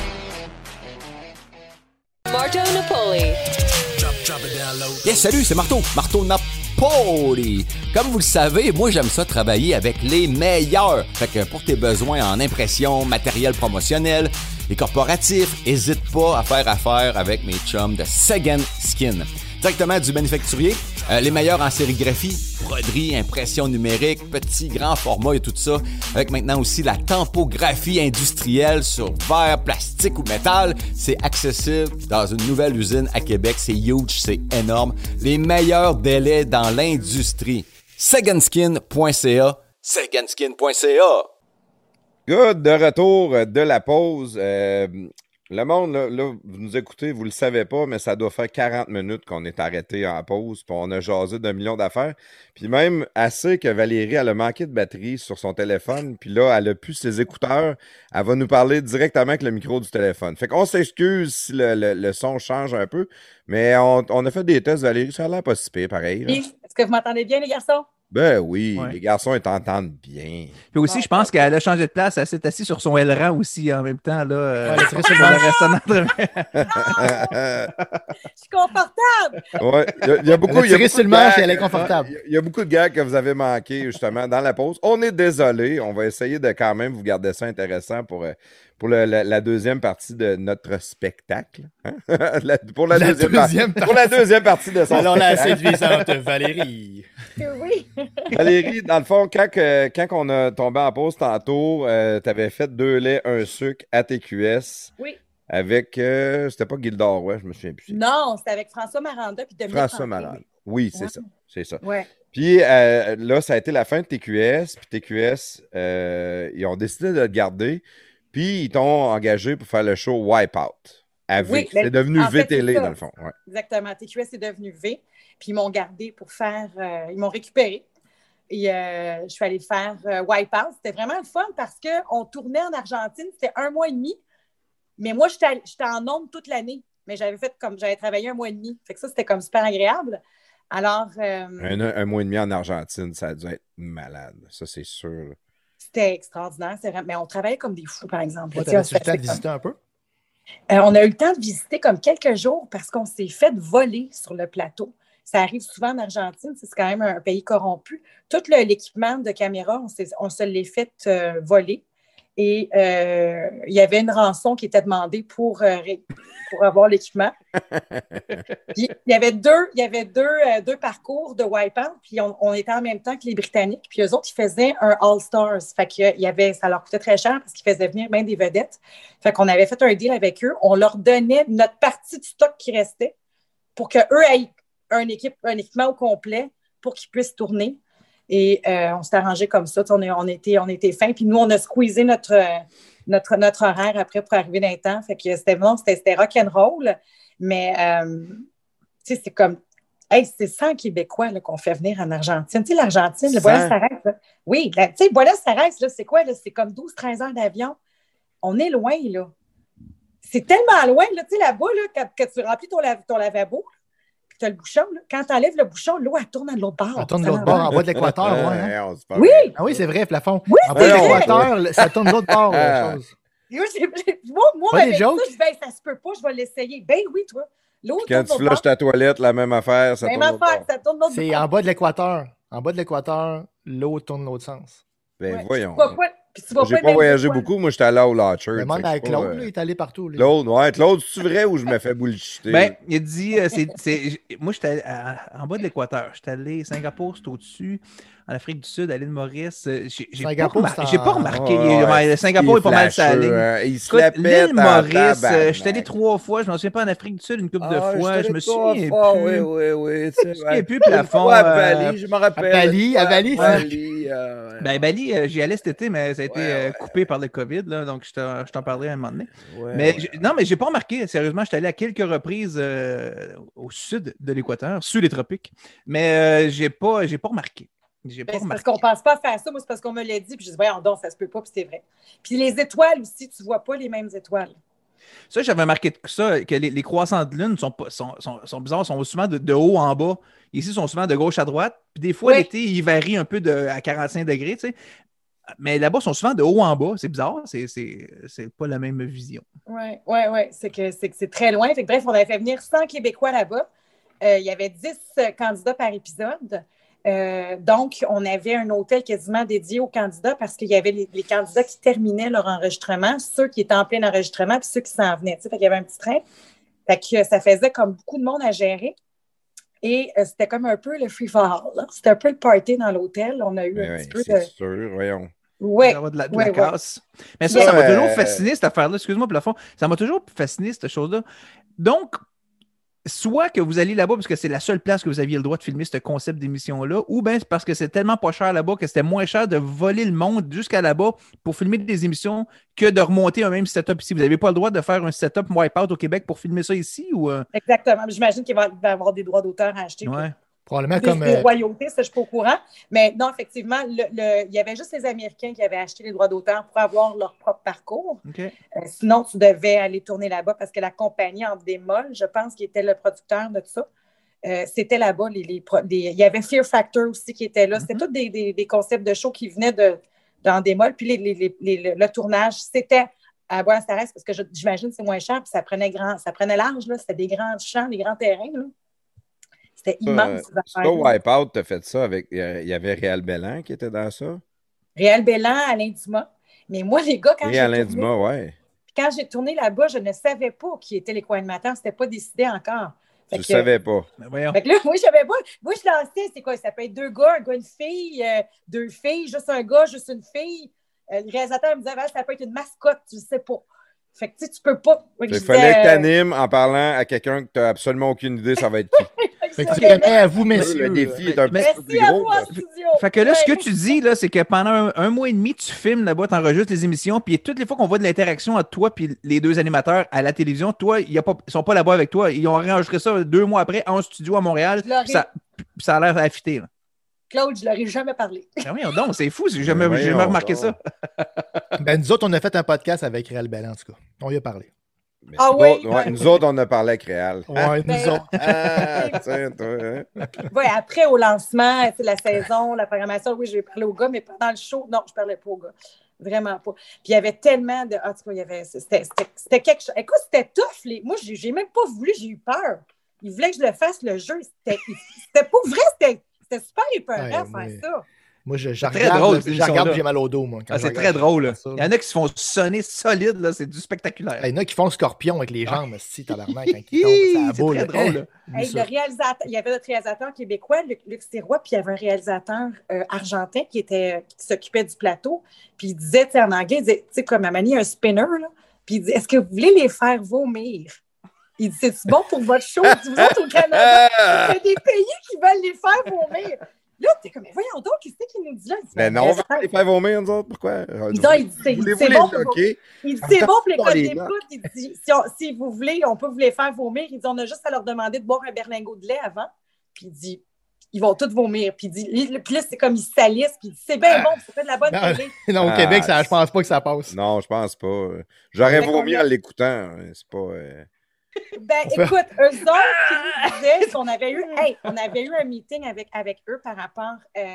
Marto Napoli. Yes, salut, c'est Marto Napoli. Comme vous le savez, moi j'aime ça travailler avec les meilleurs. Fait que pour tes besoins en impression, matériel promotionnel et corporatif, n'hésite pas à faire affaire avec mes chums de Second Skin. Directement du manufacturier, les meilleurs en sérigraphie, broderie, impression numérique, petit, grand format et tout ça. Avec maintenant aussi la tempographie industrielle sur verre, plastique ou métal. C'est accessible dans une nouvelle usine à Québec. C'est huge, c'est énorme. Les meilleurs délais dans l'industrie. Segondskin.ca. Segondskin.ca. Good, de retour de la pause. Le monde, là, vous nous écoutez, vous le savez pas, mais ça doit faire 40 minutes qu'on est arrêté en pause, puis on a jasé d'un million d'affaires. Puis même assez que Valérie, elle a manqué de batterie sur son téléphone, puis là, elle a plus ses écouteurs. Elle va nous parler directement avec le micro du téléphone. Fait qu'on s'excuse si le son change un peu, mais on a fait des tests, Valérie, ça a l'air pas si pire, pareil. Là. Est-ce que vous m'entendez bien, les garçons? Ben oui, Ouais. les garçons, ils t'entendent bien. Puis aussi, Bon, je pense qu'elle a changé de place. Elle s'est assise sur son aileron aussi en même temps. Là, elle est très pour le restant Je suis confortable! Ouais, il y a beaucoup, Elle a tiré beaucoup sur le de manche et gags. elle est confortable. Il y a beaucoup de gags que vous avez manqués justement dans la pause. On est désolé. On va essayer de quand même vous garder ça intéressant pour la deuxième partie de notre spectacle. Hein? Pour la deuxième partie de son Alors la spectacle. séduisante Valérie. Oui. Valérie, dans le fond, quand on a tombé en pause tantôt, tu avais fait 2 laits, 1 sucre à TQS. Oui. Avec, c'était pas Gildor, ouais, je me souviens plus. Non, c'était avec François Maranda puis Dominique François Franquin. Malade. Oui, c'est Ouais. ça. C'est ça. Ouais. Puis là, ça a été la fin de TQS. Puis TQS, ils ont décidé de te garder. Puis ils t'ont engagé pour faire le show Wipeout. À V. Oui, C'est devenu en fait, V-Télé, c'est ça. dans le fond. Ouais. Exactement. TQS est devenu V. Puis ils m'ont gardé pour faire. Ils m'ont récupéré. Et je suis allée faire Wipeout. C'était vraiment le fun parce qu'on tournait en Argentine. C'était 1 mois et demi. Mais moi, j'étais en onde toute l'année. Mais j'avais travaillé 1 mois et demi. Fait que ça, c'était comme super agréable. Alors. Un mois et demi en Argentine, ça a dû être malade. Ça, c'est sûr. C'était extraordinaire. Mais on travaillait comme des fous, par exemple. Ouais, Tu sais, t'avais-tu le temps de visiter un peu? On a eu le temps de visiter comme quelques jours parce qu'on s'est fait voler sur le plateau. Ça arrive souvent en Argentine, c'est quand même un pays corrompu. Tout l'équipement de caméra, on se l'est fait voler. Et il y avait une rançon qui était demandée pour avoir l'équipement. Puis, il y avait deux parcours de Wipeout, puis on était en même temps que les Britanniques, puis eux autres, ils faisaient un All-Stars. Fait que ça leur coûtait très cher parce qu'ils faisaient venir bien des vedettes. Fait qu'on avait fait un deal avec eux. On leur donnait notre partie du stock qui restait pour qu'eux aient un équipement au complet pour qu'ils puissent tourner. Et on s'est arrangé comme ça. On était fins. Puis nous, on a squeezé notre horaire après pour arriver dans le temps. Fait que c'était rock'n'roll. Mais c'est comme... Hey, c'est 100 Québécois là, qu'on fait venir en Argentine. Tu sais, l'Argentine, le Buenos Aires, là, oui, tu sais, Buenos Aires, là, c'est quoi? Là? C'est comme 12-13 heures d'avion. On est loin, là. C'est tellement loin, là, tu sais, là-bas, là, quand tu remplis ton lavabo, puis tu as le bouchon, là, quand tu enlèves le bouchon, l'eau, elle tourne de l'autre bord. Elle tourne de l'autre bord, en bas de l'équateur, ouais. Hein? On se parle. Oui! Ah oui, c'est vrai, plafond. Oui, en bas de l'équateur, ça tourne de l'autre bord, la chose. Moi, Pas avec des ça, jokes? je vais, ça se peut pas, je vais l'essayer. Ben oui, toi. L'eau Puis quand tourne de tu l'autre flushes bord. ta toilette, la même affaire, ça Même tourne l'autre affaire, bord. ça tourne de l'autre C'est bord. en bas de l'équateur. En bas de l'équateur, l'eau tourne de l'autre sens. Ben Ouais. voyons. Puis tu vas J'ai le pas même voyagé fois. beaucoup, moi j'étais allé au Launcher. Demande à Claude, là, il est allé partout. Lui. Claude, ouais, Claude, c'est vrai ou je me fais bullshiter? Ben, il a dit, moi, j'étais en bas de l'équateur. J'étais allé, Singapour, c'est au-dessus. En Afrique du Sud, à l'île Maurice. J'ai pas remarqué. Singapour est pas mal salé. Il se Écoute, la pète l'île en Maurice, tabarnak. je suis allé 3 fois. Je m'en souviens pas en Afrique du Sud une couple de Ah, fois. j'étais Je me allé souviens 3 fois, plus. oui. Je me souviens plus, plafond. À Bali, je me rappelle. À Bali, Ben, Bali, j'y allais cet été, mais ça a été coupé par le COVID, là, donc je t'en parlerai à un moment donné. Non, mais j'ai pas remarqué, sérieusement, je suis allé à quelques reprises au sud de l'Équateur, sous les tropiques, mais j'ai pas remarqué. C'est parce qu'on pense pas à faire ça. Moi, c'est parce qu'on me l'a dit, puis je dis, voyons donc, ça se peut pas, puis c'est vrai. Puis les étoiles aussi, tu vois pas les mêmes étoiles. Ça, j'avais marqué ça, que les croissants de lune sont bizarres, sont souvent de haut en bas. Ici, ils sont souvent de gauche à droite. Puis des fois, l'été, ils varient un peu à 45 degrés, tu sais. Mais là-bas, ils sont souvent de haut en bas. C'est bizarre, c'est pas la même vision. Oui. C'est que c'est très loin. Fait que, bref, on avait fait venir 100 Québécois là-bas. Il y avait 10 candidats par épisode. Donc, on avait un hôtel quasiment dédié aux candidats parce qu'il y avait les candidats qui terminaient leur enregistrement, ceux qui étaient en plein enregistrement, puis ceux qui s'en venaient. Fait qu'il y avait un petit train. Fait que ça faisait comme beaucoup de monde à gérer. Et c'était comme un peu le free-for-all. C'était un peu le party dans l'hôtel. On a eu un petit peu de... C'est sûr, voyons. Oui. De la casse. Mais ça m'a toujours fasciné, cette affaire-là. Excuse-moi, plafond. Ça m'a toujours fasciné, cette chose-là. Donc, soit que vous allez là-bas parce que c'est la seule place que vous aviez le droit de filmer ce concept d'émission-là, ou bien c'est parce que c'est tellement pas cher là-bas que c'était moins cher de voler le monde jusqu'à là-bas pour filmer des émissions que de remonter un même setup ici. Vous n'avez pas le droit de faire un setup Wipeout au Québec pour filmer ça ici? Ou Exactement. J'imagine qu'il va y avoir des droits d'auteur à acheter. Ouais. Probablement Des, comme. des royautés, ça, je ne suis pas au courant. Mais non, effectivement, il y avait juste les Américains qui avaient acheté les droits d'auteur pour avoir leur propre parcours. OK. Sinon, tu devais aller tourner là-bas parce que la compagnie en démol, je pense, qui était le producteur de tout ça, c'était là-bas. Il y avait Fear Factor aussi qui était là. C'était tous des concepts de show qui venaient d'en démol. Puis le tournage, c'était à Buenos Aires parce que j'imagine que c'est moins cher. Puis ça prenait large. Là. C'était des grands champs, des grands terrains. Là. C'était immense. Ça, Wipeout, t'as fait ça avec. Il y avait Réal Bellan qui était dans ça. Réal Bellan, Alain Dumas. Mais moi, les gars, quand j'ai tourné là-bas, je ne savais pas qui étaient les co-animateurs. C'était pas décidé encore. Tu ne savais pas. Fait que là, moi, je savais pas. Moi, je lançais, c'est quoi? Ça peut être 2 gars, un gars, une fille, 2 filles, juste un gars, juste une fille. Le réalisateur me disait, ça peut être une mascotte, tu ne sais pas. Fait que tu peux pas. Il fallait que tu animes en parlant à quelqu'un que tu n'as absolument aucune idée, ça va être qui. Fait que merci à vous, messieurs. Le défi est un petit peu plus gros. Fait que là, ce que tu dis, là, c'est que pendant un mois et demi, tu filmes là-bas, tu enregistres les émissions, puis toutes les fois qu'on voit de l'interaction entre toi et les 2 animateurs à la télévision, toi, ils sont pas là-bas avec toi. Ils ont enregistré ça 2 mois après en studio à Montréal. Ça a l'air affûté, là. Claude, je leur ai jamais parlé. Ah oui, donc, c'est fou, j'ai jamais remarqué ça. Ben, nous autres, on a fait un podcast avec Réal Bellan, en tout cas. On y a parlé. Mais nous autres, on a parlé avec Réal. Ouais, nous autres. Tiens, toi, hein? Oui, après, au lancement, la saison, la programmation, oui, je vais parler aux gars, mais pendant le show, non, je ne parlais pas aux gars. Vraiment pas. Puis il y avait tellement de. En tout cas, il y avait. C'était quelque chose. Écoute, c'était tough. Moi, j'ai même pas voulu, j'ai eu peur. Ils voulaient que je le fasse, le jeu. C'était pas vrai, c'était super épeurant faire ça. Moi, je regarde, j'ai mal au dos, moi. C'est très drôle. Il y en a qui se font sonner solide, là, c'est du spectaculaire. Il y en a qui font le scorpion avec les jambes, si tabarnak, quand ils tombent, c'est très drôle. Le réalisateur, il y avait notre réalisateur québécois, Luc Sirois, puis il y avait un réalisateur argentin qui s'occupait du plateau. Puis il disait, en anglais, il disait, tu sais, comme à Mani, un spinner, là. Puis il dit, est-ce que vous voulez les faire vomir? Il dit, c'est-tu bon pour votre show? Il dit, vous autres au Canada, il y a des pays qui veulent les faire vomir. Là, t'es comme, mais voyons donc, qu'est-ce qu'il nous dit là? Mais non, on va les faire vomir, nous autres. Pourquoi? Il dit, c'est bon pour les codes d'écoute. Il dit, si vous voulez, on peut vous les faire vomir. Il dit, on a juste à leur demander de boire un berlingot de lait avant. Puis il dit, ils vont tous vomir. Puis il dit, puis là, c'est comme ils salissent. Puis il dit, c'est bien bon, ça fait de la bonne télé. Non, au Québec, je pense pas que ça passe. Non, je pense pas. J'aurais vomi en l'écoutant. C'est pas... Ben, écoute, eux autres qui nous disaient qu'on avait eu un meeting avec eux par rapport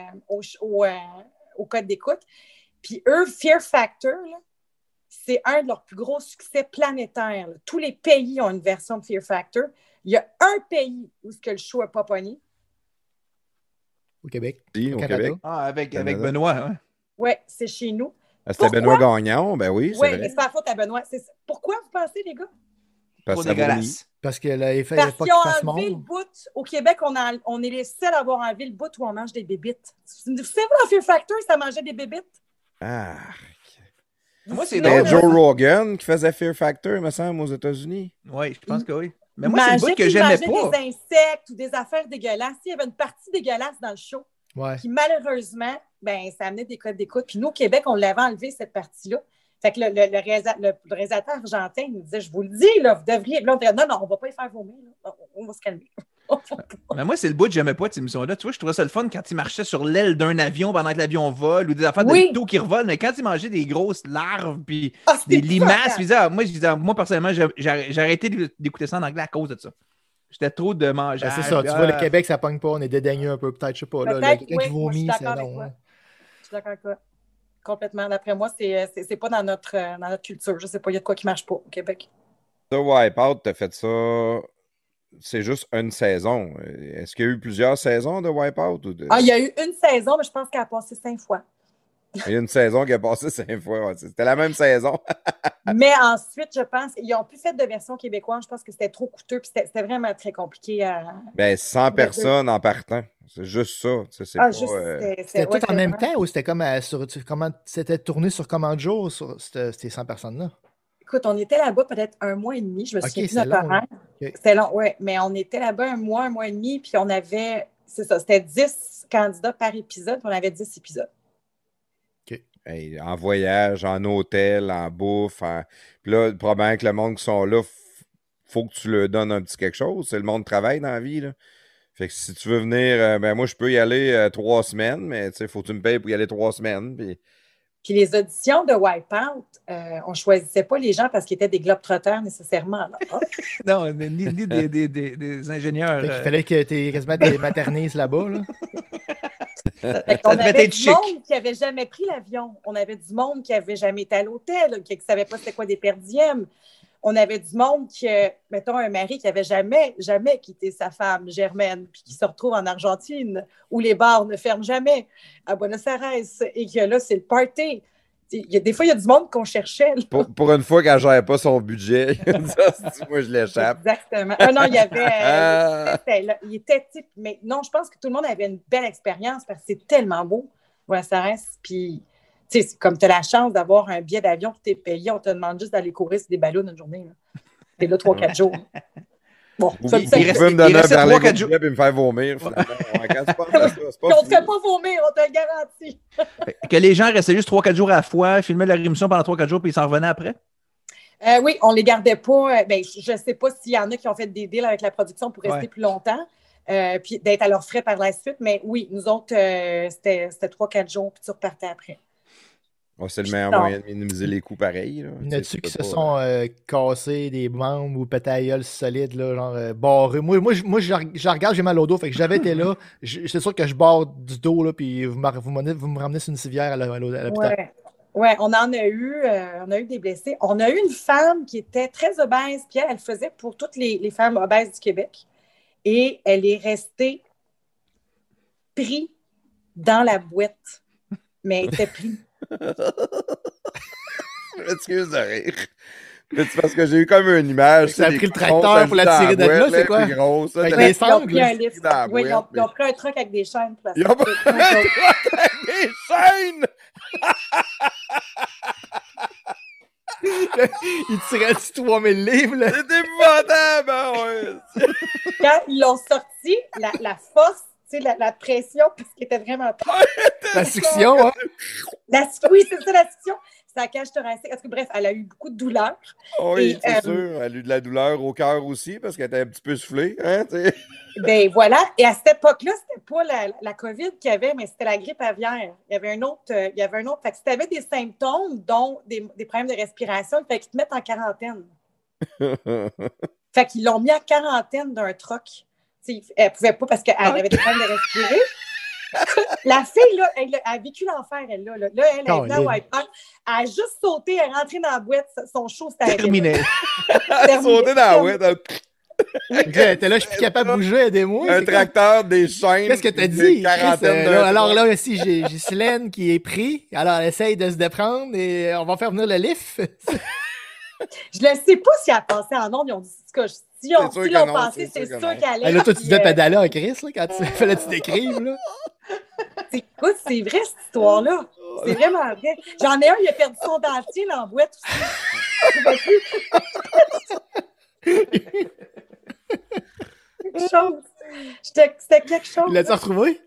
au code d'écoute. Puis eux, Fear Factor, là, c'est un de leurs plus gros succès planétaires. Là. Tous les pays ont une version de Fear Factor. Il y a un pays où le show n'a pas pogné. Au Québec. Oui, au Québec. Ah, avec Benoît, ouais. Oui, c'est chez nous. C'était Benoît Gagnon, ben oui, c'est vrai. Oui, mais c'est pas la faute à Benoît. Pourquoi vous pensez, les gars? Parce que dégueulasse. Parce qu'elle a fait parce pas qu'ils qu'il fasse ont enlevé monde. le bout. Au Québec, on est les seuls à avoir enlevé le bout où on mange des bébites. Vous savez, dans Fear Factor, ça mangeait des bébites. Ah. Moi, c'est drôle. Joe Rogan qui faisait Fear Factor, me semble, aux États-Unis. Oui, je pense que oui. Mais moi, c'est le bout que j'aimais pas. Des insectes ou des affaires dégueulasses. Il y avait une partie dégueulasse dans le show. Ouais. Puis malheureusement, ça amenait des codes d'écoute. Puis nous, au Québec, on l'avait enlevé, cette partie-là. Fait que le réalisateur argentin il nous disait, je vous le dis, là, vous devriez. Là, on dirait, non, on ne va pas y faire vomir. Là. On va se calmer. Mais moi, c'est le bout que j'aimais pas de cette émission-là. Tu vois, je trouvais ça le fun quand il marchait sur l'aile d'un avion pendant que l'avion vole ou des affaires de l'auto qui revolent. Mais quand il mangeait des grosses larves puis des limaces, moi, personnellement, j'ai arrêté d'écouter ça en anglais à cause de ça. J'étais trop de manger. C'est ça, tu vois, le Québec, ça pogne pas. On est dédaigneux un peu, peut-être, je sais pas. Là, quelqu'un qui vomit, c'est non. Je suis d'accord avec toi. Complètement. D'après moi, c'est pas dans notre culture. Je sais pas, il y a de quoi qui marche pas au Québec. Ça, Wipeout, t'as fait ça... C'est juste une saison. Est-ce qu'il y a eu plusieurs saisons de Wipeout? Il y a eu une saison, mais je pense qu'elle a passé 5 fois. Il y a une saison qui a passé 5 fois. Ouais. C'était la même saison. Mais ensuite, je pense qu'ils n'ont plus fait de version québécoise. Je pense que c'était trop coûteux. Puis c'était vraiment très compliqué à... 100 personnes en partant. C'est juste ça. C'était tout en même temps ou c'était comme c'était tourné sur combien de jours, ces 100 personnes-là? Écoute, on était là-bas peut-être 1 mois et demi. Je me souviens plus de c'est notre long, horaire. OK. C'était long, oui. Mais on était là-bas 1 mois et demi, puis on avait, c'est ça, c'était 10 candidats par épisode, puis on avait 10 épisodes. Hey, en voyage, en hôtel, en bouffe. Puis là, le problème avec le monde qui sont là, faut que tu leur donnes un petit quelque chose. C'est le monde travail dans la vie, là. Fait que si tu veux venir, ben moi, je peux y aller 3 semaines, mais tu sais, faut que tu me payes pour y aller 3 semaines. Puis les auditions de Wipeout, on ne choisissait pas les gens parce qu'ils étaient des globetrotters nécessairement. Là. Non, ni des ingénieurs. Fait qu'il fallait que tu aies quasiment des maternises là-bas. Là. Fait qu'on Ça devait avait être du chic. monde qui n'avait jamais pris l'avion. On avait du monde qui n'avait jamais été à l'hôtel, qui ne savait pas c'était quoi des per diem. On avait du monde qui, mettons, un mari qui n'avait jamais quitté sa femme, Germaine, puis qui se retrouve en Argentine, où les bars ne ferment jamais, à Buenos Aires, et que là, c'est le party. Des fois, il y a du monde qu'on cherchait. Là. Pour une fois qu'elle ne gère pas son budget, ça, moi, je l'échappe. Exactement. Ah non, il y avait... il était type... Mais non, je pense que tout le monde avait une belle expérience parce que c'est tellement beau, Buenos Aires, puis... Tu sais, comme tu as la chance d'avoir un billet d'avion qui t'est payé, on te demande juste d'aller courir sur des ballons une journée. T'es là 3-4 jours. Bon, Vous ça, pouvez me donner un berlingot de poulet et me faire vomir. Finalement. Quand tu penses à ça, c'est pas on ne te fini. fait pas vomir, on te le garantit. Que les gens restaient juste 3-4 jours à la fois, filmaient leur émission pendant 3-4 jours, puis ils s'en revenaient après? Oui, on ne les gardait pas. Je ne sais pas s'il y en a qui ont fait des deals avec la production pour rester plus longtemps, puis d'être à leurs frais par la suite. Mais oui, nous autres, c'était 3-4 jours, puis tu repartais après. Oh, c'est le meilleur moyen de minimiser les coûts pareils. Il y en a-tu qui se sont cassés des membres ou pété à gueule solide, là, genre barré. Moi, je regarde, j'ai mal au dos. Fait que j'avais été là. C'est sûr que je barre du dos, là, puis vous me ramenez sur une civière à l'hôpital. Oui, on a eu des blessés. On a eu une femme qui était très obèse, puis elle faisait pour toutes les femmes obèses du Québec. Et elle est restée prise dans la boîte. Mais elle était prise. Je m'excuse de rire. C'est parce que j'ai eu comme une image. Ça a pris le tracteur pour la tirer de là, c'est quoi? Avec des sangles. Oui, ils ont pris un truck avec des chaînes. Ils ont pris un truck avec des chaînes! Il tirait du 3000 livres, là. C'est épouvantable, hein, ouais. Quand ils l'ont sorti, la force, tu sais, la pression, parce qu'il était vraiment... La succion, hein? Oui, c'est ça, la succion. C'est la cage thoracique. Parce que, bref, elle a eu beaucoup de douleur. Oui, c'est sûr. Elle a eu de la douleur au cœur aussi, parce qu'elle était un petit peu soufflée, hein, tu sais. Ben voilà. Et à cette époque-là, c'était pas la COVID qu'il y avait, mais c'était la grippe aviaire. Il y avait un autre. Fait que si tu avais des symptômes, dont des problèmes de respiration, il fallait qu'ils te mettent en quarantaine. Fait qu'ils l'ont mis en quarantaine d'un troc. Elle ne pouvait pas parce qu'elle avait des problèmes de respirer. La fille, là, elle a vécu l'enfer, elle, là. Là, elle est là, elle a juste sauté, elle est rentrée dans la boîte, son show, c'était terminé. Elle a sauté dans la boîte. T'es là, je suis plus capable de bouger, aidez-moi. Un tracteur, des chaînes. Qu'est-ce que t'as dit? Quarantaine alors là, aussi, j'ai Silène qui est pris. Alors, elle essaye de se déprendre et on va faire venir le lift. Je ne sais pas si elle a passé en ondes. Ils ont dit, si l'ont passé, c'est sûr qu'elle allait. Là, toi, tu devais pédaler en Chris, là, quand tu fallait que tu décrives, là. Écoute, c'est vrai, cette histoire-là. C'est vraiment vrai. J'en ai un, il a perdu son dentier dans la boîte aussi. Quelque chose. C'était quelque chose. L'as-tu retrouvé?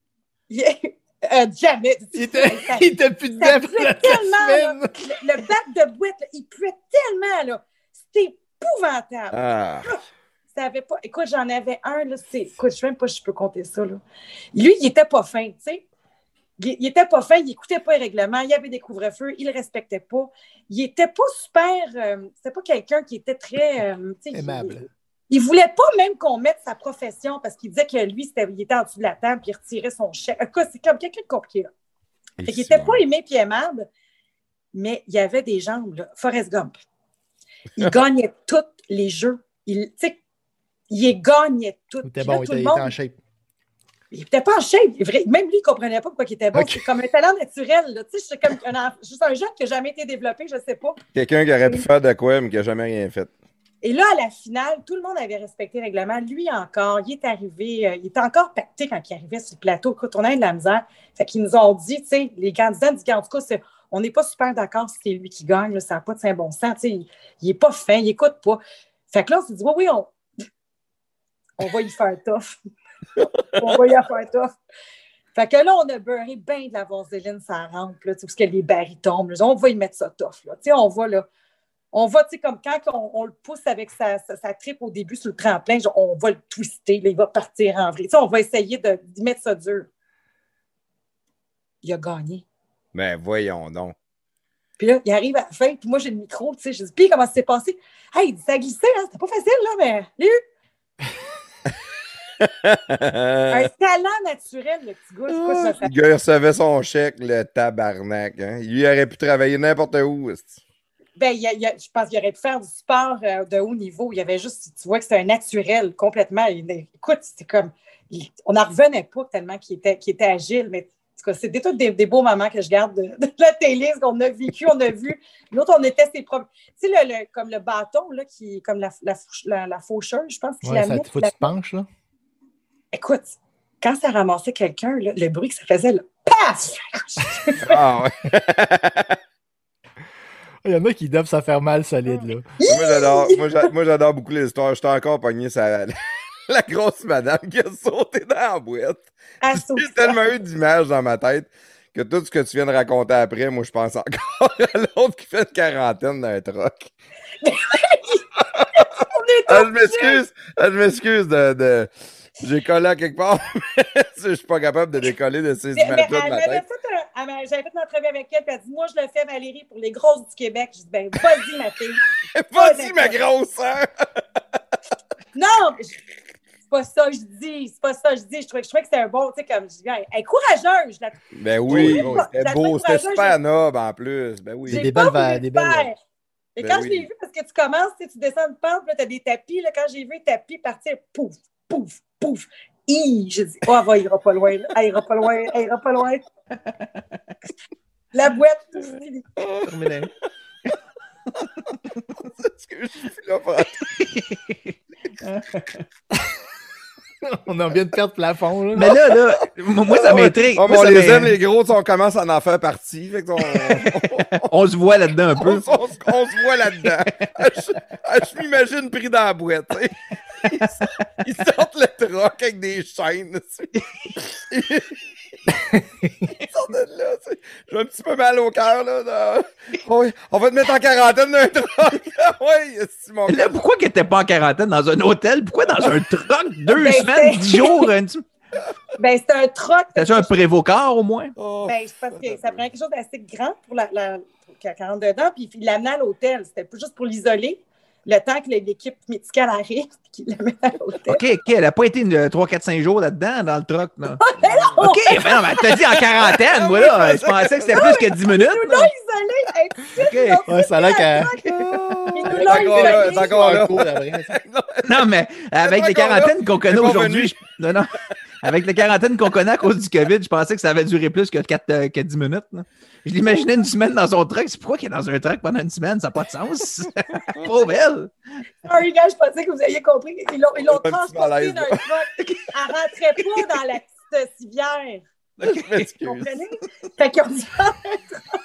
Jamais. Il était plus dedans pour la semaine. Le bac de boîte, là, il puait tellement, là. C'était épouvantable. Ça avait pas... Écoute, j'en avais un, là. Écoute, je sais même pas si je peux compter ça, là. Lui, il était pas fin, tu sais. Il était pas fin, il écoutait pas les règlements, il y avait des couvre-feux, il le respectait pas. Il était pas super... c'était pas quelqu'un qui était très... aimable. Il voulait pas même qu'on mette sa profession parce qu'il disait que lui, il était en dessous de la table puis il retirait son chèque. C'est comme quelqu'un de compliqué, là. Fait qu'il était pas aimé puis aimable, mais il y avait des jambes, là. Forrest Gump. Il gagnait tous les jeux. Il gagnait tout. Il était bon, il était en shape. Il n'était pas en shape. Même lui, il ne comprenait pas pourquoi il était bon. Okay. C'est comme un talent naturel. Là. Tu sais, c'est comme juste un jeune qui n'a jamais été développé, je ne sais pas. Quelqu'un qui aurait pu faire de quoi, mais qui n'a jamais rien fait. Et là, à la finale, tout le monde avait respecté le règlement. Lui encore, il est arrivé, il était encore pacté quand il arrivait sur le plateau. Écoute, on a eu de la misère. Fait qu'ils nous ont dit, tu sais, les candidats nous disent, en tout cas, on n'est pas super d'accord si c'est lui qui gagne, là, ça n'a pas de saint bon sens. Il n'est pas fin, il n'écoute pas. Fait que là, on s'est dit, oui, on va y faire tough. On va y faire tough. Fait que là, on a beurré bien de la vaseline, ça rampe, là, parce que les barils tombent. Là. On va y mettre ça tough. Là. On va, comme quand on le pousse avec sa tripe au début sur le tremplin, genre, on va le twister, là, il va partir en vrai. On va essayer d'y mettre ça dur. Il a gagné. Ben, voyons donc. Puis là, il arrive à la fin, puis moi, j'ai le micro, tu sais, je dis, puis comment ça s'est passé? Hey, ça a glissé, hein? C'était pas facile, là, mais un talent naturel, le petit gars. C'est quoi ça? Le gars, il recevait son chèque, le tabarnak. Hein? Lui, il aurait pu travailler n'importe où. Ben, je pense qu'il aurait pu faire du sport de haut niveau. Il y avait juste, tu vois que c'était un naturel complètement. Écoute, c'était comme, on n'en revenait pas tellement qu'il était agile, mais en tout cas, c'est des beaux moments que je garde de la télé, ce qu'on a vécu, on a vu. L'autre, on était ses propres. Tu sais, comme le bâton, là, qui comme la faucheuse, je pense qu'il l'a mis. Faut que tu te penches, là. Écoute, quand ça ramassait quelqu'un, là, le bruit que ça faisait, là, paf! Ah ouais. Il y en a qui doivent se faire mal solide, là. Moi, j'adore beaucoup les histoires. J'étais encore pogné la grosse madame qui a sauté dans la boîte. J'ai tellement eu d'images dans ma tête que tout ce que tu viens de raconter après, moi, je pense encore à l'autre qui fait une quarantaine d'un truck. Je m'excuse de... J'ai collé à quelque part, mais je suis pas capable de décoller de ces images-là de ma tête. J'avais fait une entrevue avec elle, puis elle dit, moi, je le fais, Valérie, pour les grosses du Québec. Je dis, ben, vas-y, ma fille. Vas-y, ma grosse sœur. Non, c'est pas ça que je dis. C'est pas ça que je dis. Je trouvais que c'était un bon, tu sais, comme, je dis, elle est courageuse. Ben oui, c'était beau. C'était super noble, en plus. Ben oui. Des belles. Et quand je l'ai vu, parce que tu commences, tu descends une pente, là, tu as des tapis. Là, quand j'ai vu un tapis partir, pouf, pouf, pouf. J'ai dit, oh, il ira pas loin. Elle ira pas loin. Elle ira pas loin. La boîte, tout fini. Terminé. Je suis là pour On en vient de perdre plafond, là. Mais là, moi, ça m'intrigue. On les aime, les gros, on commence à en faire partie. Fait on se voit là-dedans un peu. On se voit là-dedans. Je m'imagine pris dans la boîte. Ils sortent le troc avec des chaînes. Ils sortent de là. J'ai un petit peu mal au cœur. Oui, on va te mettre en quarantaine d'un troc. Oui, c'est mon là, pourquoi qu'elle n'était pas en quarantaine dans un hôtel? Pourquoi dans un troc 2 semaines, 10 jours? Ben, c'est un troc. T'as-tu un prévocard au moins? Ben, c'est parce que ça prend quelque chose d'assez grand pour qu'elle rentre dedans, puis il l'amenait à l'hôtel. C'était pas juste pour l'isoler. Le temps que l'équipe médicale arrive et qu'il l'amène à l'hôtel. OK, elle n'a pas été 3, 4, 5 jours là-dedans, dans le truck. Là. OK, mais non, mais elle t'a dit en quarantaine, moi, là. Je pensais que c'était plus que 10 minutes. Ils nous l'ont isolé. OK. Ouais, ça a l'air qu'elle... Ils nous l'ont isolé. C'est encore là. Non, mais avec les quarantaines qu'on connaît aujourd'hui... Non. Avec les quarantaines qu'on connaît à cause du COVID, je pensais que ça avait duré plus que 10 minutes. Là. Je l'imaginais une semaine dans son truck. C'est pourquoi qu'il est dans un truck pendant une semaine? Ça n'a pas de sens. Trop belle. Sorry, gars, je pensais que vous aviez compris. Ils l'ont transporté d'un truck. Elle ne rentrait pas dans la petite civière. Vous comprenez? Fait qu'ils ont dû faire un truck.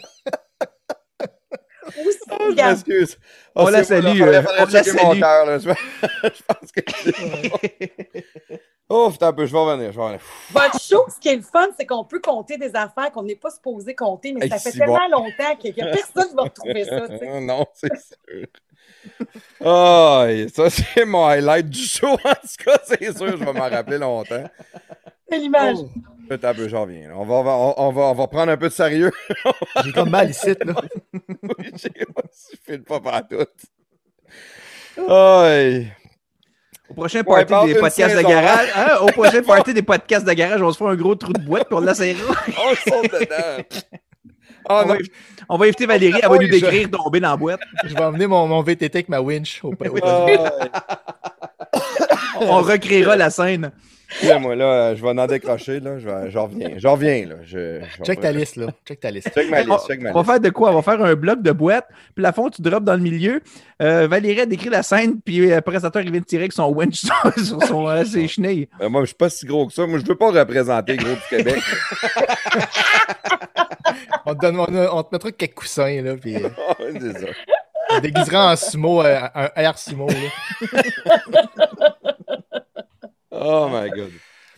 Je m'excuse. On la salue. On la salue. Mon cœur, là. Je pense que... Oh, putain, je vais revenir. Votre show, ce qui est le fun, c'est qu'on peut compter des affaires qu'on n'est pas supposé compter, mais ça fait tellement longtemps qu'il n'y a personne qui va retrouver ça. T'sais. Non, c'est sûr. Oh, ça, c'est mon highlight du show. En tout cas, c'est sûr, je vais m'en rappeler longtemps. C'est l'image. Putain, je reviens. On va prendre un peu de sérieux. J'ai comme mal ici, là. Oui, je file pas partout. Oh, au prochain party des podcasts de garage, au prochain party des podcasts de garage, on se fera un gros trou de boîte puis on l'essayera. On saute dedans. On va éviter Valérie, elle va nous décrire tomber dans la boîte. Je vais emmener mon VTT avec ma winch. On recréera la scène. Là, moi, là, je vais en décrocher. Là. J'en reviens. Là. Check ta liste, là. Check ta liste. Check ma liste. On va faire de quoi? On va faire un bloc de boîte. Puis la fond, tu drops dans le milieu. Valérie a décrit la scène. Puis le présentateur, il vient de tirer avec son winch sur ses chenilles. Moi, je suis pas si gros que ça. Moi, je veux pas représenter gros du Québec. On te mettra quelques coussins, là, puis C'est ça. on te déguisera en sumo, un air sumo, là. Oh my God.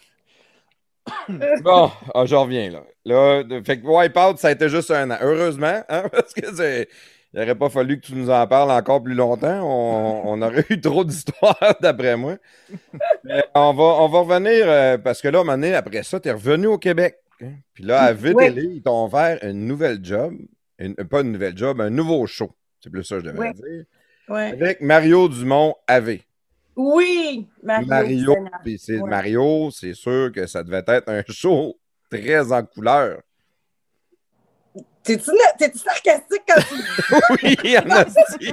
Bon, je reviens là. Fait que Wipeout, ça a été juste un an. Heureusement, hein, parce que il n'aurait pas fallu que tu nous en parles encore plus longtemps. On aurait eu trop d'histoires, d'après moi. Mais on va revenir, parce que là, à un moment donné, après ça, tu es revenu au Québec. Hein. Puis là, à VTL, ils t'ont offert une nouvelle job. Pas une nouvelle job, un nouveau show. C'est plus ça que je devrais dire. Ouais. Avec Mario Dumont AV. Oui, Mario. Puis Mario, c'est sûr que ça devait être un show très en couleur. T'es-tu sarcastique quand tu dis Oui, en asti.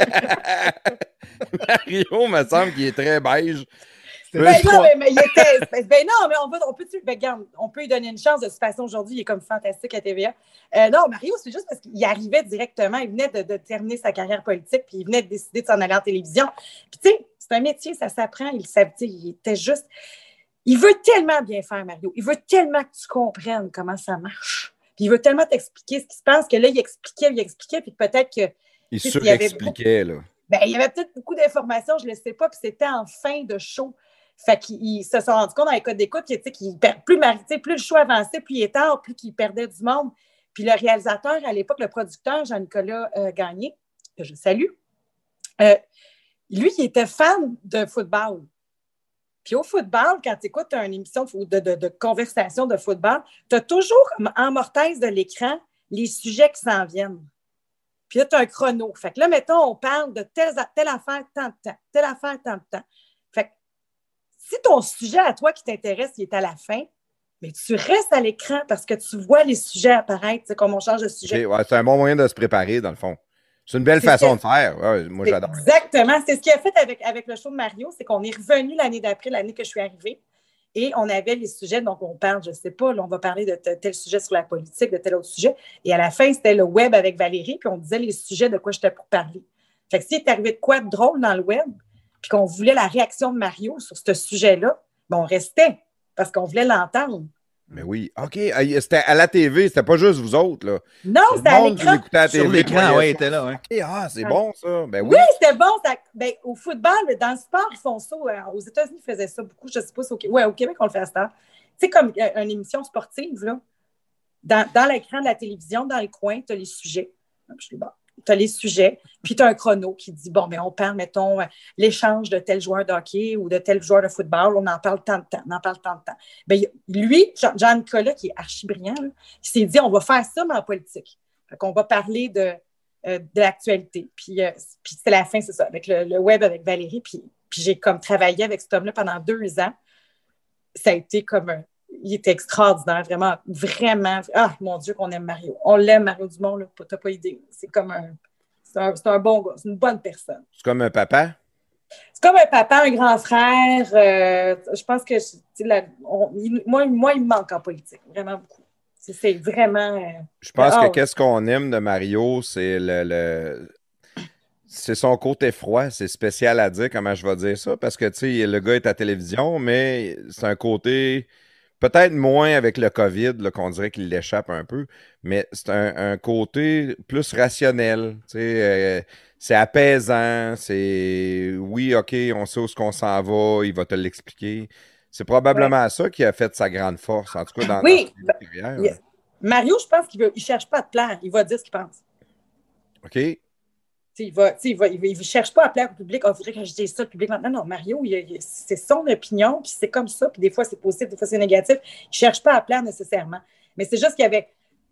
Mario, me semble qu'il est très beige. Ben non, mais il était. Ben non, mais on peut regarde, on peut lui donner une chance. De toute façon, aujourd'hui, il est comme fantastique à TVA. Non, Mario, c'est juste parce qu'il arrivait directement. Il venait de terminer sa carrière politique, puis il venait de décider de s'en aller en télévision. Puis, tu sais, c'est un métier, ça s'apprend. Il était juste. Il veut tellement bien faire, Mario. Il veut tellement que tu comprennes comment ça marche. Puis, il veut tellement t'expliquer ce qui se passe que là, il expliquait, puis peut-être que. Il surexpliquait, là. Ben, il y avait peut-être beaucoup d'informations, je ne le sais pas, puis c'était en fin de show. Fait qu'ils se sont rendus compte dans les codes d'écoute qu'il plus le show avançait, plus il est tard, plus qu'il perdait du monde. Puis le réalisateur, à l'époque, le producteur, Jean-Nicolas Gagné, que je salue, lui, il était fan de football. Puis au football, quand tu écoutes une émission de conversation de football, tu as toujours en mortaise de l'écran les sujets qui s'en viennent. Puis là, tu as un chrono. Fait que là, mettons, on parle de telle affaire, tant de temps, telle affaire, tant de temps. Fait que si ton sujet à toi qui t'intéresse, il est à la fin, mais tu restes à l'écran parce que tu vois les sujets apparaître, c'est comme on change de sujet. Ouais, c'est un bon moyen de se préparer, dans le fond. C'est une belle façon de faire. Ouais, moi, j'adore. Exactement. C'est ce qu'il a fait avec le show de Mario, c'est qu'on est revenu l'année d'après, l'année que je suis arrivée, et on avait les sujets, donc on parle, je ne sais pas, là, on va parler de tel sujet sur la politique, de tel autre sujet, et à la fin, c'était le web avec Valérie, puis on disait les sujets de quoi j'étais pour parler. Fait que s'il est arrivé de quoi de drôle dans le web, puis qu'on voulait la réaction de Mario sur ce sujet-là, ben on restait parce qu'on voulait l'entendre. Mais oui, OK. C'était à la TV, c'était pas juste vous autres, là. Non, c'était à l'écran. Qui à la TV, sur l'écran, oui, il était là. Ouais. OK, c'est bon, ça. Ben oui, c'était bon. Au football, dans le sport, ils font ça. Aux États-Unis, ils faisaient ça beaucoup. Je ne sais pas si au Québec, on le fait à ce temps. Tu sais, comme une émission sportive, là. Dans l'écran de la télévision, dans les coins, tu as les sujets. Tu as les sujets, puis tu as un chrono qui dit, bon, mais on parle, mettons, l'échange de tel joueur de hockey ou de tel joueur de football, on en parle tant de temps, Bien, lui, Jean-Nicolas, qui est archi brillant, là, il s'est dit, on va faire ça, mais en politique. Fait qu'on va parler de l'actualité. Puis c'est la fin, c'est ça, avec le web avec Valérie, puis j'ai comme travaillé avec cet homme-là pendant 2 ans. Ça a été comme il était extraordinaire, vraiment, vraiment. Ah, mon Dieu, qu'on aime Mario. On l'aime, Mario Dumont, là, t'as pas idée. C'est comme c'est un bon gars, c'est une bonne personne. C'est comme un papa? C'est comme un papa, un grand frère. Je pense que, moi, il me manque en politique, vraiment beaucoup. C'est vraiment... Je pense que qu'est-ce qu'on aime de Mario, c'est c'est son côté froid, c'est spécial à dire, comment je vais dire ça, parce que, tu sais, le gars est à la télévision, mais c'est un côté... Peut-être moins avec le COVID, là, qu'on dirait qu'il l'échappe un peu, mais c'est un côté plus rationnel. C'est apaisant, c'est oui, OK, on sait où est-ce qu'on s'en va, il va te l'expliquer. C'est probablement ça qui a fait sa grande force, en tout cas dans notre carrière. Mario, je pense qu'il ne cherche pas à te plaire, il va dire ce qu'il pense. OK. Il ne cherche pas à plaire au public. Il faudrait que je dise ça au public maintenant. Non, Mario, c'est son opinion, puis c'est comme ça, puis des fois c'est positif, des fois c'est négatif. Il ne cherche pas à plaire nécessairement. Mais c'est juste qu'il y avait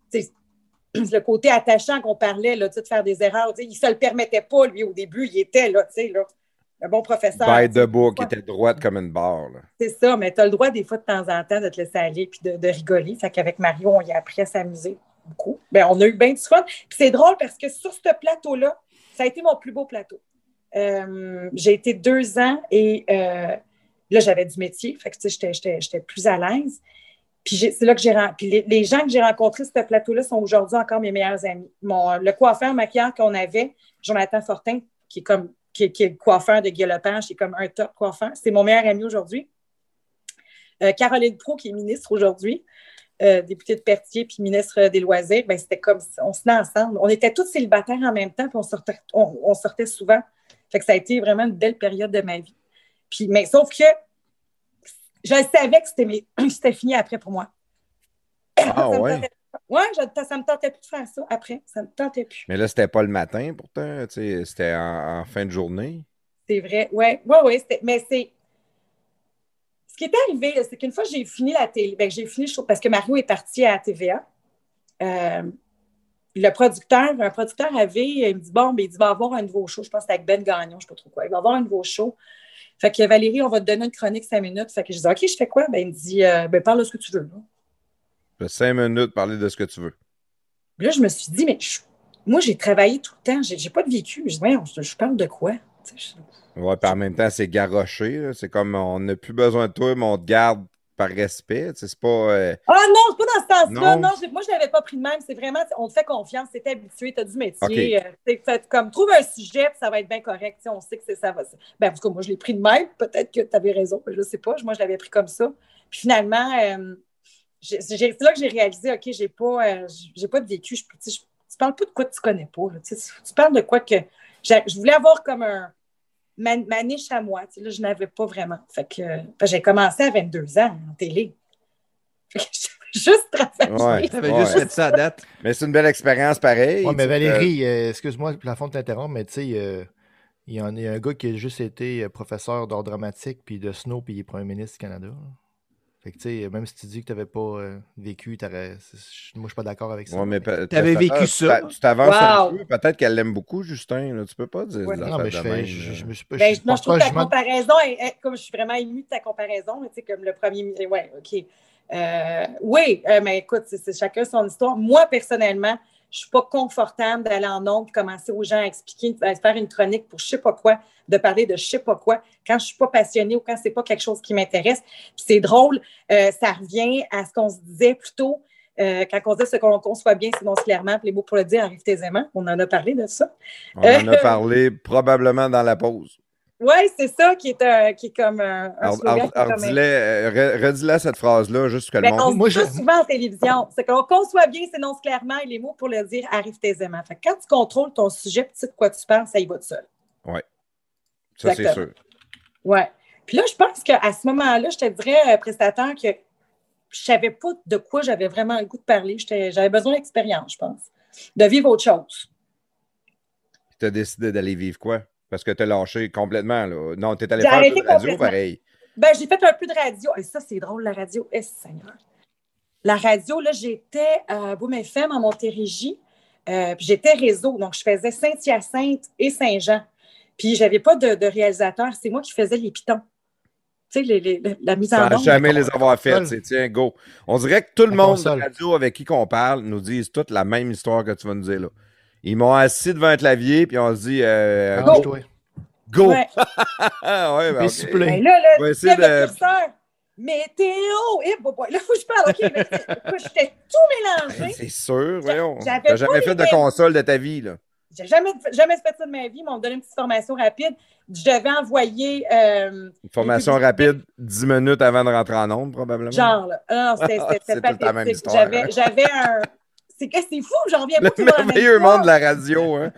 le côté attachant qu'on parlait, là, de faire des erreurs. Il ne se le permettait pas, lui, au début. Il était là, un bon professeur. By the book, qui était droite comme une barre. Là. C'est ça, mais tu as le droit des fois de temps en temps de te laisser aller puis de rigoler. Fait qu'avec Mario, on y a appris à s'amuser beaucoup. Ben, on a eu bien du fun. Puis c'est drôle parce que sur ce plateau-là, ça a été mon plus beau plateau. J'ai été 2 ans et là, j'avais du métier. Fait que, j'étais plus à l'aise. Puis c'est là que puis les gens que j'ai rencontrés sur ce plateau-là sont aujourd'hui encore mes meilleurs amis. Le coiffeur maquilleur qu'on avait, Jonathan Fortin, qui est le coiffeur de Guy Lepage, qui est comme un top coiffeur. C'est mon meilleur ami aujourd'hui. Caroline Proulx, qui est ministre aujourd'hui. député de Pertier puis ministre des Loisirs, ben, c'était comme ça, on se tenait ensemble. On était tous célibataires en même temps, puis on sortait souvent. Fait que ça a été vraiment une belle période de ma vie. Puis, mais sauf que je savais que c'était fini après pour moi. Ah ouais? Oui, ça me tentait plus de faire ça après. Ça me tentait plus. Mais là, c'était pas le matin pourtant, tu sais, c'était en fin de journée. C'est vrai, oui. Mais c'est... Ce qui est arrivé, là, c'est qu'une fois j'ai fini la télé, j'ai fini parce que Mario est parti à TVA. Un producteur il me dit, bon, il va avoir un nouveau show. Je pense que c'était avec Ben Gagnon, je ne sais pas trop quoi. Il va avoir un nouveau show. Fait que Valérie, on va te donner une chronique 5 minutes. Fait que je dis, OK, je fais quoi? Ben, il me dit, parle de ce que tu veux. Tu as 5 minutes, parler de ce que tu veux. Puis là, je me suis dit, mais moi, j'ai travaillé tout le temps. J'ai pas de vécu. Je dis, voyons, je parle de quoi? Ouais, puis en même temps, c'est garoché. Là. C'est comme, on n'a plus besoin de toi, mais on te garde par respect. C'est pas... Ah non, c'est pas dans ce sens-là. Non, moi, je ne l'avais pas pris de même. C'est vraiment, on te fait confiance. T'es habitué, tu as du métier. Okay. Fait comme, trouve un sujet, puis ça va être bien correct. On sait que ça va... Ben, en tout cas, moi, je l'ai pris de même. Peut-être que tu avais raison. Je ne sais pas. Moi, je l'avais pris comme ça. Puis finalement, c'est là que j'ai réalisé, OK, j'ai pas de vécu. Tu parles pas de quoi tu connais pas. Là. Tu parles de quoi que... Je voulais avoir comme ma niche à moi. Là, je n'avais pas vraiment. Fait que j'ai commencé à 22 ans en télé. Fait que juste travaillé. Ouais, t'avais juste fait ça à date. Mais c'est une belle expérience pareille. Oui, mais Valérie, excuse-moi, pour la fond de t'interrompre, mais tu sais, il y a un gars qui a juste été professeur d'art dramatique, puis de Snow, puis il est premier ministre du Canada. Là. Fait que, tu sais, même si tu dis que tu n'avais pas vécu, moi, je suis pas d'accord avec ça. Ouais, mais tu avais vécu ça. Tu t'avances un peu. Peut-être qu'elle l'aime beaucoup, Justin. Là. Tu peux pas dire ça. Non, mais je trouve ta comparaison, comme je suis vraiment émue de ta comparaison, tu sais, comme le premier... Ouais, OK. Oui, mais écoute, c'est chacun son histoire. Moi, personnellement, je ne suis pas confortable d'aller en ondes et commencer aux gens à expliquer, à faire une chronique pour je ne sais pas quoi, de parler de je ne sais pas quoi, quand je ne suis pas passionnée ou quand ce n'est pas quelque chose qui m'intéresse. Puis c'est drôle, ça revient à ce qu'on se disait plus tôt, quand on dit ce qu'on conçoit bien, s'énonce clairement, puis les mots pour le dire arrivent aisément. On en a parlé de ça. On en a parlé probablement dans la pause. Oui, c'est ça qui est comme un slogan. Redis-la cette phrase-là, juste que le monde... On se dit souvent en télévision, c'est qu'on conçoit bien, s'énonce clairement, et les mots pour le dire arrivent aisément. Fait que quand tu contrôles ton sujet, tu sais de quoi tu parles, ça y va tout seul. Oui, ça c'est sûr. Oui. Puis là, je pense qu'à ce moment-là, je te dirais, prestataire, que je ne savais pas de quoi j'avais vraiment le goût de parler. J'avais besoin d'expérience, je pense, de vivre autre chose. Tu as décidé d'aller vivre quoi? Parce que tu as lâché complètement, là. Non, tu es allé faire un peu de radio, pareil. Ben, j'ai fait un peu de radio. Et ça, c'est drôle, la radio. Seigneur. La radio, là, j'étais à Boom FM, en Montérégie. Puis j'étais réseau. Donc, je faisais Saint-Hyacinthe et Saint-Jean. Puis, j'avais pas de réalisateur. C'est moi qui faisais les pitons. Tu sais, la mise en onde. Jamais les avoir faites. C'est tiens, go. On dirait que tout le monde de radio avec qui on parle nous disent toute la même histoire que tu vas nous dire, là. Ils m'ont assis devant un clavier, puis on se dit... go! Go! Ouais. Ouais, ben, s'il vous plaît. Ben là, le curseur, météo! Là, il faut que je parle. OK, mais j'étais tout mélangé. C'est sûr, voyons. T'as jamais fait de console de ta vie, là. J'ai jamais fait ça de ma vie. Ils m'ont donné une petite formation rapide. Je devais envoyer... une formation rapide, 10 minutes avant de rentrer en onde, probablement. Genre, là. Non, c'était toute la même histoire. J'avais un... C'est fou, j'en reviens pas. Le merveilleux monde de la radio, hein?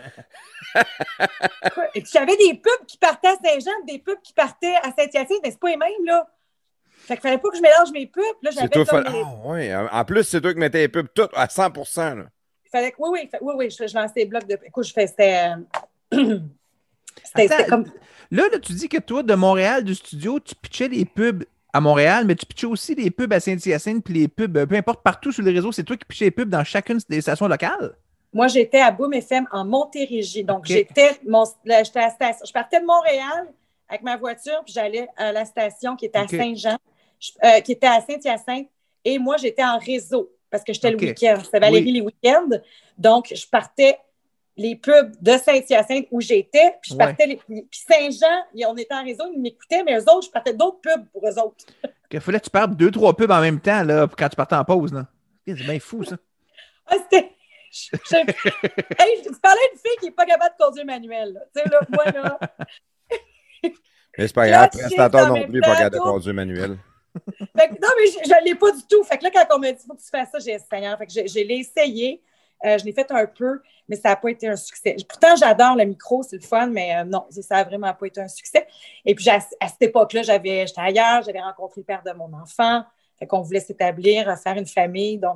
Et puis, j'avais des pubs qui partaient à Saint-Jean, des pubs qui partaient à Saint-Hyacinthe, mais c'est pas les mêmes, là. Fait qu'il fallait pas que je mélange mes pubs. Là, j'avais ouais. En plus, c'est toi qui mettais les pubs toutes à 100%, là. Fallait que... Oui, je lançais des blocs de... Écoute, je faisais... C'était comme... Là, tu dis que toi, de Montréal, du studio, tu pitchais les pubs à Montréal, mais tu pitchais aussi les pubs à Saint-Hyacinthe, puis les pubs, peu importe, partout sur les réseaux, c'est toi qui pitchais les pubs dans chacune des stations locales? Moi, j'étais à Boom FM en Montérégie. Donc, j'étais à la station. Je partais de Montréal avec ma voiture, puis j'allais à la station qui était à Saint-Jean, qui était à Saint-Hyacinthe. Et moi, j'étais en réseau parce que j'étais le week-end. C'était Valérie les week-ends. Donc, je partais les pubs de Saint-Hyacinthe où j'étais, puis je partais puis Saint-Jean, on était en réseau, ils m'écoutaient, mais eux autres, je partais d'autres pubs pour eux autres. Il fallait que tu partes 2-3 pubs en même temps là, quand tu partais en pause. Là. C'est bien fou, ça. Ah, c'était... tu parlais d'une fille qui n'est pas capable de conduire manuel. Tu sais, là, moi, là... Mais c'est pas grave, prestataire non plus, pas capable de conduire manuel. Fait que, non, mais je ne l'ai pas du tout. Fait que là, quand on m'a dit, il faut que tu fasses ça, j'ai dit, Seigneur. Fait que je l'ai essayé. Je l'ai fait un peu, mais ça n'a pas été un succès. Pourtant, j'adore le micro, c'est le fun, mais non, ça n'a vraiment pas été un succès. Et puis, à cette époque-là, j'étais ailleurs, j'avais rencontré le père de mon enfant. Fait qu'on voulait s'établir, faire une famille. Donc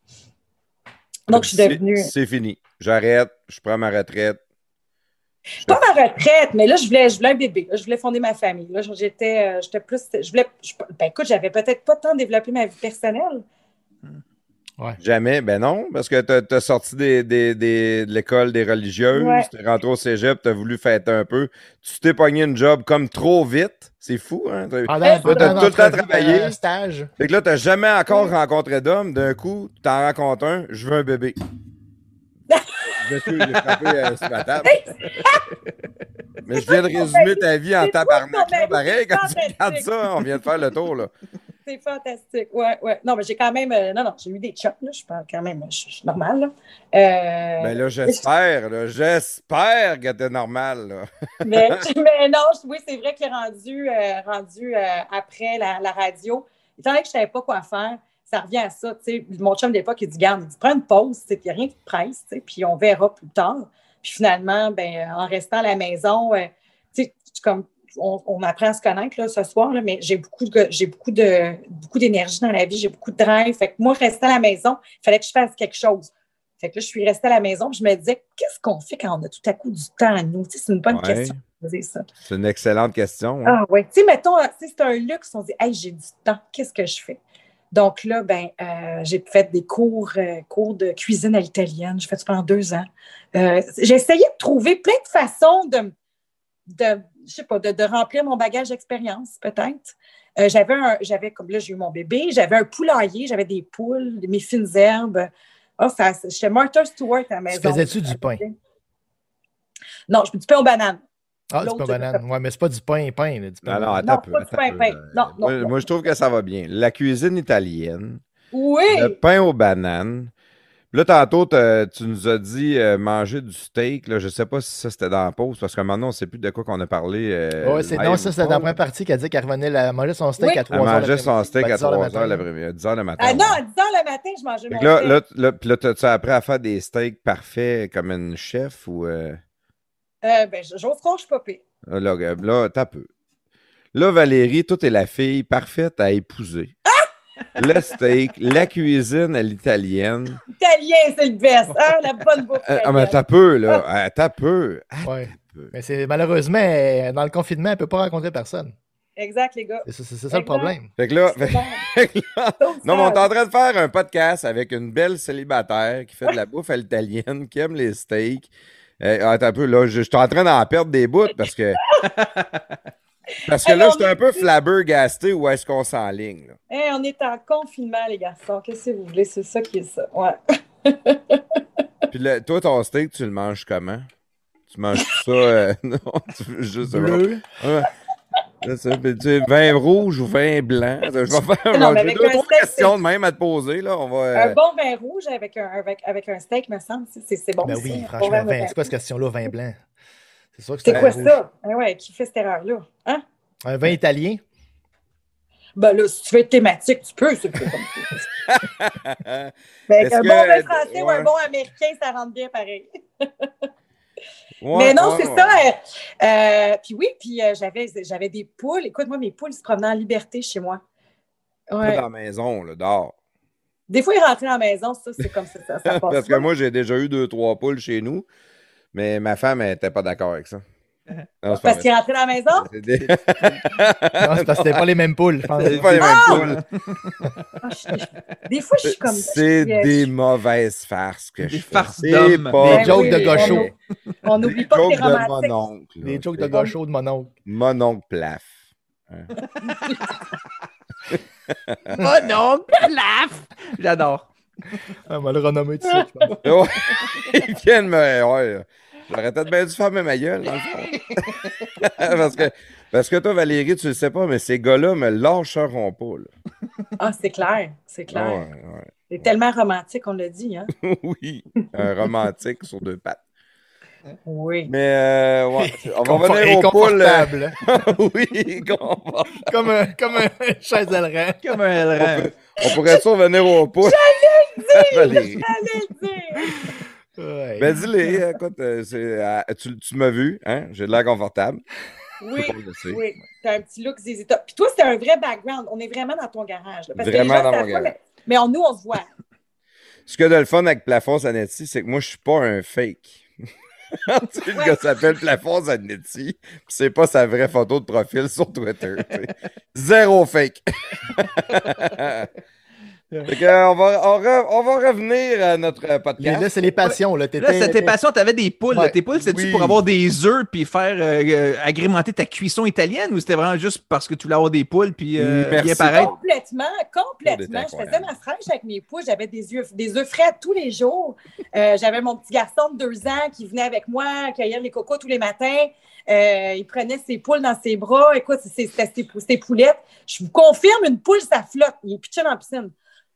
je suis devenue... C'est fini. J'arrête, je prends ma retraite. Pas ma retraite, mais là, je voulais un bébé. Là, je voulais fonder ma famille. Là, j'étais plus... écoute, j'avais peut-être pas tant développé ma vie personnelle. Ouais. Jamais, ben non, parce que t'as sorti de l'école des religieuses, t'es rentré au cégep, t'as voulu fêter un peu, tu t'es pogné une job comme trop vite, c'est fou, hein? T'as tout le temps travaillé, stage. Fait que là, t'as jamais encore rencontré d'homme, d'un coup, t'en rencontres un, je veux un bébé. J'ai frappé sur la table. Mais je viens de résumer ta vie en tabarnak, là, pareil, quand tu regardes ça, on vient de faire le tour, là. C'est fantastique, ouais. Non, mais j'ai quand même... j'ai eu des chocs, là. Je parle quand même... Je suis normale, là. Ben là, j'espère que t'es normale, là. mais non, oui, c'est vrai qu'il est rendu après la radio. Étant donné que je ne savais pas quoi faire, ça revient à ça, tu sais. Mon chum de l'époque, il dit, garde, prends une pause, il n'y a rien qui te presse, tu sais, puis on verra plus tard. Puis finalement, en restant à la maison, tu sais, comme... On apprend à se connaître là, ce soir, là, mais j'ai beaucoup d'énergie dans la vie, j'ai beaucoup de drive. Fait que moi, rester à la maison, il fallait que je fasse quelque chose. Fait que là, je suis restée à la maison, puis je me disais, qu'est-ce qu'on fait quand on a tout à coup du temps à nous? Tu sais, c'est une bonne question de poser ça. C'est une excellente question. Ah oui. Tu sais, mettons, c'est un luxe, on se dit, hey, j'ai du temps, qu'est-ce que je fais? Donc là, j'ai fait des cours de cuisine à l'italienne. J'ai fait ça pendant 2 ans. J'ai essayé de trouver plein de façons de je sais pas, de remplir mon bagage d'expérience, peut-être. J'avais, comme là, j'ai eu mon bébé, j'avais un poulailler, j'avais des poules, mes fines herbes. J'étais Martha Stewart à la maison. Faisais-tu du pain? Non, je fais du pain aux bananes. Ah, du pain aux bananes. Ouais, mais c'est pas du pain, là, du pain. Non, attends pas du pain. Non. Moi, je trouve que ça va bien. La cuisine italienne. Oui! Le pain aux bananes. Là, tantôt, tu nous as dit manger du steak. Là, je ne sais pas si ça, c'était dans la pause, parce que maintenant, on ne sait plus de quoi qu'on a parlé. Non, ça, c'était dans la première partie qu'elle dit qu'elle revenait manger son steak à 3 h. Elle mangeait son steak à 3 h l'après-midi, à 10 h le matin. Ah non, à 10 h le matin, je mangeais mon steak. Puis là, t'as-tu appris à faire des steaks parfaits comme une chef ou... J'ose croire que je suis pas pire. Là, t'as peu. Là, Valérie, toi, t'es la fille parfaite à épouser. Le steak, la cuisine à l'italienne. Italien, c'est le best, hein? La bonne bouffe. Mais t'as peu, là. T'as peu. Ouais. Mais malheureusement, dans le confinement, elle ne peut pas rencontrer personne. Exact, les gars. C'est ça le problème. Fait que là, non, mais on est en train de faire un podcast avec une belle célibataire qui fait de la bouffe à l'italienne, qui aime les steaks. Attends un peu, là, je suis en train d'en perdre des bouts parce que... Parce que là, je suis un peu flabbergasté où est-ce qu'on s'enligne. On est en confinement, les garçons. Qu'est-ce que vous voulez? C'est ça qui est ça. Ouais. Puis là, toi, ton steak, tu le manges comment? Tu manges ça? Non, juste bleu. Vin rouge ou vin blanc? Je vais faire j'ai 2-3 questions de même à te poser. Là. Un bon vin rouge avec un steak, me semble. C'est bon. Ben oui, franchement, c'est quoi cette question-là, vin blanc? C'est sûr que c'est quoi ça? Qui fait cette erreur-là? Hein? Un vin italien? Ben là, si tu veux être thématique, tu peux. C'est comme ça. Un bon vin français ou un bon américain, ça rentre bien pareil. Mais non, c'est ça. Puis j'avais des poules. Écoute, moi, mes poules se promenaient en liberté chez moi. Pas dans la maison, là, dehors. Des fois, ils rentraient dans la maison, ça, c'est comme ça passe. Parce que moi, j'ai déjà eu 2-3 poules chez nous. Mais ma femme, elle n'était pas d'accord avec ça. Non, parce qu'il est rentré dans la maison? Non, c'est parce que c'était pas les mêmes poules. C'est pas les mêmes poules. Des fois, je suis comme ça. C'est des mauvaises farces que je fais. Des farces d'hommes. Des jokes de gauchos. On n'oublie pas que t'es romantique. Des jokes de gauchos de mon oncle. Mon oncle plaf. Mon oncle plaf. J'adore. On va le renommer tout de suite, je pense. Ils viennent me... J'aurais peut-être bien dû fermer ma gueule, dans le fond. parce que toi, Valérie, tu le sais pas, mais ces gars-là me lâcheront pas. Là. Ah, c'est clair. C'est clair. Ouais. C'est tellement romantique, on l'a dit. Hein? Oui, un romantique sur 2 pattes. Oui. Mais ouais, on va venir aux poules. Confortable. Oui, comme un chaise à l'rang. Comme un LRAM. on pourrait revenir aux poules. J'allais le dire! Ouais. Ben dis-les, écoute, tu m'as vu, hein? J'ai de l'air confortable. Oui, Je sais. oui. T'as un petit look ZZ Top. Puis toi, c'est un vrai background. On est vraiment dans ton garage. Là, parce Vraiment que les gens dans mon savent pas, garage. mais nous, on se voit. Ce qu'il y a de le fun avec Plafond Zanetti, c'est que moi, je suis pas un fake. Tu sais, le gars s'appelle Plafond Zanetti, puis c'est pas sa vraie photo de profil sur Twitter. Tu sais. Zéro fake. Fait que, on va revenir à notre podcast. Là, c'est les passions. Là, Là, c'était passion, t'avais des poules. Ouais. Tes poules, c'était-tu Oui. pour avoir des œufs puis faire agrémenter ta cuisson italienne ou c'était vraiment juste parce que tu voulais avoir des poules puis Merci. bien paraître? Complètement. Je faisais ma fraîche avec mes poules. J'avais des œufs frais tous les jours. J'avais mon petit garçon de 2 ans qui venait avec moi cueillir les cocos tous les matins. Il prenait ses poules dans ses bras. Écoute, c'était ses poulettes. Je vous confirme, une poule, ça flotte. Il est pitché dans la piscine.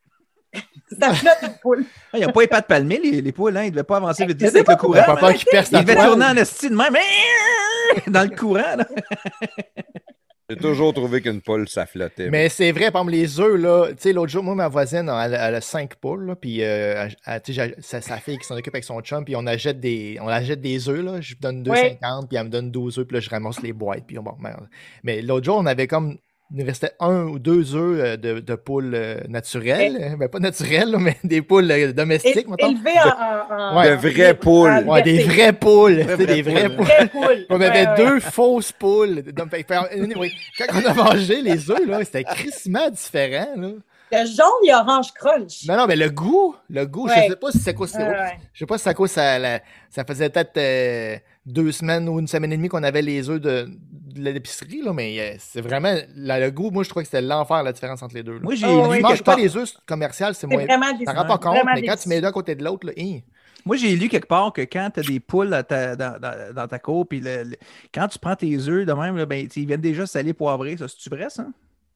Ça flotte, une poule. Il n'y a pas les pattes palmées, les poules. Hein? Ils ne devaient pas avancer vite Je vite sais avec pas le courant. Pas peur qu'il perce Ils la devaient toile. tourner en esti de même dans le courant. Là. J'ai toujours trouvé qu'une poule, ça flottait. Mais c'est vrai, par exemple, les œufs, là, tu sais, l'autre jour, moi, ma voisine, elle a 5 poules, là, puis tu sais, sa fille qui s'en occupe avec son chum, puis on achète des œufs, là, je lui donne 2,50, puis elle me donne 12 œufs, puis là, je ramasse les boîtes, puis bon, merde. Mais l'autre jour, on avait comme, il nous restait 1 ou 2 œufs de poules naturelles, mais pas naturelles, là, mais des poules domestiques, mettons. Élevées en Ouais. De vraies poules. Ouais, des vraies poules, tu sais, des vraies poules. vraies poules. On avait Ouais, 2 fausses poules. Donc, anyway, quand on a mangé les œufs, là, c'était crissement différent, là. Le jaune et orange crunch. Non, mais le goût, Ouais. je sais pas si c'est à cause, Ouais. je sais pas si c'est à cause ça faisait peut-être 2 semaines ou 1 semaine et demie qu'on avait les œufs de l'épicerie, là, mais c'est vraiment, le goût, moi, je trouvais que c'était l'enfer, la différence entre les deux. Là. Moi, j'ai Oh, lu oui. Tu manges quelque pas part... les œufs commerciaux, c'est C'est moins... vraiment Ça délicieux. rend pas compte, Vraiment mais quand tu délicieux. mets les deux à côté de l'autre, là, Moi, j'ai lu quelque part que quand tu as des poules dans ta cour, puis quand tu prends tes œufs de même, là, ben, ils viennent déjà salés poivrés. Ça, c'est-tu vrai, ça?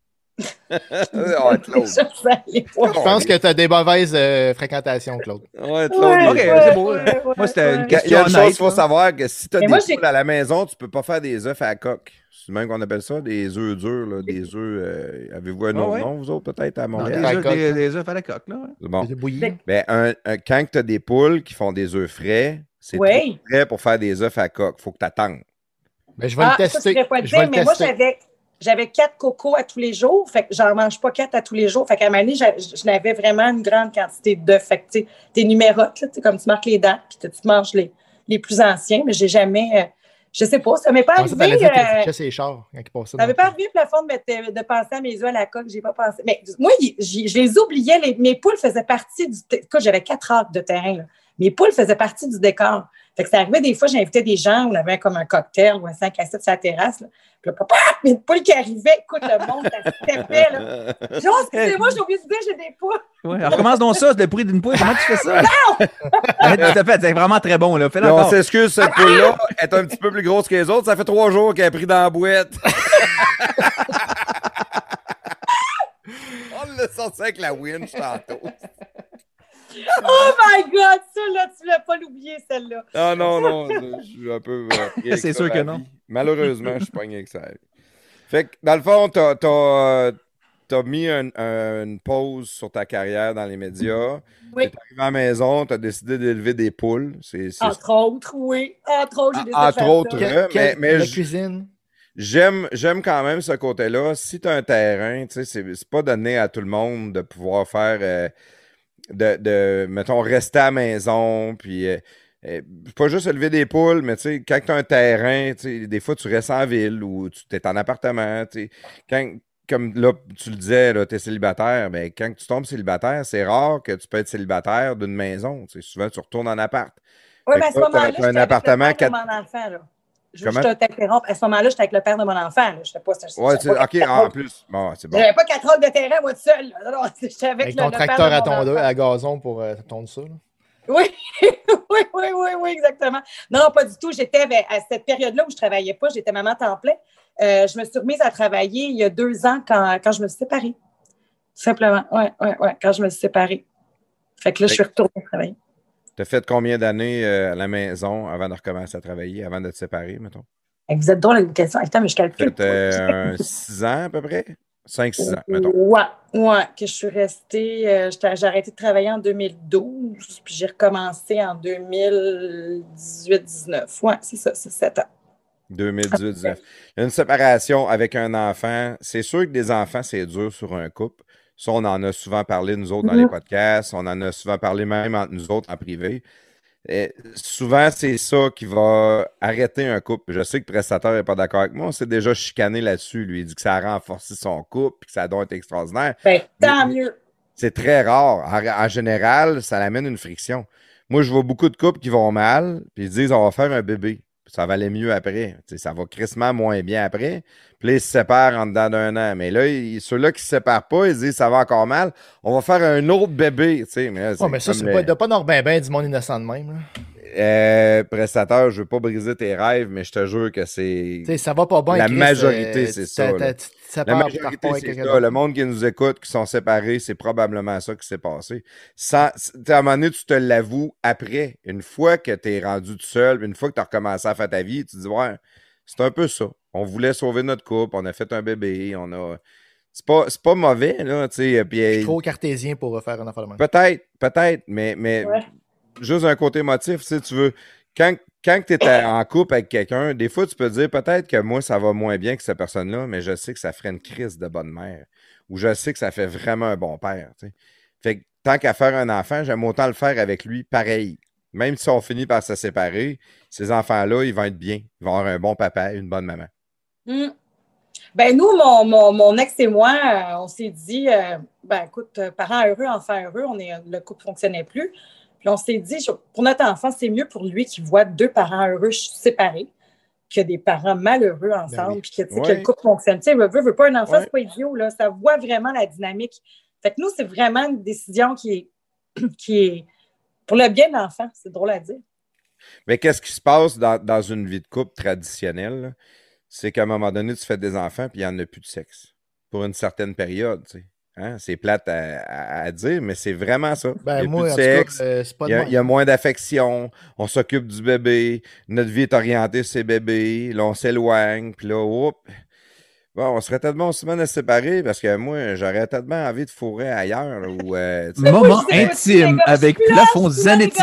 Ouais, Claude. je pense que tu as des mauvaises fréquentations, Claude. Ouais, Claude. Ouais, Ok, ouais, c'est beau. ouais, ouais, Moi, c'était une ouais. Il y question a une chose honnête. qu'il faut savoir, que si tu as Mais des moi, j'ai- poules à la maison, tu peux pas faire des œufs à la coque. C'est même qu'on appelle ça des œufs durs, là, des œufs... avez-vous un autre ouais. nom, vous autres, peut-être, à Non, Montréal? à la coque. des œufs à la coque, là. Ouais. C'est bon. C'est bouilli. Ben, quand tu as des poules qui font des œufs frais, c'est Oui. trop frais pour faire des œufs à coque. Faut que tu attendes. Ben, je vais le Ça, tester. je pourrais pas le Je vais dire, le mais moi, tester. j'avais 4 cocos à tous les jours. Fait que j'en mange pas 4 à tous les jours. Fait qu'à un moment donné, je n'avais vraiment une grande quantité d'œufs. Fait que, tu sais, t'es numérotes, là, comme tu marques les dents, puis tu manges les plus anciens, mais j'ai jamais... je sais pas, ça m'est pas Comment ça, t'allais arrivé... dire que tu touchais ses chars quand il passait ça m'avait dans pas arrivé, plafond, de penser à mes œufs à la coque. J'ai pas pensé. Mais moi, je les oubliais. Mes poules faisaient partie du... Écoute, j'avais 4 acres de terrain, là. Mes poules faisaient partie du décor. Fait que ça arrivait des fois, j'invitais des gens, on avait comme un cocktail ou un 5 à 7 sur la terrasse. Là. Puis là, papa, une poule qui arrivait, écoute, le monde, ça se tapait. Là. Genre, excusez-moi, j'ai oublié de dire, j'ai des poules. Ouais, alors recommence donc ça, le prix d'une poule. Comment tu fais ça? Non! Tout à fait, c'est vraiment très bon. Là. Fais-le Là, on encore. s'excuse, cette poule-là est un petit peu plus grosse que les autres. Ça fait 3 jours qu'elle est prise dans la boîte. On l'a sorti avec la winch tantôt. Oh my God, ça, là, tu ne voulais pas l'oublier, celle-là. Ah non, je suis un peu... pris avec C'est ça sûr dans que la non. vie. Malheureusement, je suis pogné avec ça. Fait que, dans le fond, t'as mis une pause sur ta carrière dans les médias. Oui. T'es arrivé à la maison, t'as décidé d'élever des poules. C'est Entre autres, oui. Entre autres, j'ai décidé de entre faire autres, ça. mais la cuisine. j'aime quand même ce côté-là. Si tu as un terrain, tu sais, c'est pas donné à tout le monde de pouvoir faire, mettons, rester à la maison, puis pas juste élever des poules, mais tu sais, quand tu as un terrain, tu sais, des fois, tu restes en ville ou tu es en appartement, tu sais. Comme là, tu le disais, tu es célibataire, mais quand tu tombes célibataire, c'est rare que tu peux être célibataire d'une maison. Tu sais, souvent, tu retournes en appart. Oui, Fait mais à que ce là, moment-là, t'as j'étais un avec appartement le père de mon enfant, là. Comment? Je t'interromps. À ce moment-là, j'étais avec le père de mon enfant. Là. J'étais pas... Ouais, j'avais pas OK, 4 en plus. Bon, c'est bon. J'avais pas 4 acres de terrain, moi, tout seul. Là. Non, j'étais avec, Avec ton le père tracteur de à mon tondeuse, enfant. à gazon pour tondre ça. Là. Oui, oui, exactement. Non, pas du tout. J'étais à cette période-là où je ne travaillais pas, j'étais maman temps plein. Je me suis remise à travailler il y a 2 ans quand je me suis séparée. Tout simplement. Oui, quand je me suis séparée. Fait que là, je suis retournée travailler. Tu as fait combien d'années à la maison avant de recommencer à travailler, avant de te séparer, mettons? Vous êtes drôle à une question. Attends, mais je calcule. Peut-être 6 ans à peu près? 5-6 ans, mettons. Ouais, que je suis restée. J'ai arrêté de travailler en 2012, puis j'ai recommencé en 2018-19. Ouais, c'est ça, c'est 7 ans. 2018-19. Une séparation avec un enfant, c'est sûr que des enfants, c'est dur sur un couple. Ça, on en a souvent parlé, nous autres, dans les podcasts. On en a souvent parlé même entre nous autres en privé. Et souvent, c'est ça qui va arrêter un couple. Je sais que le prestataire n'est pas d'accord avec moi. On s'est déjà chicané là-dessus. Lui, il dit que ça a renforcé son couple et que ça doit être extraordinaire. Ben, tant mieux. C'est très rare. En général, ça amène une friction. Moi, je vois beaucoup de couples qui vont mal puis ils disent on va faire un bébé. Ça va aller mieux après. T'sais, ça va crissement moins bien après. Puis là, ils se séparent en dedans d'un an. Mais là, ceux-là qui ne se séparent pas, ils disent ça va encore mal. On va faire un autre bébé. Mais, là, mais ça, c'est pas non ben du monde innocent de même. Là. Prestataire, je veux pas briser tes rêves, mais je te jure que c'est. T'sais, ça va pas bien. La majorité, c'est ça. La majorité, c'est ça. Le monde qui nous écoute, qui sont séparés, c'est probablement ça qui s'est passé. À un moment donné, tu te l'avoues après. Une fois que tu es rendu tout seul, une fois que tu as recommencé à faire ta vie, tu te dis ouais, c'est un peu ça. On voulait sauver notre couple, on a fait un bébé, on a. C'est pas mauvais, là, tu sais. Je suis trop cartésien pour faire un affaire de même. Peut-être, mais ouais. Juste un côté motif, tu sais, tu veux. Quand tu es en couple avec quelqu'un, des fois, tu peux dire peut-être que moi, ça va moins bien que cette personne-là, mais je sais que ça ferait une crise de bonne mère. Ou je sais que ça fait vraiment un bon père. Tu sais. Fait que tant qu'à faire un enfant, j'aime autant le faire avec lui pareil. Même si on finit par se séparer, ces enfants-là, ils vont être bien. Ils vont avoir un bon papa et une bonne maman. Ben nous, mon ex et moi, on s'est dit, écoute, parents heureux, enfants heureux, le couple ne fonctionnait plus. Puis on s'est dit, pour notre enfant, c'est mieux pour lui qu'il voit 2 parents heureux séparés que des parents malheureux ensemble, puis que le couple fonctionne. Tu sais, veut pas un enfant, c'est pas idiot, là. Ça voit vraiment la dynamique. Fait que nous, c'est vraiment une décision qui est pour le bien de l'enfant. C'est drôle à dire. Mais qu'est-ce qui se passe dans une vie de couple traditionnelle, là? C'est qu'à un moment donné, tu fais des enfants, puis il n'y en a plus de sexe. Pour une certaine période, tu sais. Hein? C'est plate à dire, mais c'est vraiment ça. Ben, il y a moi, plus de sexe, c'est pas il y a moins d'affection, on s'occupe du bébé, notre vie est orientée sur ses bébés, là, on s'éloigne, puis là, bon, on serait tellement aussi mal à se séparer parce que moi, j'aurais tellement envie de fourrer ailleurs. Là, où, moment intime avec Plafond Zanetti.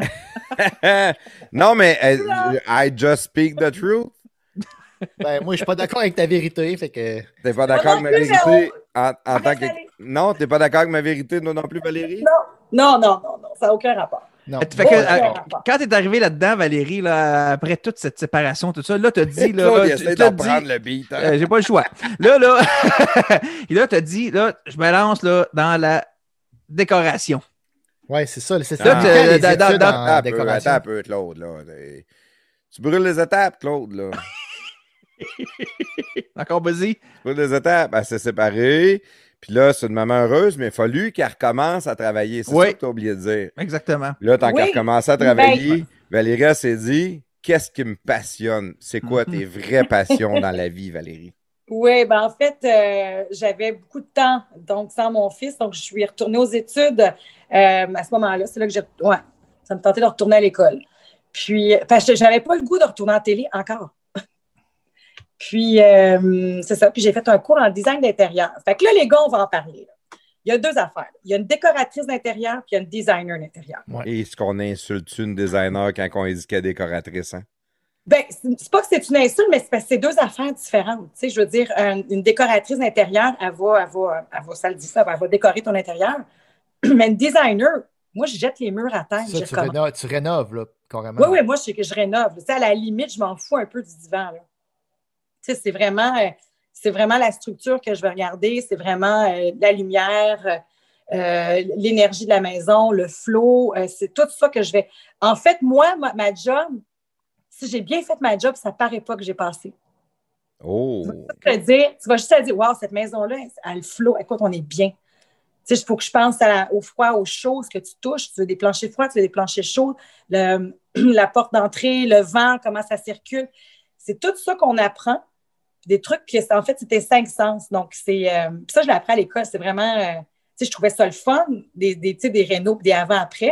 Non, mais I just speak the truth. Ben, moi, je suis pas d'accord avec ta vérité, fait que... T'es pas d'accord avec ma vérité en tant que... Non, t'es pas d'accord avec ma vérité, non plus, Valérie? Non, ça n'a aucun rapport. Non. Fait que, quand t'es arrivé là-dedans, Valérie, là, après toute cette séparation, tout ça, là, t'as dit... Là, essaie d'en prendre le beat. Hein? J'ai pas le choix. Là, et là, t'as dit, là, je me lance là, dans la décoration. Ouais, c'est ça. C'est ça. Attends un peu, Claude. Là. Tu brûles les étapes, Claude, là. Encore busy. Tu brûles les étapes. Elle s'est séparée. Puis là, c'est une maman heureuse, mais il a fallu qu'elle recommence à travailler. C'est ça que tu as oublié de dire. Exactement. Là, tant qu'elle recommence à travailler, Valérie s'est dit, qu'est-ce qui me passionne? C'est quoi tes vraies passions dans la vie, Valérie? Oui, en fait, j'avais beaucoup de temps, donc sans mon fils. Donc, je suis retournée aux études à ce moment-là. C'est là que ça me tentait de retourner à l'école. Puis, je n'avais pas le goût de retourner en télé encore. Puis, c'est ça. Puis, j'ai fait un cours en design d'intérieur. Fait que là, les gars, on va en parler. Là. Il y a 2 affaires. Il y a une décoratrice d'intérieur puis il y a une designer d'intérieur. Ouais. Et est-ce qu'on insulte une designer quand on dit qu'elle est décoratrice, hein? Ben, c'est pas que c'est une insulte, mais c'est 2 affaires différentes. Tu sais, je veux dire, une décoratrice d'intérieur, elle va décorer ton intérieur. Mais une designer, moi, je jette les murs à terre. Ça, tu rénoves, là, carrément. Oui, moi, je rénove. Tu sais, à la limite, je m'en fous un peu du divan, là. Tu sais, c'est vraiment la structure que je veux regarder. C'est vraiment la lumière, l'énergie de la maison, le flow. C'est tout ça que je vais... En fait, moi, ma job... Si j'ai bien fait ma job, ça ne paraît pas que j'ai passé. Oh! Tu vas juste te dire, wow, cette maison-là, elle a le flow. Écoute, on est bien. Tu sais, il faut que je pense au froid, au chaud, ce que tu touches. Tu veux des planchers froids, tu veux des planchers chauds, la porte d'entrée, le vent, comment ça circule. C'est tout ça qu'on apprend. Des trucs, puis en fait, c'était 5 sens. Donc, ça, je l'ai appris à l'école. C'est vraiment, tu sais, je trouvais ça le fun, des rénaux, des avant-après.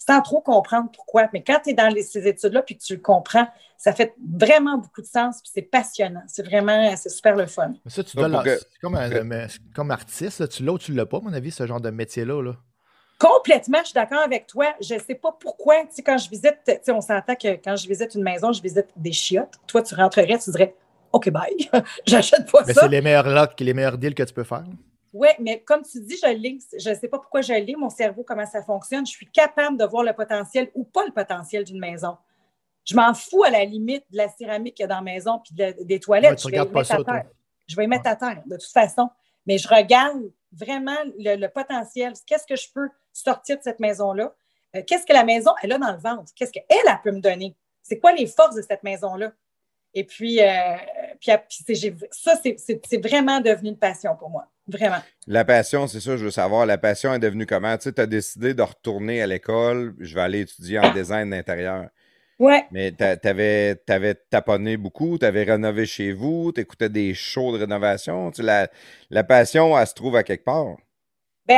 sans trop comprendre pourquoi. Mais quand tu es dans ces études-là puis que tu le comprends, ça fait vraiment beaucoup de sens puis c'est passionnant. C'est super le fun. Mais ça, c'est comme artiste, là, tu l'as ou tu ne l'as pas, à mon avis, ce genre de métier-là. Là. Complètement, je suis d'accord avec toi. Je ne sais pas pourquoi. Tu sais, quand je visite, tu sais, on s'entend que quand je visite une maison, je visite des chiottes. Toi, tu rentrerais, tu dirais OK, bye. J'achète pas Mais ça. c'est les meilleurs locks, les meilleurs deals que tu peux faire. Oui, mais comme tu dis, je l'ai. Je ne sais pas pourquoi je l'ai, mon cerveau, comment ça fonctionne. Je suis capable de voir le potentiel ou pas le potentiel d'une maison. Je m'en fous à la limite de la céramique qu'il y a dans la maison puis des toilettes. Ouais, tu regardes pas ça, toi. Je vais y mettre à terre, de toute façon. Mais je regarde vraiment le potentiel. Qu'est-ce que je peux sortir de cette maison-là? Qu'est-ce que la maison, elle a dans le ventre? Qu'est-ce qu'elle, elle peut me donner? C'est quoi les forces de cette maison-là? Et puis, ça, c'est vraiment devenu une passion pour moi. Vraiment. La passion, c'est ça, je veux savoir. La passion est devenue comment? Tu sais, tu as décidé de retourner à l'école. Je vais aller étudier en design d'intérieur. Ouais. Mais t'avais taponné beaucoup, t'avais rénové chez vous, t'écoutais des shows de rénovation. Tu sais, la passion, elle se trouve à quelque part. Bien,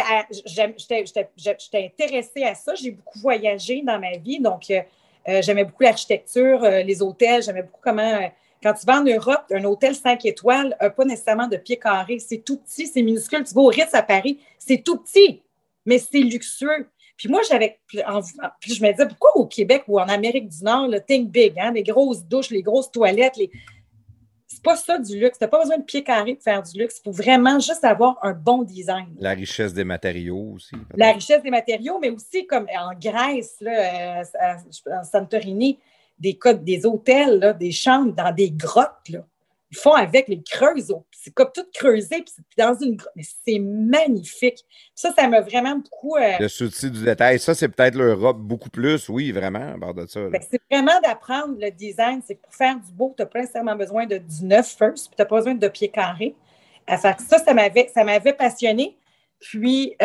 j'étais intéressée à ça. J'ai beaucoup voyagé dans ma vie. Donc, j'aimais beaucoup l'architecture, les hôtels. J'aimais beaucoup comment... quand tu vas en Europe, un hôtel 5 étoiles n'a pas nécessairement de pieds carrés. C'est tout petit, c'est minuscule. Tu vas au Ritz à Paris, c'est tout petit, mais c'est luxueux. Puis moi, puis je me disais, pourquoi au Québec ou en Amérique du Nord, le think big, hein, les grosses douches, les grosses toilettes, c'est pas ça du luxe. Tu n'as pas besoin de pieds carrés pour faire du luxe. Il faut vraiment juste avoir un bon design. La richesse des matériaux aussi. Peut-être. La richesse des matériaux, mais aussi comme en Grèce, là, en Santorini, des hôtels, là, des chambres dans des grottes. Là. Ils font avec les creuses. C'est comme tout creusé, puis c'est dans une grotte. Mais c'est magnifique. Ça m'a vraiment beaucoup... Le souci du détail. Ça, c'est peut-être l'Europe beaucoup plus, oui, vraiment, à part de ça. C'est vraiment d'apprendre le design. C'est que pour faire du beau, tu n'as pas nécessairement besoin du neuf first, puis tu n'as pas besoin de pieds carrés. Ça m'avait passionnée. Puis,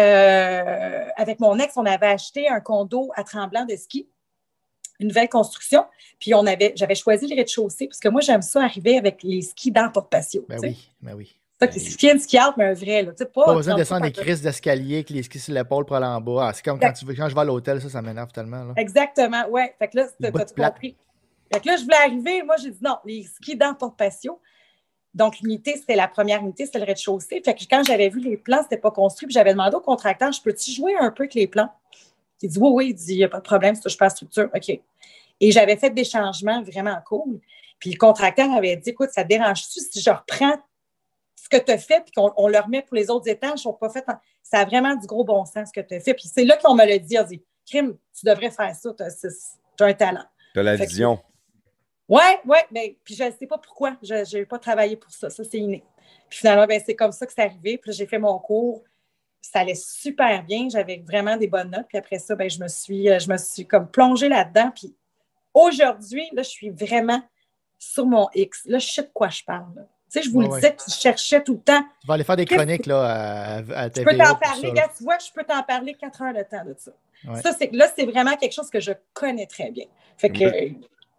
avec mon ex, on avait acheté un condo à Tremblant de ski. Une nouvelle construction. Puis j'avais choisi le rez-de-chaussée parce que moi, j'aime ça arriver avec les skis dans le porte-patio. Ben oui. Ça, c'est ski and ski out, mais un vrai. Là. Pas besoin de descendre des crises d'escalier avec les skis sur l'épaule pour aller en bas. Ah, c'est comme quand je vais à l'hôtel, ça m'énerve tellement. Là. Exactement, oui. Fait que là, t'as-tu compris? Fait que là, je voulais arriver. Moi, j'ai dit non, les skis dans le porte-patio. Donc, l'unité, c'était la première unité, c'était le rez-de-chaussée. Fait que quand j'avais vu les plans, c'était pas construit. Puis j'avais demandé au contracteur, je peux-tu jouer un peu avec les plans? Il dit oui, il dit, il n'y a pas de problème, c'est pas la structure. OK. Et j'avais fait des changements vraiment cool. Puis le contracteur avait dit, écoute, ça te dérange-tu si je reprends ce que tu as fait puis qu'on le remet pour les autres étages? Sont pas fait ça a vraiment du gros bon sens ce que tu as fait. Puis c'est là qu'on me l'a dit. On dit, Crime, tu devrais faire ça. Tu as un talent. Tu as la vision. Oui, mais puis je ne sais pas pourquoi. Je n'ai pas travaillé pour ça. Ça, c'est inné. Puis finalement, c'est comme ça que c'est arrivé. Puis là, j'ai fait mon cours. Ça allait super bien. J'avais vraiment des bonnes notes. Puis après ça, je me suis comme plongée là-dedans. Puis aujourd'hui, là, je suis vraiment sur mon X. Là, je sais de quoi je parle. Tu sais, je vous le disais, tu cherchais tout le temps. Tu vas aller faire des chroniques là, à Je peux t'en parler, gars, tu vois, je peux t'en parler 4 heures de temps de ça. Ouais. Ça, c'est vraiment quelque chose que je connais très bien. Fait que...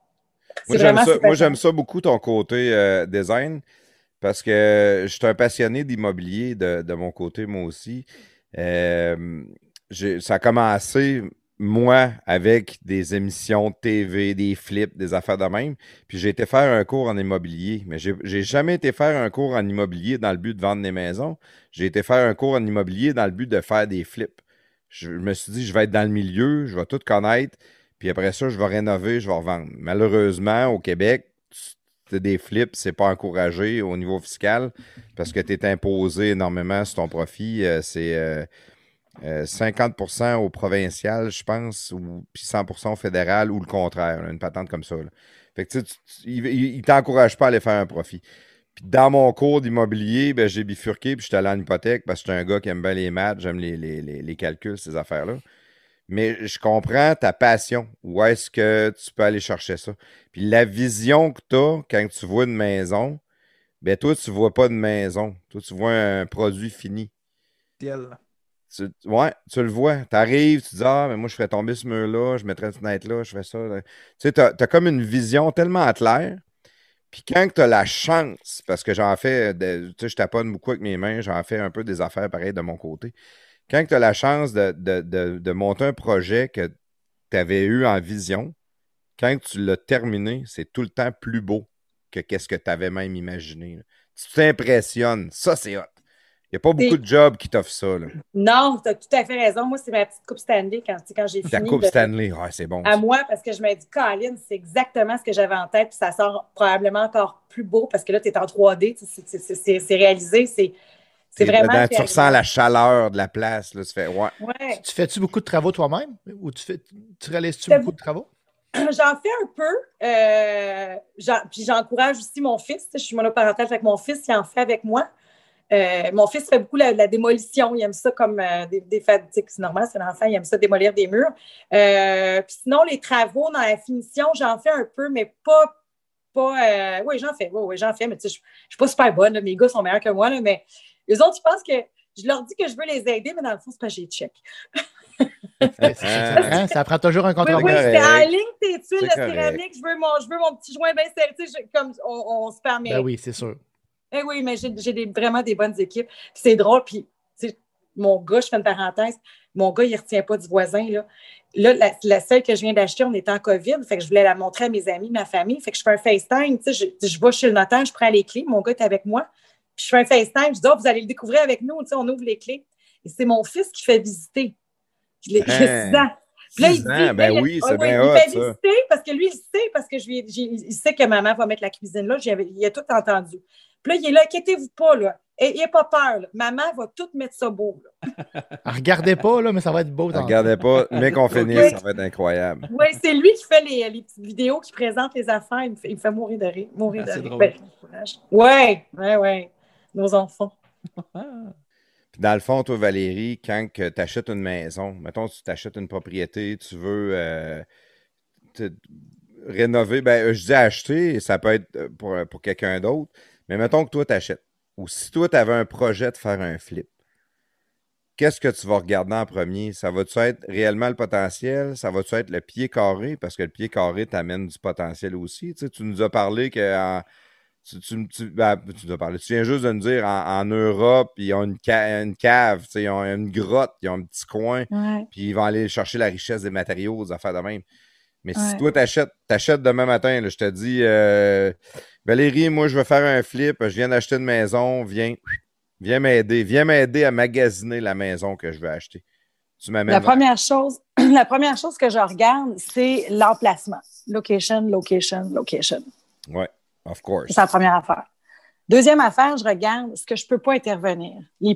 Moi, j'aime ça beaucoup, ton côté design. Parce que je suis un passionné d'immobilier de mon côté, moi aussi. Ça a commencé, moi, avec des émissions de TV, des flips, des affaires de même. Puis j'ai été faire un cours en immobilier. Mais j'ai jamais été faire un cours en immobilier dans le but de vendre des maisons. J'ai été faire un cours en immobilier dans le but de faire des flips. Je me suis dit, je vais être dans le milieu, je vais tout connaître. Puis après ça, je vais rénover, je vais revendre. Malheureusement, au Québec, des flips, c'est pas encouragé au niveau fiscal parce que tu es imposé énormément sur ton profit. C'est 50% au provincial, je pense, puis 100% au fédéral ou le contraire, une patente comme ça. Là. Fait que il t'encourage pas à aller faire un profit. Puis dans mon cours d'immobilier, j'ai bifurqué puis j'étais allé en hypothèque parce que j'étais un gars qui aime bien les maths, j'aime les calculs, ces affaires-là. Mais je comprends ta passion. Où est-ce que tu peux aller chercher ça? Puis la vision que tu as quand tu vois une maison, toi, tu ne vois pas de maison. Toi, tu vois un produit fini. Tu le vois. Tu arrives, tu dis, mais moi, je ferais tomber ce mur-là, je mettrais une fenêtre là, je fais ça. Tu sais, tu as comme une vision tellement claire. Puis quand tu as la chance, parce que j'en fais, tu sais, je taponne beaucoup avec mes mains, j'en fais un peu des affaires pareilles de mon côté. Quand tu as la chance de monter un projet que tu avais eu en vision, quand tu l'as terminé, c'est tout le temps plus beau que qu'est-ce que tu avais même imaginé. Là. Tu t'impressionnes. Ça, c'est hot. Il n'y a pas beaucoup de jobs qui t'offrent ça. Là. Non, tu as tout à fait raison. Moi, c'est ma petite coupe Stanley quand j'ai fini. Ta coupe Stanley, c'est bon. À moi, parce que je me dis, Colin, c'est exactement ce que j'avais en tête, puis ça sort probablement encore plus beau parce que là, tu es en 3D, c'est réalisé, c'est vraiment. Dedans, tu ressens la chaleur de la place. Là, tu fais, ouais. Tu fais-tu beaucoup de travaux toi-même ou tu réalises-tu beaucoup de travaux? J'en fais un peu. Puis j'encourage aussi mon fils. Je suis monoparentale avec mon fils, il en fait avec moi. Mon fils fait beaucoup la démolition. Il aime ça comme c'est normal, c'est un enfant, il aime ça démolir des murs. Puis sinon, les travaux dans la finition, j'en fais un peu, mais pas oui, j'en fais. Oui, j'en fais, mais tu sais, je ne suis pas super bonne. Là. Mes gars sont meilleurs que moi, là, mais les autres, je pense que je leur dis que je veux les aider, mais dans le fond, c'est parce que j'ai check. Ça prend toujours un contrôle. Oui, c'est en ligne tes tuiles de céramique. Je veux mon petit joint bien serré. Comme on se permet. Ben oui, c'est sûr. Eh oui, mais j'ai vraiment des bonnes équipes. Puis c'est drôle. Puis, mon gars, je fais une parenthèse, mon gars, il ne retient pas du voisin. Là, la seule que je viens d'acheter, on était en COVID. Fait que je voulais la montrer à mes amis, ma famille. Fait que je fais un FaceTime. Je vais chez le notaire, je prends les clés. Mon gars est avec moi. Puis je fais un FaceTime. Je dis, vous allez le découvrir avec nous. On ouvre les clés. Et c'est mon fils qui fait visiter. Il a 6 ans. Puis là, il dit, oui, c'est bien hot, il fait ça. visiter parce que lui, il sait, parce que il sait que maman va mettre la cuisine là. Il a tout entendu. Puis là, il est là, inquiétez-vous pas, là. Il n'a pas peur, là. Maman va tout mettre ça beau, là. Regardez pas, là, mais ça va être beau. Regardez pas, mais qu'on finisse, ça va être incroyable. Oui, c'est lui qui fait les petites vidéos, qui présente les affaires. Il me fait mourir de rire. C'est drôle. Oui. Nos enfants. Puis dans le fond, toi, Valérie, quand tu achètes une maison, mettons, tu t'achètes une propriété, tu veux rénover, je dis acheter, ça peut être pour quelqu'un d'autre, mais mettons que toi, tu achètes. Ou si toi, tu avais un projet de faire un flip, qu'est-ce que tu vas regarder en premier? Ça va-tu être réellement le potentiel? Ça va-tu être le pied carré? Parce que le pied carré t'amène du potentiel aussi. Tu sais, tu nous as parlé que... Tu viens juste de nous dire en Europe, ils ont une cave, ils ont une grotte, ils ont un petit coin, puis ils vont aller chercher la richesse des matériaux, des affaires de même. Mais si toi, t'achètes demain matin, là, je te dis, Valérie, moi, je veux faire un flip, je viens d'acheter une maison, viens m'aider à magasiner la maison que je veux acheter. Tu m'amènes. La première chose que je regarde, c'est l'emplacement. Location. Oui. Of course. C'est la première affaire. Deuxième affaire, je regarde ce que je ne peux pas intervenir.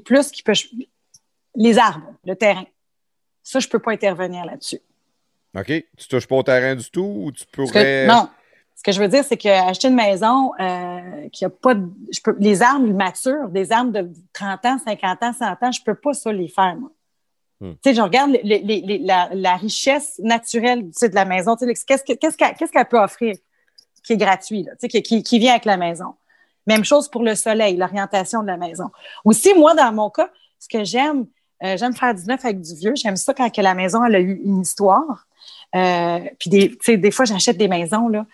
Les arbres, le terrain. Ça, je ne peux pas intervenir là-dessus. OK. Tu touches pas au terrain du tout ou tu pourrais... Non. Ce que je veux dire, c'est qu'acheter une maison qui n'a pas de... les arbres matures, des arbres de 30 ans, 50 ans, 100 ans, je ne peux pas ça les faire, moi. Tu sais, je regarde la richesse naturelle de la maison. Qu'est-ce qu'elle peut offrir? Qui est gratuit, là, qui vient avec la maison. Même chose pour le soleil, l'orientation de la maison. Aussi, moi, dans mon cas, ce que j'aime faire du neuf avec du vieux. J'aime ça quand que la maison elle a eu une histoire. Puis des fois, j'achète des maisons, là.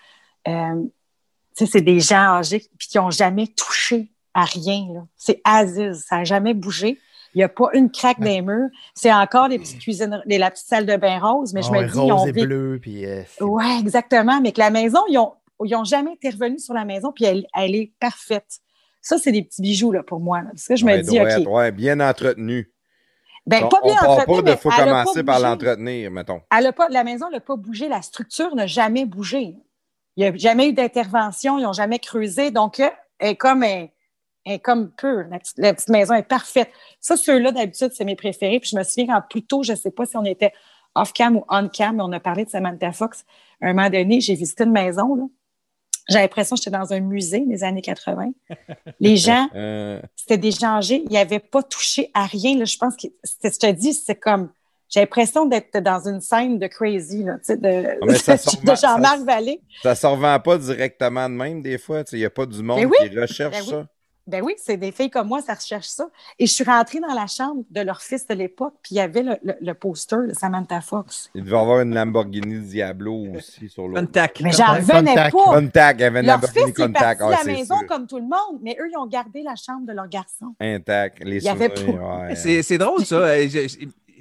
C'est des gens âgés puis qui n'ont jamais touché à rien. Là. C'est Aziz, ça n'a jamais bougé. Il n'y a pas une craque dans les murs. C'est encore des petites cuisines, la petite salle de bain rose, mais je me dis... Rose et bleu, puis... Oui, exactement. Mais que la maison, ils n'ont jamais intervenu sur la maison, puis elle est parfaite. Ça, c'est des petits bijoux là, pour moi. Là. Parce que je me dis, OK. Oui, bien entretenu. Ben, pas bien entretenu, mais il faut commencer par l'entretenir, mettons. La maison n'a pas bougé. La structure n'a jamais bougé. Il n'y a jamais eu d'intervention. Ils n'ont jamais creusé. Donc, elle est comme pure. La petite maison est parfaite. Ça, ceux-là, d'habitude, c'est mes préférés. Puis je me souviens quand plus tôt, je ne sais pas si on était off-cam ou on-cam, mais on a parlé de Samantha Fox. À un moment donné, j'ai visité une maison, là. J'avais l'impression que j'étais dans un musée des années 80. Les gens, c'était des gens âgés. Ils n'avaient pas touché à rien. Là. Je pense que, je te dis, c'est comme... J'ai l'impression d'être dans une scène de Crazy, là, de Jean-Marc Vallée. Ça ne se revend pas directement de même, des fois. Il n'y a pas du monde qui recherche ça. Ben oui, c'est des filles comme moi, ça recherche ça. Et je suis rentrée dans la chambre de leur fils de l'époque, puis il y avait le poster de Samantha Fox. Il devait avoir une Lamborghini Diablo aussi sur l'autre. Contact. Mais j'en revenais pas. Contact, il y avait une Lamborghini Contact. Leur fils est parti de la maison sûr. comme tout le monde, mais eux, ils ont gardé la chambre de leur garçon. Intact, les il y avait souvenirs. C'est drôle, ça.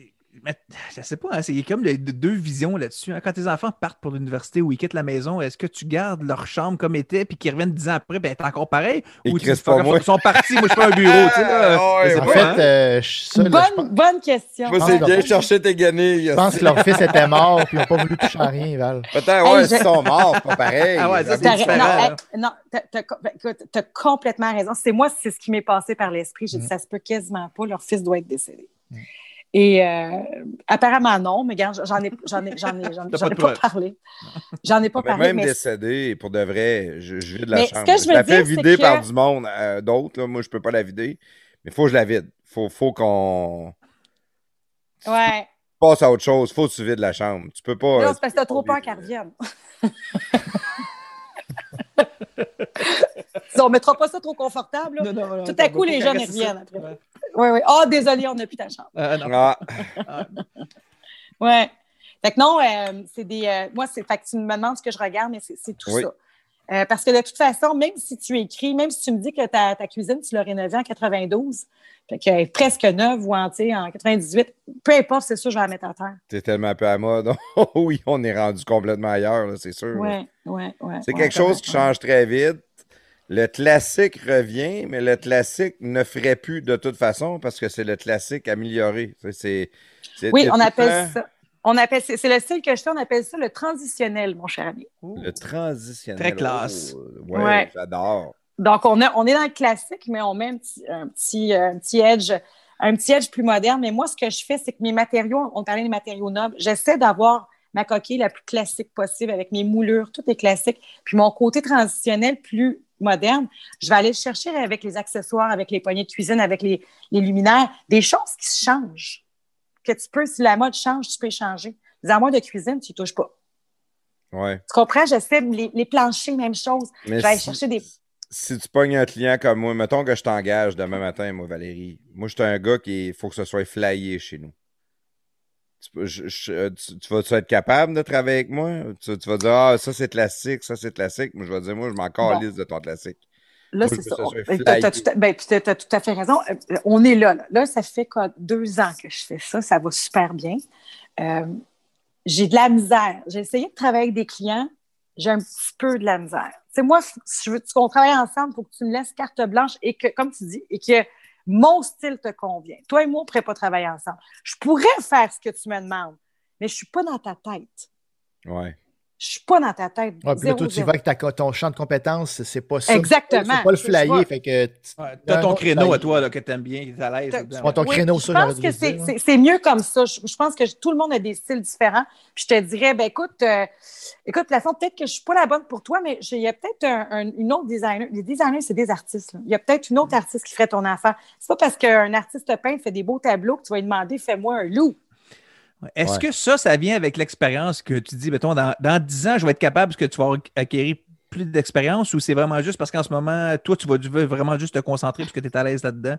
Mais, je sais pas, hein, il y a comme deux visions là-dessus. Hein. Quand tes enfants partent pour l'université ou ils quittent la maison, est-ce que tu gardes leur chambre comme était puis qu'ils reviennent 10 ans après, ben t'es encore pareil? Ils Ou tu crissent pas moi. ils sont partis, moi je fais un bureau, tu sais, là. Ah, ouais, Je sais En pas, hein. fait, ça, là, Bonne question. Moi, c'est bien chercher tes guenilles. je pense que leur fils était mort puis ils n'ont pas voulu toucher à rien, Val. Peut-être, ouais, Hey, s'ils sont morts, c'est pas pareil. Ah ouais, ça, c'est T'as- différent, non, là. non, t'as complètement raison. C'est ce qui m'est passé par l'esprit. J'ai dit, ça se peut quasiment pas. Leur fils doit être décédé. Et apparemment non, mais regarde, j'en ai pas parlé. J'en ai pas Mais parlé. même Mais décédé, pour de vrai, je vide la Mais ce chambre. que je veux la fais dire, c'est vider que- par du monde d'autres. Là. Moi, je peux pas la vider. Mais il faut que je la vide. Faut qu'on ouais. passe à autre chose. Faut que tu vides la chambre. Tu peux pas. Non, c'est parce que t'as trop peur qu'elle revienne. On mettra pas ça trop confortable. Là. Non, Tout à coup, les jeunes ils reviennent après. Oui, oui. Ah, désolé, on n'a plus ta chambre. Non. Ah, Ouais. Fait que non, c'est des. Moi, c'est. Fait que tu me demandes ce que je regarde, mais c'est tout Oui. ça. Parce que de toute façon, même si tu écris, même si tu me dis que ta cuisine, tu l'as rénovée en 92, fait qu'elle est presque neuve ou en 98, peu importe, c'est sûr, je vais la mettre à terre. t'es tellement peu à mode. Oui, on est rendu complètement ailleurs, là, c'est sûr. Oui. C'est quelque chose qui change très vite. Le classique revient, mais le classique ne ferait plus de toute façon parce que c'est le classique amélioré. Oui, on appelle ça. C'est le style que je fais, on appelle ça le transitionnel, mon cher ami. Le transitionnel. Très classe. Oh, ouais, Ouais. j'adore. Donc, on est dans le classique, mais on met un petit edge plus moderne. Mais moi, ce que je fais, c'est que mes matériaux, on parlait des matériaux nobles, j'essaie d'avoir ma coquille la plus classique possible avec mes moulures, tout est classique. Puis mon côté transitionnel plus moderne, je vais aller le chercher avec les accessoires, avec les poignées de cuisine, avec les luminaires, des choses qui se changent. Que tu peux, si la mode change, tu peux changer. Les armoires de cuisine, tu ne touches pas. Ouais. Tu comprends? J'essaie les planchers, même chose. Mais je vais aller chercher des... Si tu pognes un client comme moi, mettons que je t'engage demain matin, moi, Valérie. Moi, je suis un gars il faut que ce soit flyé chez nous. Tu vas-tu être capable de travailler avec moi? Tu vas dire, ah, ça c'est classique, ça c'est classique. Moi, je vais dire, moi, je m'en calisse de ton classique. Là, Moi, c'est je veux ça. que ce soit Tu flyé. as tout à fait raison. On est là. Là, ça fait 2 ans que je fais ça. Ça va super bien. J'ai de la misère. J'ai essayé de travailler avec des clients. J'ai un petit peu de la misère. Tu sais, moi, si je veux qu'on travaille ensemble, il faut que tu me laisses carte blanche et que, comme tu dis, et que mon style te convient. Toi et moi, on ne pourrait pas travailler ensemble. Je pourrais faire ce que tu me demandes, mais je ne suis pas dans ta tête. Ouais. Je ne suis pas dans ta tête. Ouais, puis là, toi, tu vas avec ton champ de compétences, c'est pas ça. Exactement. C'est pas le flyer. Fait que T'as ton créneau à toi là, que t'aimes bien, qui est à l'aise. ton créneau, je ça, pense j'aurais que dû le dire. c'est mieux comme ça. Je pense que tout le monde a des styles différents. Puis je te dirais, ben écoute, de toute façon, peut-être que je ne suis pas la bonne pour toi, mais il y a peut-être une autre designer. Les designers, c'est des artistes. Là. Il y a peut-être une autre artiste qui ferait ton affaire. C'est pas parce qu'un artiste peintre fait des beaux tableaux que tu vas lui demander, fais-moi un loup. Est-ce que ça vient avec l'expérience que tu dis, mettons, dans 10 ans, je vais être capable parce que tu vas acquérir plus d'expérience ou c'est vraiment juste parce qu'en ce moment, toi, tu veux vraiment juste te concentrer parce que tu es à l'aise là-dedans?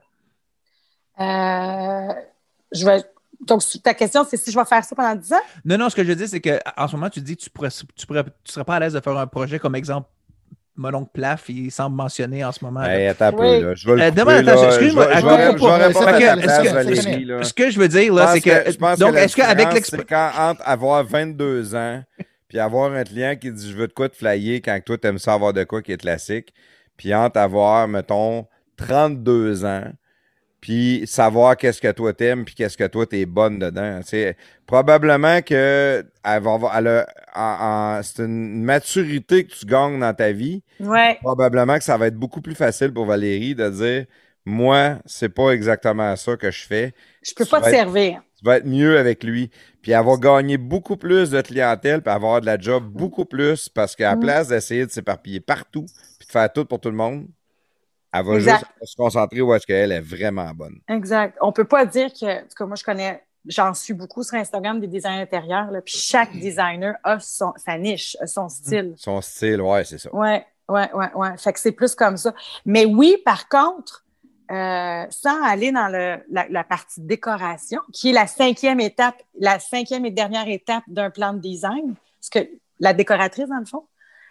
Donc, ta question, c'est si je vais faire ça pendant 10 ans? Non, ce que je veux dire, c'est qu'en ce moment, tu dis que tu serais pas à l'aise de faire un projet comme exemple. Mon oncle Plaf, il semble mentionner en ce moment. Hey, attends un peu, Oui. là. Je vais le couper, Attends, là. excuse-moi. Je vais répondre à ta place, que- Valérie, là. Ce que je veux dire, là, c'est que. Je pense Donc, que est-ce qu'avec c'est quand entre avoir 22 ans puis avoir un client qui dit je veux de quoi te flyer quand toi t'aimes ça avoir de quoi qui est classique, puis entre avoir, mettons, 32 ans puis savoir qu'est-ce que toi t'aimes puis qu'est-ce que toi t'es bonne dedans. C'est probablement que c'est une maturité que tu gagnes dans ta vie. Ouais. Probablement que ça va être beaucoup plus facile pour Valérie de dire moi, c'est pas exactement ça que je fais. Je peux pas te servir. Tu vas être mieux avec lui. Puis elle va gagner beaucoup plus de clientèle puis avoir de la job beaucoup plus parce qu'à la place d'essayer de s'éparpiller partout puis de faire tout pour tout le monde, elle va Exact. juste se concentrer où est-ce qu'elle est vraiment bonne. Exact. On peut pas dire que, en tout cas, moi, j'en suis beaucoup sur Instagram des designers intérieurs, là, puis chaque designer a sa niche, a son style. Son style, ouais, c'est ça. Ouais. Fait que c'est plus comme ça. Mais oui, par contre, sans aller dans la partie décoration, qui est la 5e étape, la 5e et dernière étape d'un plan de design, parce que la décoratrice, dans le fond,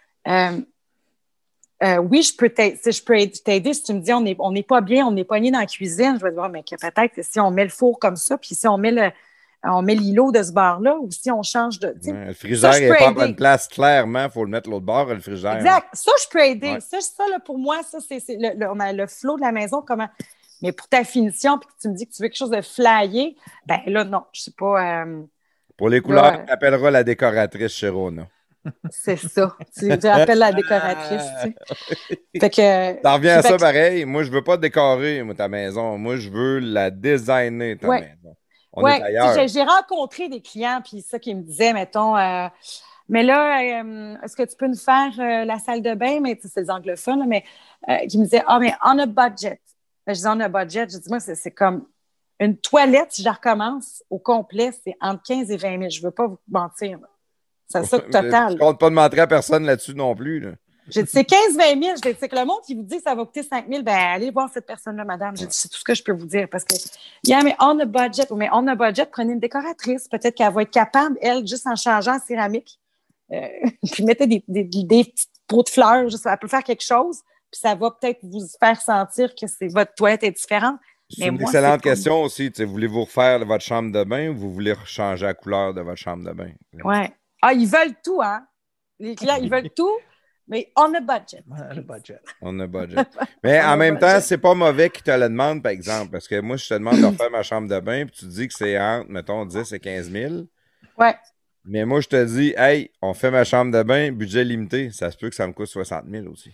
oui, je peux t'aider si tu me dis on n'est pas bien, on est pogné dans la cuisine. Je vais te dire, mais peut-être que si on met le four comme ça, puis si on met on met l'îlot de ce bord-là ou si on change de. Ouais, le frigidaire n'est pas à bonne place, clairement. Il faut le mettre l'autre bord, le frigidaire. Exact. Ça, je peux aider. Ouais. Ça là, pour moi, ça, c'est le flow de la maison. Comment. Mais pour ta finition, puis que tu me dis que tu veux quelque chose de flyé, ben là, non, je sais pas. Pour les couleurs, tu appelleras la décoratrice chez Rona. C'est ça. Tu appelles la décoratrice, tu sais. Fait que. T'en reviens à ça pareil. Moi, je veux pas décorer ta maison. Moi, je veux la designer, ta maison. On est ailleurs. J'ai rencontré des clients, puis ça qui me disaient, mettons, mais là, est-ce que tu peux nous faire la salle de bain? Mais c'est des anglophones, là, mais qui me disaient, mais on a budget. Je dis, on a budget. Je dis, moi, c'est comme une toilette, si je la recommence au complet, c'est entre 15 et 20 000. Je veux pas vous mentir. Là. C'est ça total. Je compte pas de mentir à personne là-dessus non plus. Là. J'ai dit, c'est 15-20 000. Je dis, c'est que le monde qui vous dit que ça va coûter 5 000, ben allez voir cette personne-là, madame. J'ai dit, c'est tout ce que je peux vous dire. Parce que, mais on a budget. Mais on a budget, prenez une décoratrice. Peut-être qu'elle va être capable, elle, juste en changeant en céramique. Puis mettez des petits pots de fleurs. Juste, elle peut faire quelque chose. Puis ça va peut-être vous faire sentir que votre toilette est différente. C'est une excellente question aussi. Voulez-vous refaire votre chambre de bain ou vous voulez changer la couleur de votre chambre de bain? Oui. Ah, ils veulent tout, hein? Les clients, ils veulent tout, mais on a budget. On a budget. Mais en même temps, c'est pas mauvais qu'ils te le demandent, par exemple. Parce que moi, je te demande de refaire ma chambre de bain, puis tu dis que c'est entre, mettons, 10 et 15 000. Ouais. Mais moi, je te dis, hey, on fait ma chambre de bain, budget limité. Ça se peut que ça me coûte 60 000 aussi.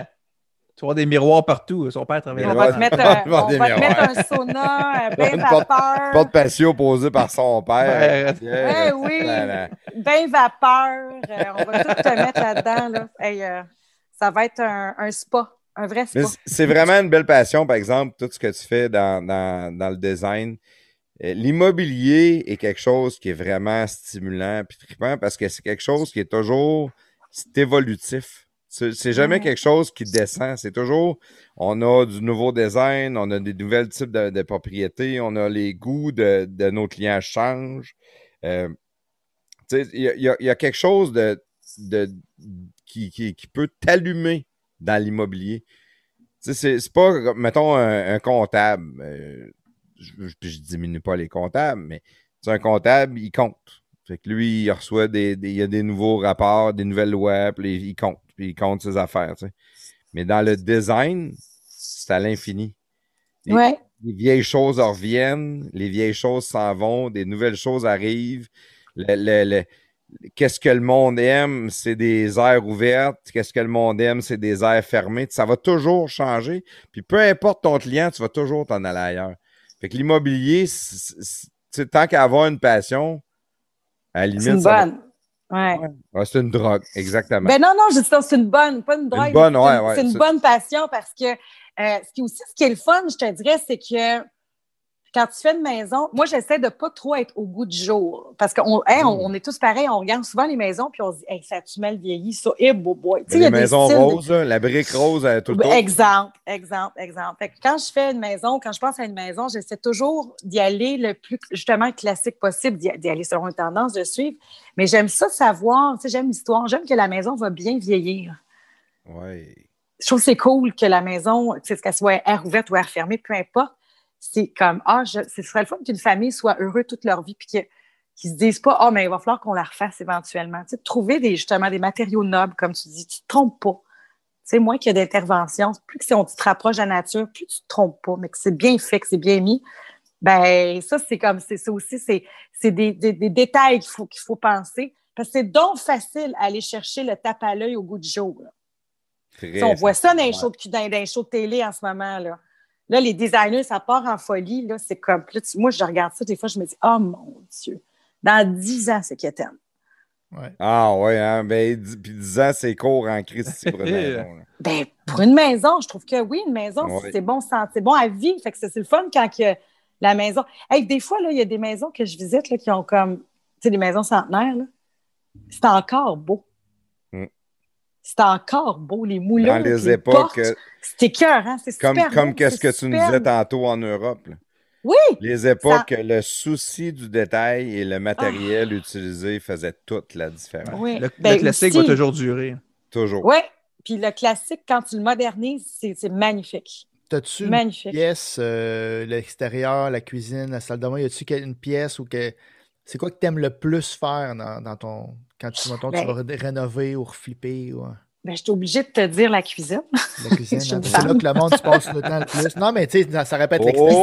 Tu vas avoir des miroirs partout. Son père travaille on va te mettre un sauna, bain vapeur. Pas de patio posé par son père. Oui. Bain vapeur. On va tout te mettre là-dedans. Là. Hey, ça va être un spa, un vrai spa. Mais c'est vraiment une belle passion, par exemple, tout ce que tu fais dans le design. L'immobilier est quelque chose qui est vraiment stimulant et trippant parce que c'est quelque chose qui est toujours évolutif. C'est jamais quelque chose qui descend. C'est toujours, on a du nouveau design, on a des nouveaux types de propriétés, on a les goûts de nos clients changent. Il y a quelque chose qui peut t'allumer dans l'immobilier. C'est pas, mettons, un comptable. Je diminue pas les comptables, mais un comptable, il compte. Fait que lui, il reçoit il y a des nouveaux rapports, des nouvelles lois, puis il compte. Puis il compte ses affaires, tu sais. Mais dans le design, c'est à l'infini. Les vieilles choses reviennent, les vieilles choses s'en vont, des nouvelles choses arrivent. Qu'est-ce que le monde aime, c'est des aires ouvertes. Qu'est-ce que le monde aime, c'est des aires fermées. Ça va toujours changer. Puis peu importe ton client, tu vas toujours t'en aller ailleurs. Fait que l'immobilier, tant qu'à avoir une passion, à la limite, c'est une bonne. Ouais, c'est une drogue, exactement. Ben non, je dis ça, c'est une bonne, pas une drogue. C'est une bonne passion parce que ce qui est le fun, je te dirais, c'est que quand tu fais une maison, moi, j'essaie de ne pas trop être au goût du jour. Parce qu'on on est tous pareils, on regarde souvent les maisons puis on se dit, hey, ça a-tu mal vieilli, ça? Boy. Les maisons roses, la brique rose tout le temps. Exemple. Fait que quand je fais une maison, quand je pense à une maison, j'essaie toujours d'y aller le plus, justement, classique possible, d'y aller selon une tendance, de suivre. Mais j'aime ça savoir, j'aime l'histoire, j'aime que la maison va bien vieillir. Oui. Je trouve que c'est cool que la maison, qu'elle soit air ouverte ou air fermée, peu importe. C'est comme, ce serait le fun qu'une famille soit heureux toute leur vie puis qu'ils se disent pas, mais il va falloir qu'on la refasse éventuellement. Tu sais, trouver justement des matériaux nobles, comme tu dis, tu te trompes pas. Tu sais, moins qu'il y a d'intervention, plus que on te rapproche de la nature, plus tu te trompes pas, mais que c'est bien fait, que c'est bien mis. Ben, ça, c'est ça aussi, c'est des détails qu'il faut penser. Parce que c'est donc facile d'aller chercher le tape à l'œil au goût du jour. On voit ça dans les shows de télé en ce moment, là. Là, les designers, ça part en folie. Là, c'est comme, moi, je regarde ça, des fois, je me dis, oh mon Dieu, dans 10 ans, c'est quétaine. Ouais. Ah ouais, hein? Ben, puis 10 ans, c'est court en Christ pour une maison. Ben, pour une maison, je trouve que oui, une maison, c'est bon à vivre. Fait que c'est le fun quand la maison. Hey, des fois, il y a des maisons que je visite là, qui ont comme, tu sais, des maisons centenaires, là. C'est encore beau. C'est encore beau, les moulins. Dans les époques. C'est écœurant, c'est super beau. Comme qu'est-ce que tu nous disais tantôt en Europe. Là. Oui! Les époques, le souci du détail et le matériel utilisé faisaient toute la différence. Oui. Le classique va toujours durer. Toujours. Oui, puis le classique, quand tu le modernises, c'est magnifique. T'as-tu une pièce, l'extérieur, la cuisine, la salle de bain, y a-tu une pièce où C'est quoi que tu aimes le plus faire dans ton. Quand tu vas rénover ou reflipper? Ou... Ben, je suis obligée de te dire la cuisine. La cuisine, c'est là que le monde se passe le temps le plus. Non, mais tu sais, ça répète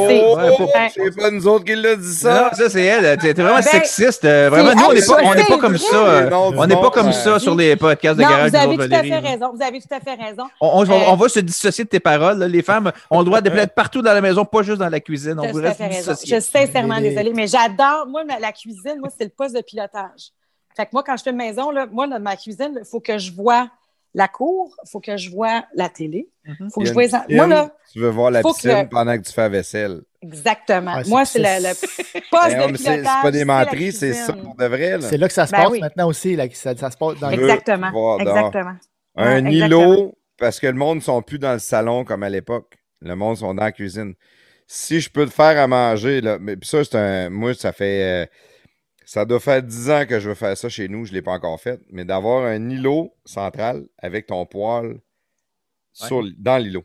C'est pas nous autres qui l'a dit ça. Non, ça, c'est elle. T'es vraiment sexiste. Vraiment, nous, on n'est pas comme ça. On n'est pas comme ça sur les podcasts de garage. Vous avez tout à fait raison. Vous avez tout à fait raison. On va se dissocier de tes paroles. Les femmes ont le droit de être partout dans la maison, pas juste dans la cuisine. On voudrait se dissocier. Je suis sincèrement désolée, mais j'adore. Moi, la cuisine, c'est le poste de pilotage. Fait que moi, quand je fais une maison, moi, dans ma cuisine, il faut que je vois la cour, il faut que je vois la télé. Faut que je vois... Moi, là, tu veux voir la piscine pendant que tu fais la vaisselle. Exactement. Ouais, moi, c'est le poste de pilotage. C'est pas des menteries, c'est ça pour de vrai. C'est là que ça se passe maintenant aussi. Là, ça se passe dans Exactement. Un îlot, parce que le monde ne sont plus dans le salon comme à l'époque. Le monde sont dans la cuisine. Si je peux te faire à manger, là, mais ça, moi, ça fait... ça doit faire 10 ans que je veux faire ça chez nous, je ne l'ai pas encore fait, mais d'avoir un îlot central avec ton poêle dans l'îlot.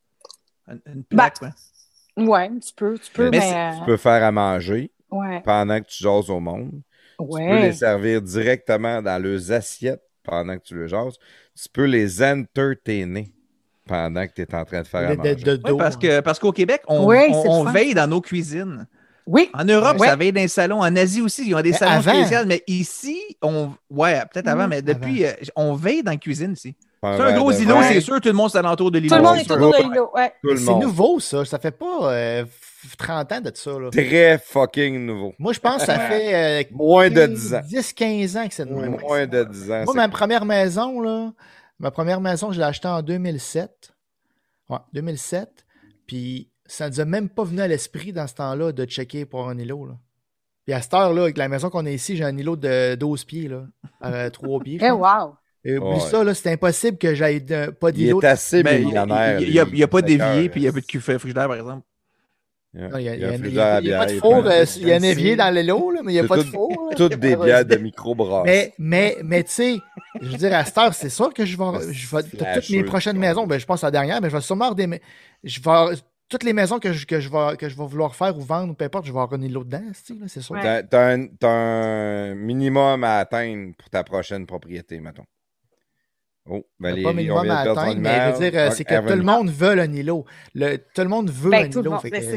Une plaque, ouais, tu peux, mais... Tu peux faire à manger ouais. pendant que tu jases au monde. Ouais. Tu peux les servir directement dans leurs assiettes pendant que tu le jases. Tu peux les entertainer pendant que tu es en train de faire à manger. Parce qu'au Québec, on veille dans nos cuisines. Oui. En Europe, ça veille dans les salons. En Asie aussi, ils ont des salons spéciaux. Mais ici, peut-être avant, mais depuis, on veille dans la cuisine ici. C'est un gros îlot, c'est sûr. Tout le monde est alentour de l'îlot. Tout le monde est autour de l'îlot, C'est nouveau, ça. Ça fait pas 30 ans de ça. Là. Très fucking nouveau. Moi, je pense que ça fait moins de 10 ans. 10-15 ans que c'est nouveau. Moins de 10 ans. Moi, ma première maison, je l'ai achetée en 2007. Ouais, 2007. Puis ça ne nous a même pas venu à l'esprit dans ce temps-là de checker pour un îlot. Là. Puis à cette heure-là, avec la maison qu'on a ici, j'ai un îlot de 12 pieds, là, 3 pieds. Wow! Et oublie ça, là, c'est impossible que j'aille pas d'îlot. Il est assez millionnaire. Il n'y a pas d'évier, puis il n'y a pas de frigidaire, par exemple. Il y a pas de four. Il y a un évier dans l'îlot, mais il n'y a pas de four. Toutes des bières de microbrasserie. Mais tu sais, je veux dire, à cette heure, c'est sûr que je vais toutes mes prochaines maisons, je pense à la dernière, mais je vais sûrement toutes les maisons que je vais vouloir faire ou vendre, ou peu importe, je vais avoir un îlot dedans, c'est sûr. T'as un minimum à atteindre pour ta prochaine propriété, mettons. Oh, Valérie, pas minimum à atteindre, mais je veux dire, c'est que tout le monde veut un îlot. Tout le monde veut un îlot.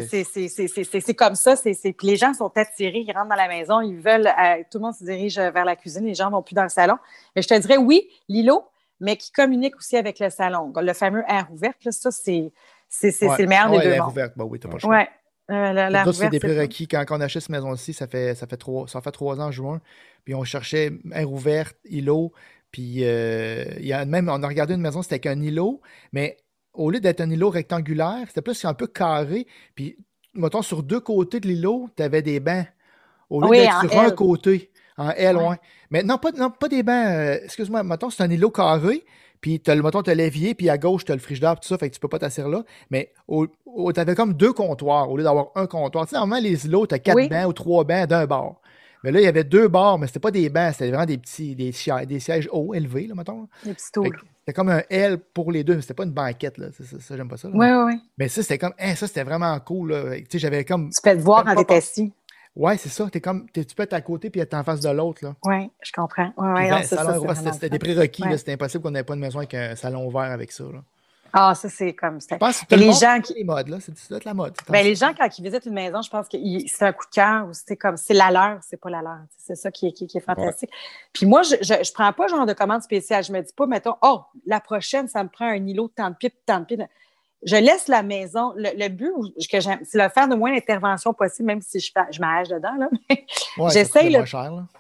C'est comme ça. Puis les gens sont attirés, ils rentrent dans la maison, ils veulent... tout le monde se dirige vers la cuisine, les gens ne vont plus dans le salon. Mais je te dirais, oui, l'îlot, mais qui communique aussi avec le salon. Le fameux air ouvert, là, ça, c'est le meilleur des deux mondes. Ouverte, oui, t'as pas le choix. Ouais. L'air ouvert, c'est des prérequis. Quand on achète cette maison-ci, ça fait 3 ans en juin, puis on cherchait air ouverte, îlot, puis on a regardé une maison, c'était avec un îlot, mais au lieu d'être un îlot rectangulaire, c'était plus un peu carré, puis mettons, sur 2 côtés de l'îlot, tu avais des bancs. Au lieu d'être sur un côté, en L, ouais. Mais non, pas des bancs, excuse-moi, mettons, c'est un îlot carré, puis tu as l'évier, puis à gauche, tu as le frigidaire, tout ça, fait que tu peux pas t'asseoir là. Mais tu avais comme 2 comptoirs au lieu d'avoir un comptoir. Tu sais, normalement, les îlots, tu as 4 bancs ou 3 bancs d'un bord. Mais là, il y avait 2 bords, mais c'était pas des bancs, c'était vraiment des sièges hauts, élevés, là, mettons. Des petits stools. C'était comme un L pour les deux, mais c'était pas une banquette, là. Ça, j'aime pas ça. Oui. Mais ça, c'était comme, ça, c'était vraiment cool, là. Tu sais, j'avais comme. Tu peux te voir quand t'es assis. Oui, c'est ça. Tu peux être à côté puis être en face de l'autre. Oui, je comprends. C'était des prérequis. C'était impossible qu'on n'ait pas une maison avec un salon ouvert avec ça. Là. Ah, ça, c'est comme... Je pense que les gens qui... mode, là. C'est la mode. Les gens, quand ils visitent une maison, je pense que c'est un coup de cœur ou c'est la leur, c'est pas la leur. C'est ça qui est fantastique. Ouais. Puis moi, je prends pas genre de commande spéciale. Je me dis pas, mettons, la prochaine, ça me prend un îlot de tant de pieds, tant de pieds. Je laisse la maison. Le but que j'aime, c'est de faire le moins d'intervention possible, même si je m'arrache dedans. Là. J'essaye le. Cher, là.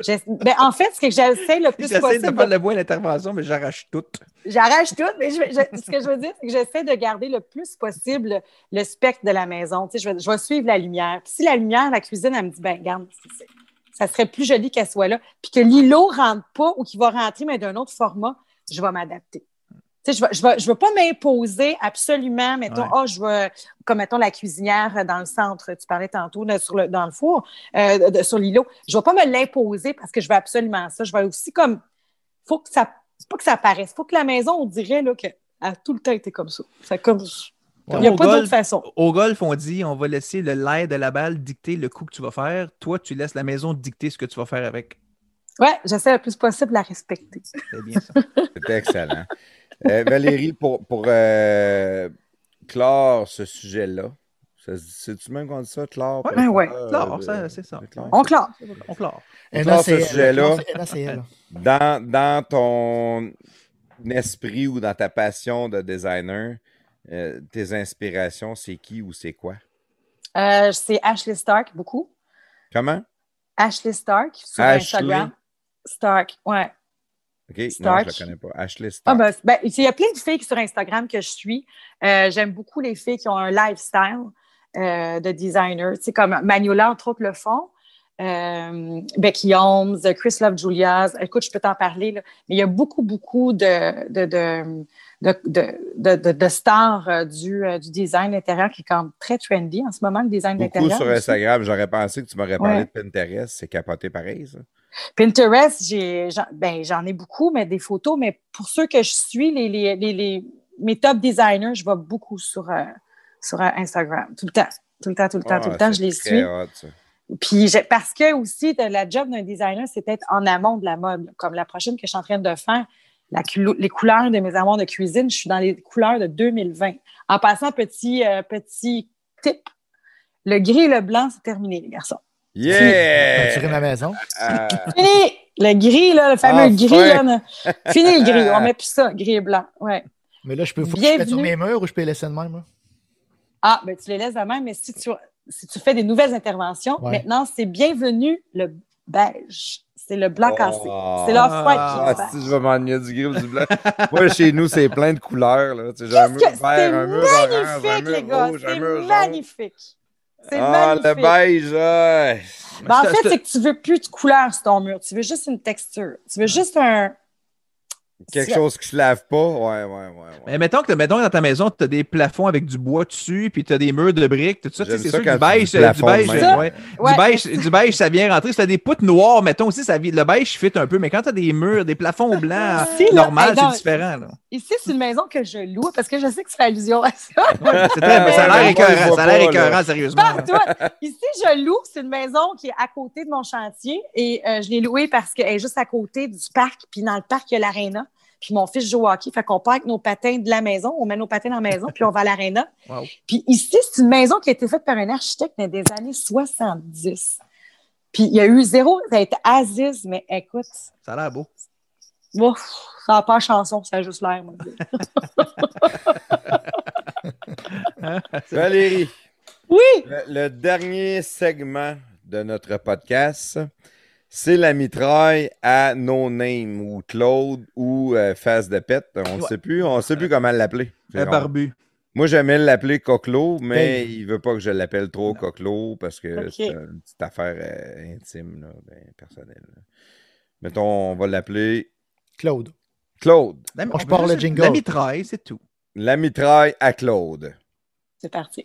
En fait, ce que j'essaie le plus possible. J'essaie de faire le moins d'intervention, mais j'arrache tout. J'arrache tout, mais ce que je veux dire, c'est que j'essaie de garder le plus possible le spectre de la maison. Tu sais, je vais suivre la lumière. Puis si la lumière, la cuisine, elle me dit, regarde, ça serait plus joli qu'elle soit là. Puis que l'îlot ne rentre pas ou qu'il va rentrer, mais d'un autre format, je vais m'adapter. Tu sais, je veux pas m'imposer absolument, mettons, je veux, comme mettons la cuisinière dans le centre, tu parlais tantôt, dans le four, sur l'îlot. Je ne vais pas me l'imposer parce que je veux absolument ça. Je vais aussi comme, faut que ça, pas que ça paraisse, faut que la maison, on dirait là, qu'elle a tout le temps été comme ça. C'est comme... Il n'y a pas d'autre façon. Au golf, on dit on va laisser le l'air de la balle dicter le coup que tu vas faire. Toi, tu laisses la maison dicter ce que tu vas faire avec. Oui, j'essaie le plus possible de la respecter. C'est bien ça. C'était excellent. Valérie, pour clore ce sujet-là, c'est-tu même qu'on dit ça, clore? Oui. Clore, c'est ça. On clore. On clore. Clore ce sujet-là. NACL. Dans ton esprit ou dans ta passion de designer, tes inspirations, c'est qui ou c'est quoi? C'est Ashley Stark, beaucoup. Comment? Ashley Stark sur Ashley? Instagram. Stark, ouais. OK, Stark. non, je ne la connais pas. Ashley Stark. Il y a plein de filles sur Instagram que je suis. J'aime beaucoup les filles qui ont un lifestyle de designer. Tu sais, comme Manuela, entre autres, le font. Becky Holmes, Chris Love Julias. Écoute, je peux t'en parler, là. Mais il y a beaucoup de stars du design d'intérieur qui est quand même très trendy en ce moment, le design Beaucoup d'intérieur. sur aussi. Instagram. J'aurais pensé que tu m'aurais parlé de Pinterest. C'est capoté pareil, ça. Pinterest, j'en ai beaucoup, mais des photos. Mais pour ceux que je suis, mes top designers, je vais beaucoup sur Instagram. Tout le temps, je les suis. Hot, ça. Puis, parce que aussi, la job d'un designer, c'est d'être en amont de la mode. Comme la prochaine que je suis en train de faire, les couleurs de mes armoires de cuisine, je suis dans les couleurs de 2020. En passant, petit tip, le gris et le blanc, c'est terminé, les garçons. Yeah! Tu ma maison. Fini! Le gris, là, le fameux gris. Là, fini le gris. On met plus ça, gris et blanc. Ouais. Mais là, faut que je mette sur mes murs ou je peux les laisser de même? Là? Ah, ben tu les laisses de même, mais si tu fais des nouvelles interventions, maintenant, c'est bienvenu le beige. C'est le blanc cassé. C'est l'off-white qui est si je vais m'ennuyer du gris ou du blanc. Moi, chez nous, c'est plein de couleurs. Là. Tu sais, j'ai un mur vert, un mur orange, un mur rouge, un mur jaune. C'est magnifique. Le beige, en fait, c'est que tu veux plus de couleur sur ton mur. Tu veux juste une texture. Tu veux juste quelque chose qui se lave pas. Ouais. Mais mettons que dans ta maison, tu as des plafonds avec du bois dessus, puis tu as des murs de briques, tout ça. C'est sûr que du beige, ça vient rentrer. Si tu as des poutres noires, mettons aussi, le beige fit un peu. Mais quand tu as des murs, des plafonds blancs normaux, c'est différent. Là. Ici, c'est une maison que je loue parce que je sais que tu fais allusion à ça. Ça a l'air écœurant. Ça a l'air écœurant, sérieusement. Ici, je loue. C'est une maison qui est à côté de mon chantier et je l'ai louée parce qu'elle est juste à côté du parc. Puis dans le parc, il y a l'aréna. Puis mon fils joue au hockey, fait qu'on part avec nos patins de la maison, on met nos patins dans la maison, puis on va à l'aréna. Wow. Puis ici, c'est une maison qui a été faite par un architecte dans des années 70. Puis il y a eu zéro, ça a été Aziz, mais écoute... Ça a l'air beau. Ouf, ça n'a pas de chanson, ça a juste l'air, moi. Valérie. Oui! Le dernier segment de notre podcast... C'est la mitraille à No Name ou Claude ou Face de Pète. On ne sait plus comment l'appeler. Barbu. Moi, j'aimais l'appeler Coquelot, mais il ne veut pas que je l'appelle trop Coquelot parce que c'est une petite affaire intime, là, personnelle. Mettons, on va l'appeler Claude. Je pars le jingle. La mitraille, c'est tout. La mitraille à Claude. C'est parti.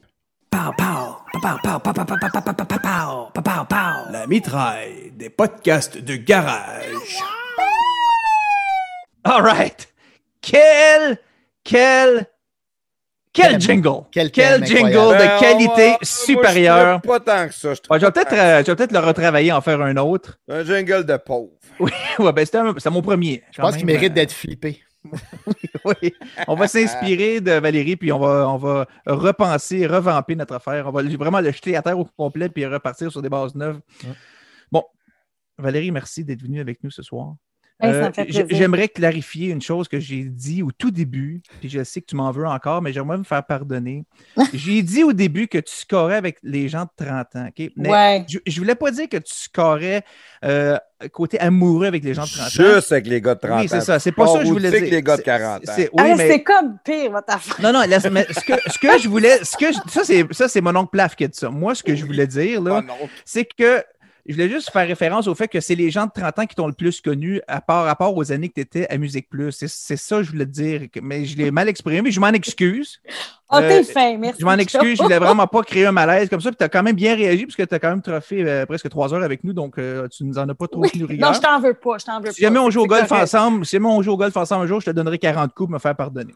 La mitraille des podcasts de garage. All right. Quel jingle. Quel jingle de qualité supérieure. Pas tant que ça. Je vais peut-être le retravailler, en faire un autre. Un jingle de pauvre. Oui, c'était mon premier. Je pense qu'il mérite d'être flippé. Oui, on va s'inspirer de Valérie, puis on va repenser, revamper notre affaire. On va vraiment le jeter à terre au complet, puis repartir sur des bases neuves. Bon, Valérie, merci d'être venue avec nous ce soir. Ça me fait plaisir. J'aimerais clarifier une chose que j'ai dit au tout début, puis je sais que tu m'en veux encore, mais j'aimerais me faire pardonner. J'ai dit au début que tu scorais avec les gens de 30 ans. Okay? Mais je voulais pas dire que tu scorais côté amoureux avec les gens de 30 ans. Juste avec les gars de 30 ans. Oui, c'est ça. C'est pas ça que je voulais dire. Avec les gars de 40 ans. C'est comme pire, votre affaire. Non, mais ce que je voulais... Ça, c'est mon oncle Plaf qui a dit ça. Moi, ce que je voulais dire, là, c'est que je voulais juste faire référence au fait que c'est les gens de 30 ans qui t'ont le plus connu à rapport aux années que tu étais à Musique Plus. C'est ça que je voulais te dire. Mais je l'ai mal exprimé. Je m'en excuse. T'es fin, merci. Je m'en excuse. Je voulais vraiment pas créer un malaise comme ça. Puis tu as quand même bien réagi parce que tu as quand même truffé presque 3 heures avec nous. Donc, tu nous en as pas trop tenu rigueur. Non, je t'en veux pas. Si jamais on joue au golf ensemble, un jour, je te donnerai 40 coups pour me faire pardonner.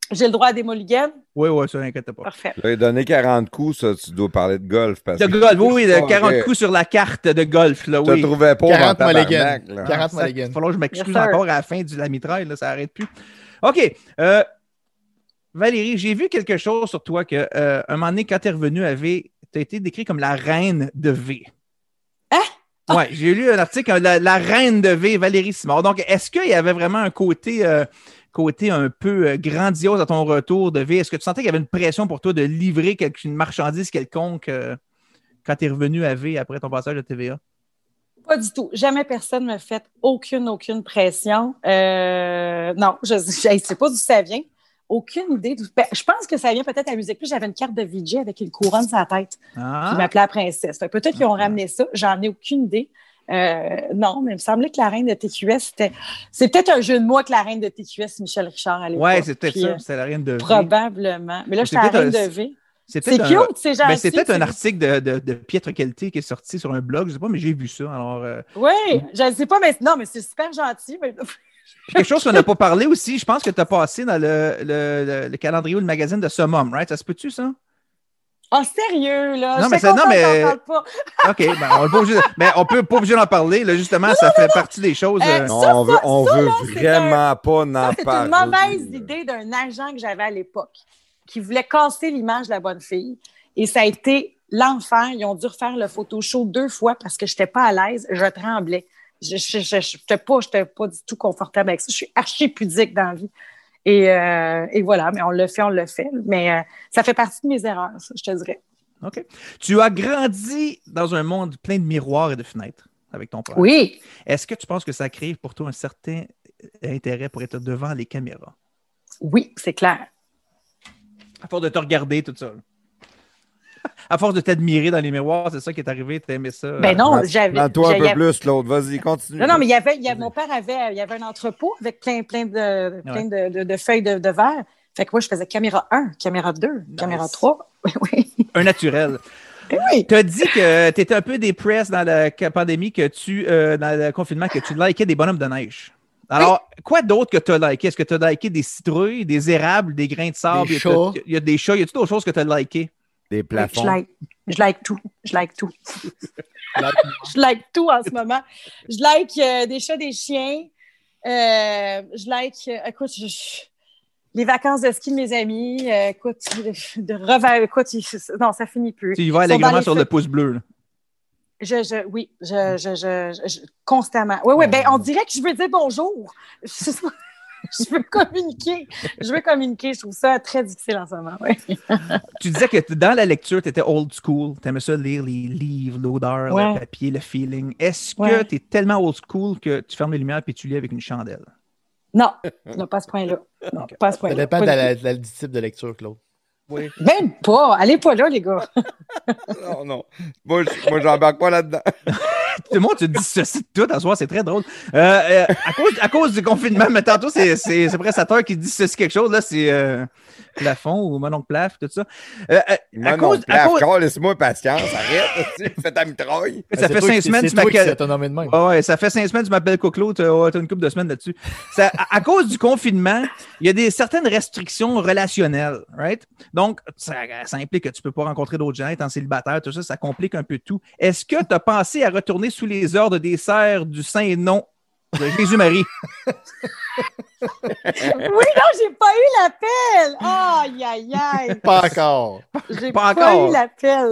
J'ai le droit à des mulligans? Oui, ça n'inquiète pas. Parfait. Là, il a donné 40 coups, ça, tu dois parler de golf. Parce De que golf, oui, c'est de pas 40 vrai. coups sur la carte de golf, là, Tu oui. te trouvais pas 40 dans mulligans. tabarnak, là. 40 Il va mulligans. falloir que je m'excuse Yes, sir. encore à la fin de la mitraille, là, ça n'arrête plus. OK. Valérie, j'ai vu quelque chose sur toi que un moment donné, quand tu es revenu, tu as été décrit comme la reine de V. Hein? Oui, j'ai lu un article, la reine de V, Valérie Simard. Donc, est-ce qu'il y avait vraiment un côté un peu grandiose à ton retour de V? Est-ce que tu sentais qu'il y avait une pression pour toi de livrer une marchandise quelconque quand tu es revenu à V après ton passage de TVA? Pas du tout. Jamais personne ne m'a fait aucune pression. Non, je ne sais pas d'où ça vient. Aucune idée. Je pense que ça vient peut-être à Musique Plus. J'avais une carte de VJ avec une couronne sur la tête qui m'appelait la princesse. Fait que peut-être qu'ils ont ramené ça. J'en ai aucune idée. Non, mais il me semblait que la reine de TQS, c'est peut-être un jeu de mots avec la reine de TQS, Michel Richard, à l'époque. Oui, c'est peut-être Puis, ça. C'est la reine de V. Probablement. Mais là, C'est j'étais la peut-être reine de V. C'est cute, c'est gentil. Ben, c'est peut-être un article de piètre qualité qui est sorti sur un blog, je ne sais pas, mais j'ai vu ça. Alors, oui, je ne sais pas, mais non, mais c'est super gentil. Mais... quelque chose qu'on n'a pas parlé aussi, je pense que tu as passé dans le calendrier ou le magazine de Summum, right? Ça se peut-tu, ça? Oh, sérieux, là? Non, mais ça, non, mais... parle pas. OK, ben, on peut pas obligé d'en parler. Là, justement, ça fait partie des choses. Non, on veut là, vraiment pas en c'est parler. une mauvaise idée d'un agent que j'avais à l'époque qui voulait casser l'image de la bonne fille. Et ça a été l'enfer. Ils ont dû refaire le photo show 2 fois parce que je n'étais pas à l'aise. Je tremblais. Je n'étais pas du tout confortable avec ça. Je suis archi pudique dans la vie. Et voilà, mais on le fait. Mais ça fait partie de mes erreurs, ça, je te dirais. OK. Tu as grandi dans un monde plein de miroirs et de fenêtres avec ton père. Oui. Est-ce que tu penses que ça crée pour toi un certain intérêt pour être devant les caméras? Oui, c'est clair. À force de te regarder, tout ça. À force de t'admirer dans les miroirs, c'est ça qui est arrivé, tu aimais ça? Ben non, toi un peu plus, Claude. Vas-y, continue. Non, mais mon père avait un entrepôt avec plein de feuilles de verre. Fait que moi, je faisais caméra 1, caméra 2, caméra 3. Oui. Un naturel. Oui. Tu as dit que tu étais un peu dépressé dans la pandémie, dans le confinement, que tu likais des bonhommes de neige. Alors, quoi d'autre que tu as liké? Est-ce que tu as liké des citrouilles, des érables, des grains de sable? Des chats. Il y a des chats. Y a-t-il d'autres choses que tu as liké? Des plafonds. Je like tout. Je like tout en ce moment. Je like des chats, des chiens. Je like, écoute, les vacances de ski de mes amis. Écoute, non, ça finit plus. Tu y vas allègrement sur le pouce bleu. Là. Oui, constamment. Oui, ben on dirait que je veux dire bonjour. Je veux communiquer. Je trouve ça très difficile en ce moment. Oui. Tu disais que dans la lecture, tu étais old school. Tu aimais ça lire les livres, l'odeur, le papier, le feeling. Est-ce que tu es tellement old school que tu fermes les lumières et tu lis avec une chandelle? Non, pas à ce point-là. Non, okay. Pas à ce point-là. Ça dépend du type de lecture, Claude. Oui. Même pas. Allez pas là, les gars. Non. Moi, j'embarque pas là-dedans. Tout le monde te dissocie de tout à soir, c'est très drôle. À cause du confinement, mais tantôt, c'est prestataire qui dissocie quelque chose. Là, c'est Plafond ou Mon oncle Plaf, tout ça. Laisse-moi patience, arrête. Fais ta mitraille. Ça fait 5 semaines que tu m'appelles. Ouais, ça fait 5 semaines que tu m'appelles Coco. Tu as une couple de semaines là-dessus. À cause du confinement, il y a certaines restrictions relationnelles, right? Donc, ça implique que tu ne peux pas rencontrer d'autres gens, être célibataire, tout ça, ça complique un peu tout. Est-ce que tu as pensé à retourner sous les ordres des serfs du Saint-Nom de Jésus-Marie? Oui, non, j'ai pas eu l'appel. Aïe, aïe, aïe. Pas encore. J'ai pas eu l'appel.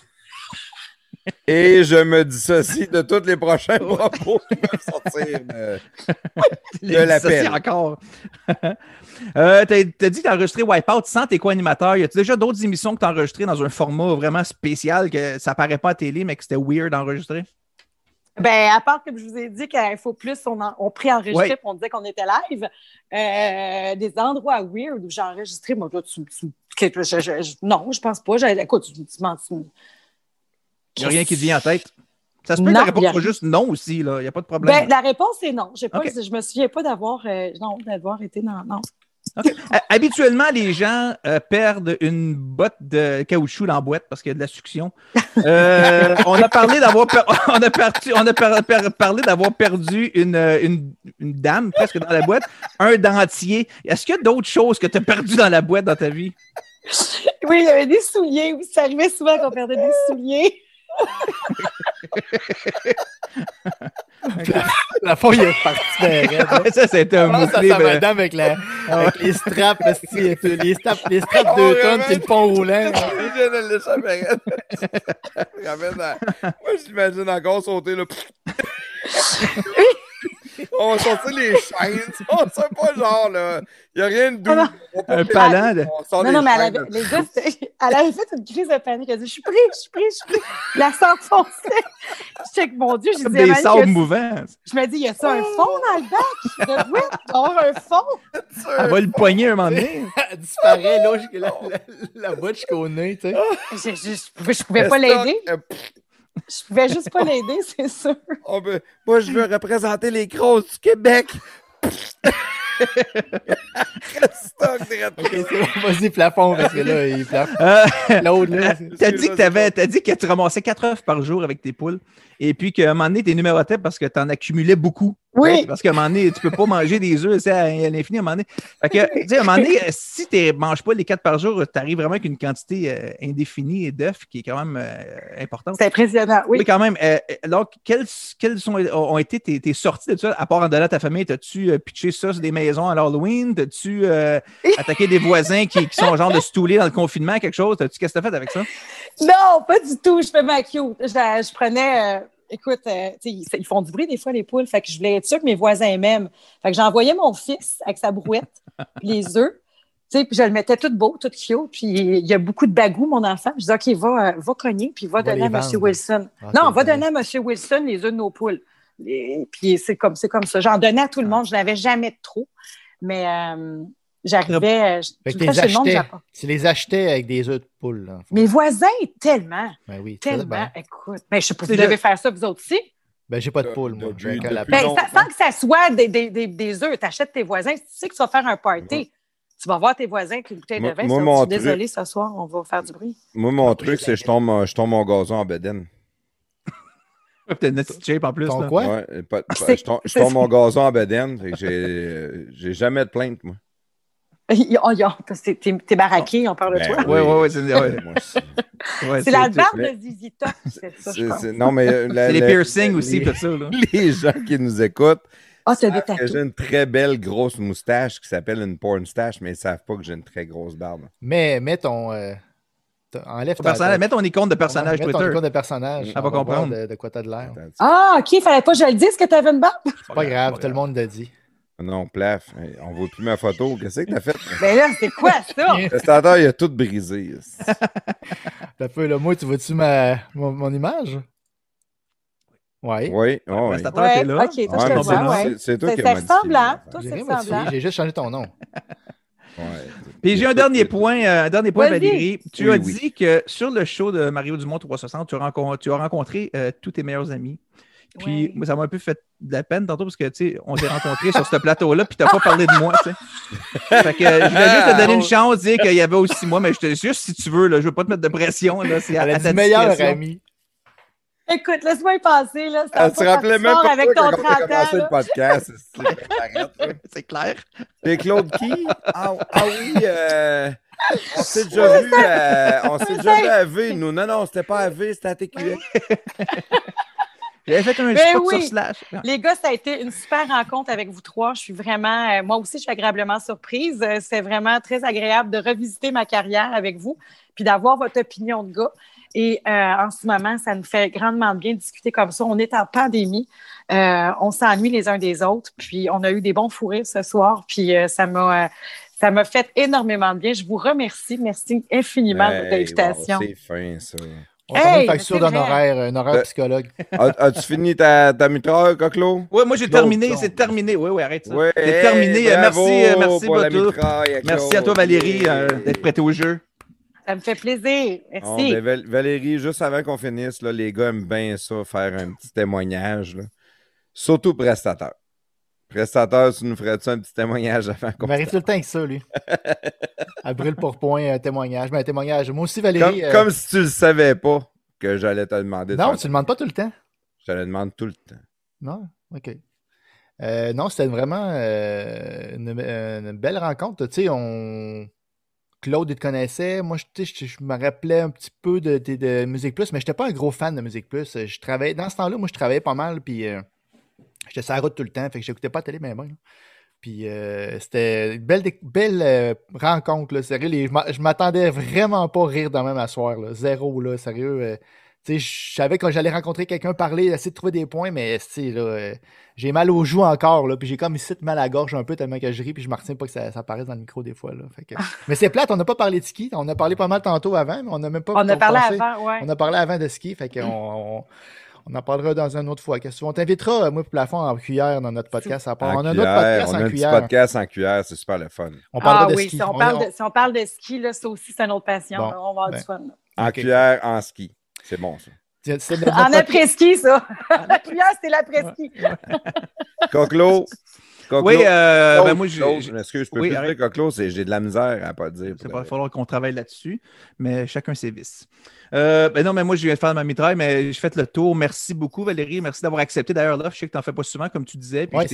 Et je me dissocie de tous les prochains propos qui peuvent sortir de l'appel. Encore. T'as dit que t'as enregistré Wipeout sans tes co-animateurs. Y a-t-il déjà d'autres émissions que t'as enregistrées dans un format vraiment spécial que ça paraît pas à télé, mais que c'était weird d'enregistrer? Ben, à part que je vous ai dit qu'à Info Plus, on pré-enregistrait et on disait qu'on était live, des endroits weird où j'ai enregistré. Moi, là, non, je pense pas. Écoute, tu mens. Il n'y a rien qui te vient en tête. Ça se peut que la réponse soit juste non aussi, là. Il n'y a pas de problème. Ben, la réponse est non. Je me souviens pas d'avoir été dans. Non. OK. Habituellement, les gens perdent une botte de caoutchouc dans la boîte parce qu'il y a de la succion. On a parlé d'avoir parlé d'avoir perdu une dame presque dans la boîte, un dentier. Est-ce qu'il y a d'autres choses que tu as perdues dans la boîte dans ta vie? Oui, il y avait des souliers. Oui, ça arrivait souvent qu'on perdait des souliers. La fois, il est parti derrière. Ça, c'était un mot clé. Madame avec les straps, les straps 2 tonnes, puis le pont roulant. Moi, j'imagine encore sauter là. On va sortir les chaînes. On sait pas genre, là. Il n'y a rien de doux. Un palan. Non, mais les gars, elle avait fait une crise de panique. Elle a dit, je suis pris. La s'enfonçait. Je check, mon Dieu, j'ai dit, des sables mouvants. Je me dis, y a ça un fond dans le bac? De quoi? Avoir un fond? Elle va le poigner un moment donné. Elle disparaît, là, la boîte jusqu'au nez, tu sais. Je pouvais pas l'aider. Je pouvais juste pas l'aider, c'est sûr. Oh, ben, moi, je veux représenter les grosses du Québec. Okay, vas-y, plafond, parce que là, il plafond. L'autre, là. T'as dit que tu ramassais 4 œufs par jour avec tes poules. Et puis qu'à un moment donné, tu es numérotais parce que tu en accumulais beaucoup. Oui. Parce qu'à un moment donné, tu peux pas manger des œufs à l'infini à un moment donné. Fait que, tu sais, à un moment donné, si tu ne manges pas les 4 par jour, tu arrives vraiment avec une quantité indéfinie d'œufs qui est quand même importante. C'est impressionnant, oui. Oui, quand même. Donc, quelles ont été tes sorties de ça, à part en donnant à ta famille? T'as-tu pitché ça sur des maisons à l'Halloween? T'as-tu attaqué des voisins qui sont genre de stoulés dans le confinement, quelque chose? Qu'est-ce que tu as fait avec ça? Non, pas du tout. Je fais ma cute. Je prenais... écoute, ils font du bruit des fois, les poules. Fait que je voulais être sûre que mes voisins m'aiment. Fait que j'envoyais mon fils avec sa brouette, les œufs. Puis je le mettais tout beau, tout cute. Puis il y a beaucoup de bagou, mon enfant. Je dis, OK, va cogner, puis va donner à M. Wilson. Non, va donner à M. Wilson les œufs de nos poules. Puis c'est comme ça. J'en donnais à tout le monde. Je n'avais jamais de trop. Mais j'arrivais. Tu les achetais avec des œufs de poule. Là, mes voisins, tellement. Ben oui, tellement. Écoute, je sais pas si vous devez faire ça, vous autres aussi. Ben, j'ai pas de poule, moi. Sans que ça soit des œufs, tu achètes tes voisins. Si tu sais que tu vas faire un party, tu vas voir tes voisins avec une bouteille de vin. Je suis désolée, ce soir, on va faire du bruit. Moi, mon truc, c'est que je tombe mon gazon en bedaine. T'as une petite shape en plus. Ton quoi? Ouais, je tombe mon gazon en bedaine. J'ai jamais de plainte, moi. T'es baraqué, on parle de toi. Oui. C'est la barbe de Zizi Top, c'est ça, je pense. Non, mais c'est les piercings aussi, tout ça. Là. Les gens qui nous écoutent savent que j'ai une très belle grosse moustache qui s'appelle une pornstache, mais ils ne savent pas que j'ai une très grosse barbe. Mais mets ton... enlève mets ton icône de personnage Twitter. Mets ton icône de personnage. Elle va comprendre. De quoi t'as de l'air. OK, il fallait pas que je le dise que t'avais une barbe. C'est pas grave, tout le monde l'a dit. Non, plaf, on voit plus ma photo. Qu'est-ce que t'as fait? Ben là, c'est quoi ça? Le standard, il a tout brisé. Moi, tu vois-tu mon image? Oui. Oui. OK, toi, je te vois. C'est toi qui as modifié. Toi, c'est ressemblant. J'ai juste changé ton nom. Puis j'ai un dernier point, Valérie. Tu as dit que sur le show de Mario Dumont 360, tu as rencontré tous tes meilleurs amis. Puis moi, ça m'a un peu fait de la peine tantôt parce que, tu sais, on s'est rencontrés sur ce plateau-là, puis t'as pas parlé de moi, tu sais. Fait que je voulais juste te donner une chance, dire qu'il y avait aussi moi, mais je te dis juste si tu veux, là, je veux pas te mettre de pression, là, c'est à ta meilleur ami. Écoute, laisse-moi y passer, là. Tu te rappelais même pas avec ton 30 ans, commencé le podcast. C'est clair. C'est Claude qui? Ah oui, on s'est déjà vu à V, nous. Non, c'était pas à V, c'était à TQS. J'avais fait un spot sur Slash. Les gars, ça a été une super rencontre avec vous trois. Je suis vraiment, moi aussi, je suis agréablement surprise. C'est vraiment très agréable de revisiter ma carrière avec vous puis d'avoir votre opinion de gars. Et en ce moment, ça nous fait grandement bien de discuter comme ça. On est en pandémie. On s'ennuie les uns des autres. Puis on a eu des bons fous rires ce soir. Puis ça m'a fait énormément de bien. Je vous remercie. Merci infiniment de votre invitation. Wow, c'est fin, ça. On a une facture d'honoraire, un horaire psychologue. As-tu fini ta mitraille, Coquelot? Oui, moi j'ai terminé, c'est terminé. Oui, arrête ça. Ouais, c'est terminé. Bravo merci pour beaucoup. Merci à toi, Valérie, d'être prêtée au jeu. Ça me fait plaisir. Merci. Valérie, juste avant qu'on finisse, là, les gars aiment bien ça, faire un petit témoignage. Là. Surtout prestataire. Prestataire, tu nous ferais-tu un petit témoignage avant qu'on... Il m'arrive tout le temps avec ça, lui. À brûle pour point, un témoignage. Mais un témoignage. Moi aussi, Valérie... Comme si tu le savais pas que j'allais te demander. Non, tu le demandes pas tout le temps. Je te le demande tout le temps. Non? OK. Non, c'était vraiment une belle rencontre. Tu sais, Claude, il te connaissait. Moi, je me rappelais un petit peu de Musique Plus, mais je n'étais pas un gros fan de Musique Plus. Dans ce temps-là, moi, je travaillais pas mal, puis j'étais sur la route tout le temps, fait que j'écoutais pas la télé, mais bon. Puis c'était une belle rencontre, là, sérieux. Je m'attendais vraiment pas à rire dans même à soir, là. Zéro, là, sérieux. Tu sais, je savais que j'allais rencontrer quelqu'un, parler, essayer de trouver des points, mais là, j'ai mal aux joues encore, là, puis j'ai comme ici mal à la gorge un peu tellement que je ris, puis je me retiens pas que ça apparaisse dans le micro des fois. Là, fait que... Mais c'est plate, on n'a pas parlé de ski. On a parlé pas mal tantôt avant, mais on n'a même pas... On a parlé avant, ouais. On a parlé avant de ski, fait qu'on on en parlera dans une autre fois. On t'invitera, moi et Plafond, en cuillère dans notre podcast. On a un autre podcast en cuillère. Un petit podcast en cuillère, c'est super le fun. On parlera de ski. Si on parle de ski, là, ça aussi, c'est notre passion. Bon, on va avoir du fun. Là. En cuillère, en ski. C'est bon, ça. En après-ski, ça. La cuillère, c'est l'après-ski. Coquelot. Oui, moi, je m'excuse, je peux plus dire Coquelot, j'ai de la misère à pas dire. Il va falloir qu'on travaille là-dessus, mais chacun ses vices. Non, mais moi, je viens de faire ma mitraille, mais j'ai fait le tour. Merci beaucoup, Valérie. Merci d'avoir accepté. D'ailleurs, là, je sais que tu n'en fais pas souvent, comme tu disais. Puis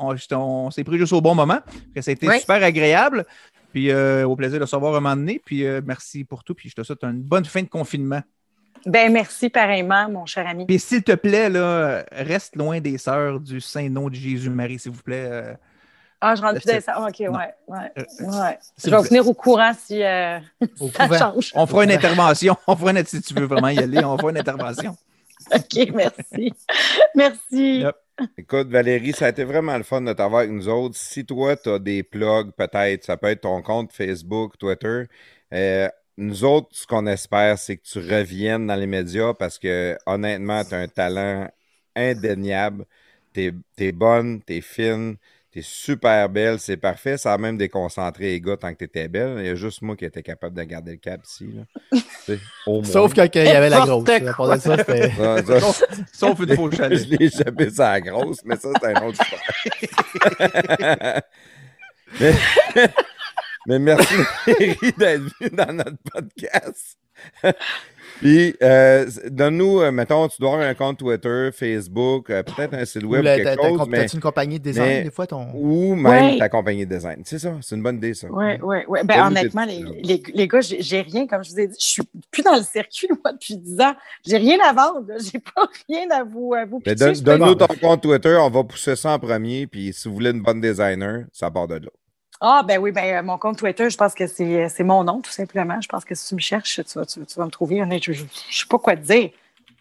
on s'est pris juste au bon moment. Ça a été super agréable. Puis au plaisir de se revoir un moment donné. Puis merci pour tout. Puis je te souhaite une bonne fin de confinement. Ben merci pareillement, mon cher ami. Puis s'il te plaît, là, reste loin des sœurs du Saint-Nom de Jésus-Marie, s'il vous plaît. Je rentre plus dans ça. OK, ouais. Je vais venir au courant si ça change. On fera une intervention. Si tu veux vraiment y aller, on fera une intervention. OK, merci. Merci. Yep. Écoute, Valérie, ça a été vraiment le fun de t'avoir avec nous autres. Si toi, tu as des plugs, peut-être, ça peut être ton compte Facebook, Twitter. Nous autres, ce qu'on espère, c'est que tu reviennes dans les médias parce que, honnêtement, tu as un talent indéniable. T'es bonne, t'es fine, t'es super belle, c'est parfait. Ça a même déconcentré les gars tant que t'étais belle. Il y a juste moi qui étais capable de garder le cap ici. Là. Sauf quand il y avait la grosse. Sauf une fausse chalet. Je l'ai échappé sur la grosse, mais ça, c'est un autre histoire. Mais merci, Valérie, d'être venue dans notre podcast. Puis, donne-nous, mettons, tu dois avoir un compte Twitter, Facebook, peut-être un site web, quelque chose. T'as-tu une compagnie de design, des fois? Ou même ta compagnie de design. C'est ça, c'est une bonne idée, ça. Oui. Ben, honnêtement, les gars, j'ai rien, comme je vous ai dit, je suis plus dans le circuit, moi, depuis 10 ans. J'ai rien à vendre, j'ai pas rien à vous pitcher. Donne-nous ton compte Twitter, on va pousser ça en premier, puis si vous voulez une bonne designer, ça part de là. Mon compte Twitter, je pense que c'est mon nom, tout simplement. Je pense que si tu me cherches, tu vas me trouver. Je ne sais pas quoi te dire.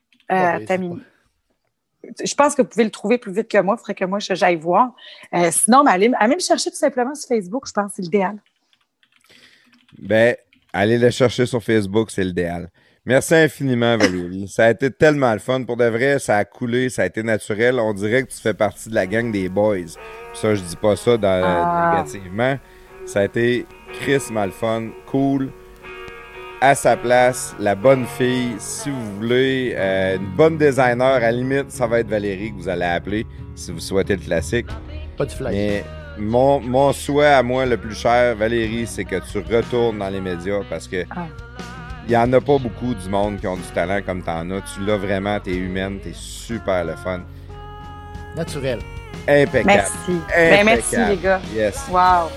Je pense que vous pouvez le trouver plus vite que moi. Il faudrait que moi, j'aille voir. Sinon, allez me chercher tout simplement sur Facebook. Je pense que c'est l'idéal. Ben, allez le chercher sur Facebook, c'est l'idéal. Merci infiniment, Valérie. Ça a été tellement le fun. Pour de vrai, ça a coulé, ça a été naturel. On dirait que tu fais partie de la gang des boys. Puis ça, je dis pas ça négativement. Ça a été crissement le fun, cool, à sa place, la bonne fille. Si vous voulez, une bonne designer, à la limite, ça va être Valérie que vous allez appeler si vous souhaitez le classique. Pas de flag. Mais mon souhait à moi, le plus cher, Valérie, c'est que tu retournes dans les médias parce que il n'y en a pas beaucoup du monde qui ont du talent comme t'en as. Tu l'as vraiment, t'es humaine, t'es super le fun. Naturel. Impeccable. Merci. Merci les gars. Yes. Wow.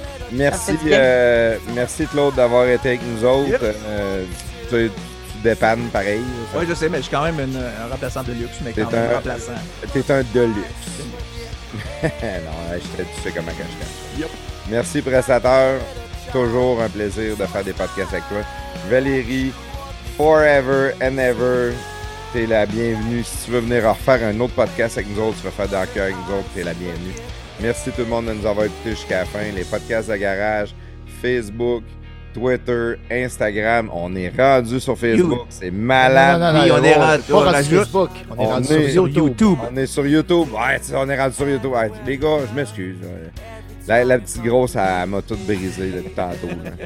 Merci Claude d'avoir été avec nous autres. Yep. Tu dépannes pareil. Oui, je sais, mais je suis quand même un remplaçant de luxe, mais quand même remplaçant. T'es un deluxe. Non, tu sais comment je t'aime. Yep. Merci prestataire. Toujours un plaisir de faire des podcasts avec toi. Valérie, forever and ever, t'es la bienvenue. Si tu veux venir refaire un autre podcast avec nous autres, tu veux faire dans le cœur avec nous autres, t'es la bienvenue. Merci tout le monde de nous avoir écoutés jusqu'à la fin. Les podcasts de garage, Facebook, Twitter, Instagram. On est rendu sur Facebook. C'est malade. Non, on est rendu sur Facebook. On est rendu sur YouTube. On est sur YouTube. Ouais, on est rendu sur YouTube. Ouais, les gars, je m'excuse. La petite grosse, elle m'a tout brisé depuis tantôt.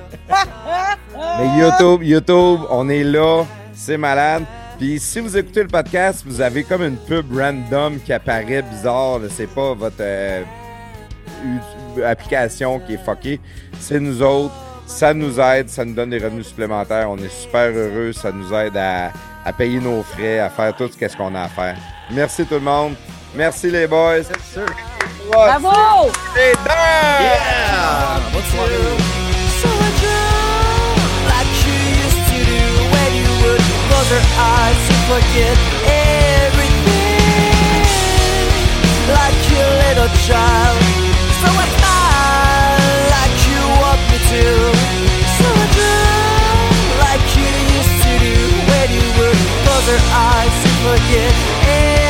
Mais YouTube, on est là. C'est malade. Puis si vous écoutez le podcast, vous avez comme une pub random qui apparaît bizarre. C'est pas votre application qui est fuckée. C'est nous autres. Ça nous aide, ça nous donne des revenus supplémentaires. On est super heureux. Ça nous aide à payer nos frais, à faire tout ce qu'on a à faire. Merci tout le monde. Merci les boys. Bravo! C'est dingue! Yeah! Bonne soirée! So I draw like you used to do when you would close your eyes to forget everything like your little child. So I smile like you want me to. So I draw like you used to do when you would close your eyes to forget everything.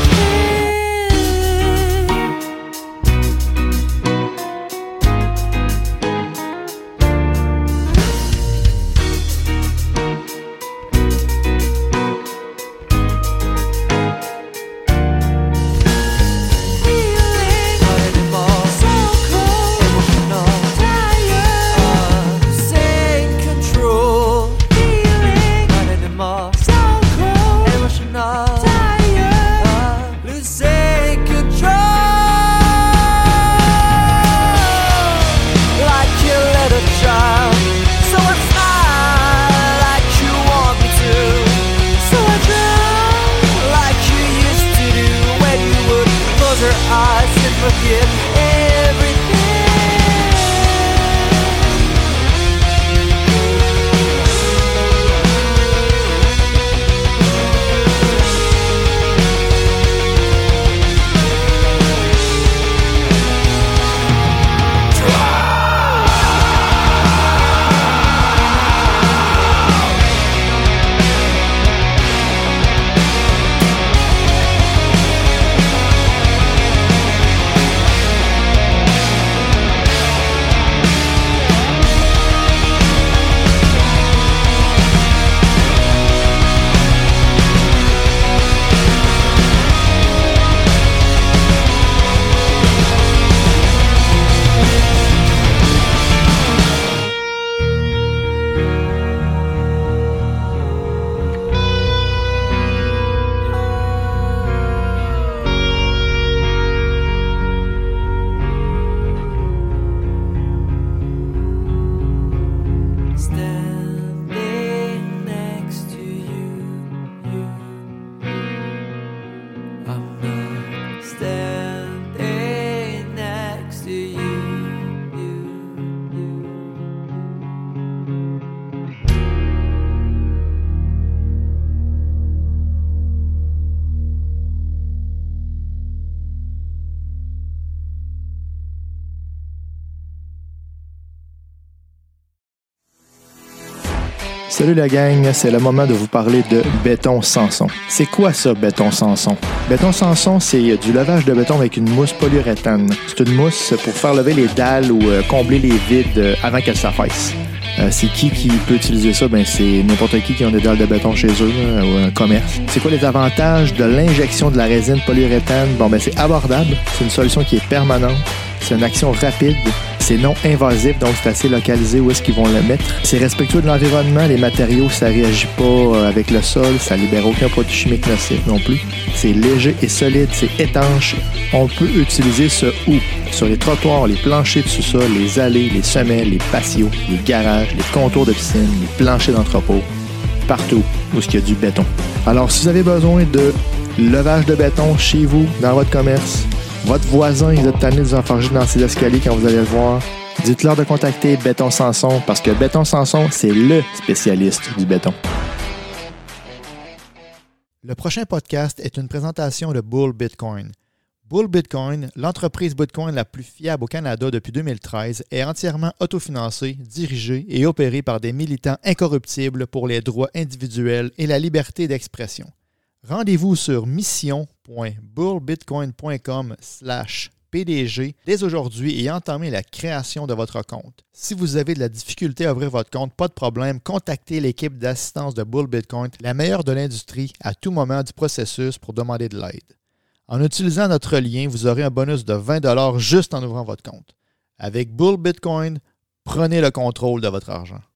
Salut la gang, c'est le moment de vous parler de béton Sanson. C'est quoi ça, béton Sanson? Béton Sanson, c'est du levage de béton avec une mousse polyuréthane. C'est une mousse pour faire lever les dalles ou combler les vides avant qu'elles s'affaissent. C'est qui peut utiliser ça? Ben, c'est n'importe qui ont des dalles de béton chez eux ou un commerce. C'est quoi les avantages de l'injection de la résine polyuréthane? Bon, ben, c'est abordable. C'est une solution qui est permanente. C'est une action rapide. C'est non invasif, donc c'est assez localisé où est-ce qu'ils vont le mettre. C'est respectueux de l'environnement. Les matériaux, ça réagit pas avec le sol. Ça libère aucun produit chimique nocif non plus. C'est léger et solide. C'est étanche. On peut utiliser ce où? Sur les trottoirs, les planchers de sous-sol, les allées, les semelles, les patios, les garages, les contours de piscine, les planchers d'entrepôt. Partout où il y a du béton. Alors, si vous avez besoin de levage de béton chez vous, dans votre commerce, votre voisin, il a tanné de vous enfarger dans ses escaliers quand vous allez le voir, dites-leur de contacter Béton Sanson parce que Béton Sanson, c'est le spécialiste du béton. Le prochain podcast est une présentation de Bull Bitcoin. Bull Bitcoin, l'entreprise Bitcoin la plus fiable au Canada depuis 2013, est entièrement autofinancée, dirigée et opérée par des militants incorruptibles pour les droits individuels et la liberté d'expression. Rendez-vous sur mission.bullbitcoin.com/PDG dès aujourd'hui et entamez la création de votre compte. Si vous avez de la difficulté à ouvrir votre compte, pas de problème, contactez l'équipe d'assistance de Bull Bitcoin, la meilleure de l'industrie, à tout moment du processus pour demander de l'aide. En utilisant notre lien, vous aurez un bonus de 20$ juste en ouvrant votre compte. Avec Bull Bitcoin, prenez le contrôle de votre argent.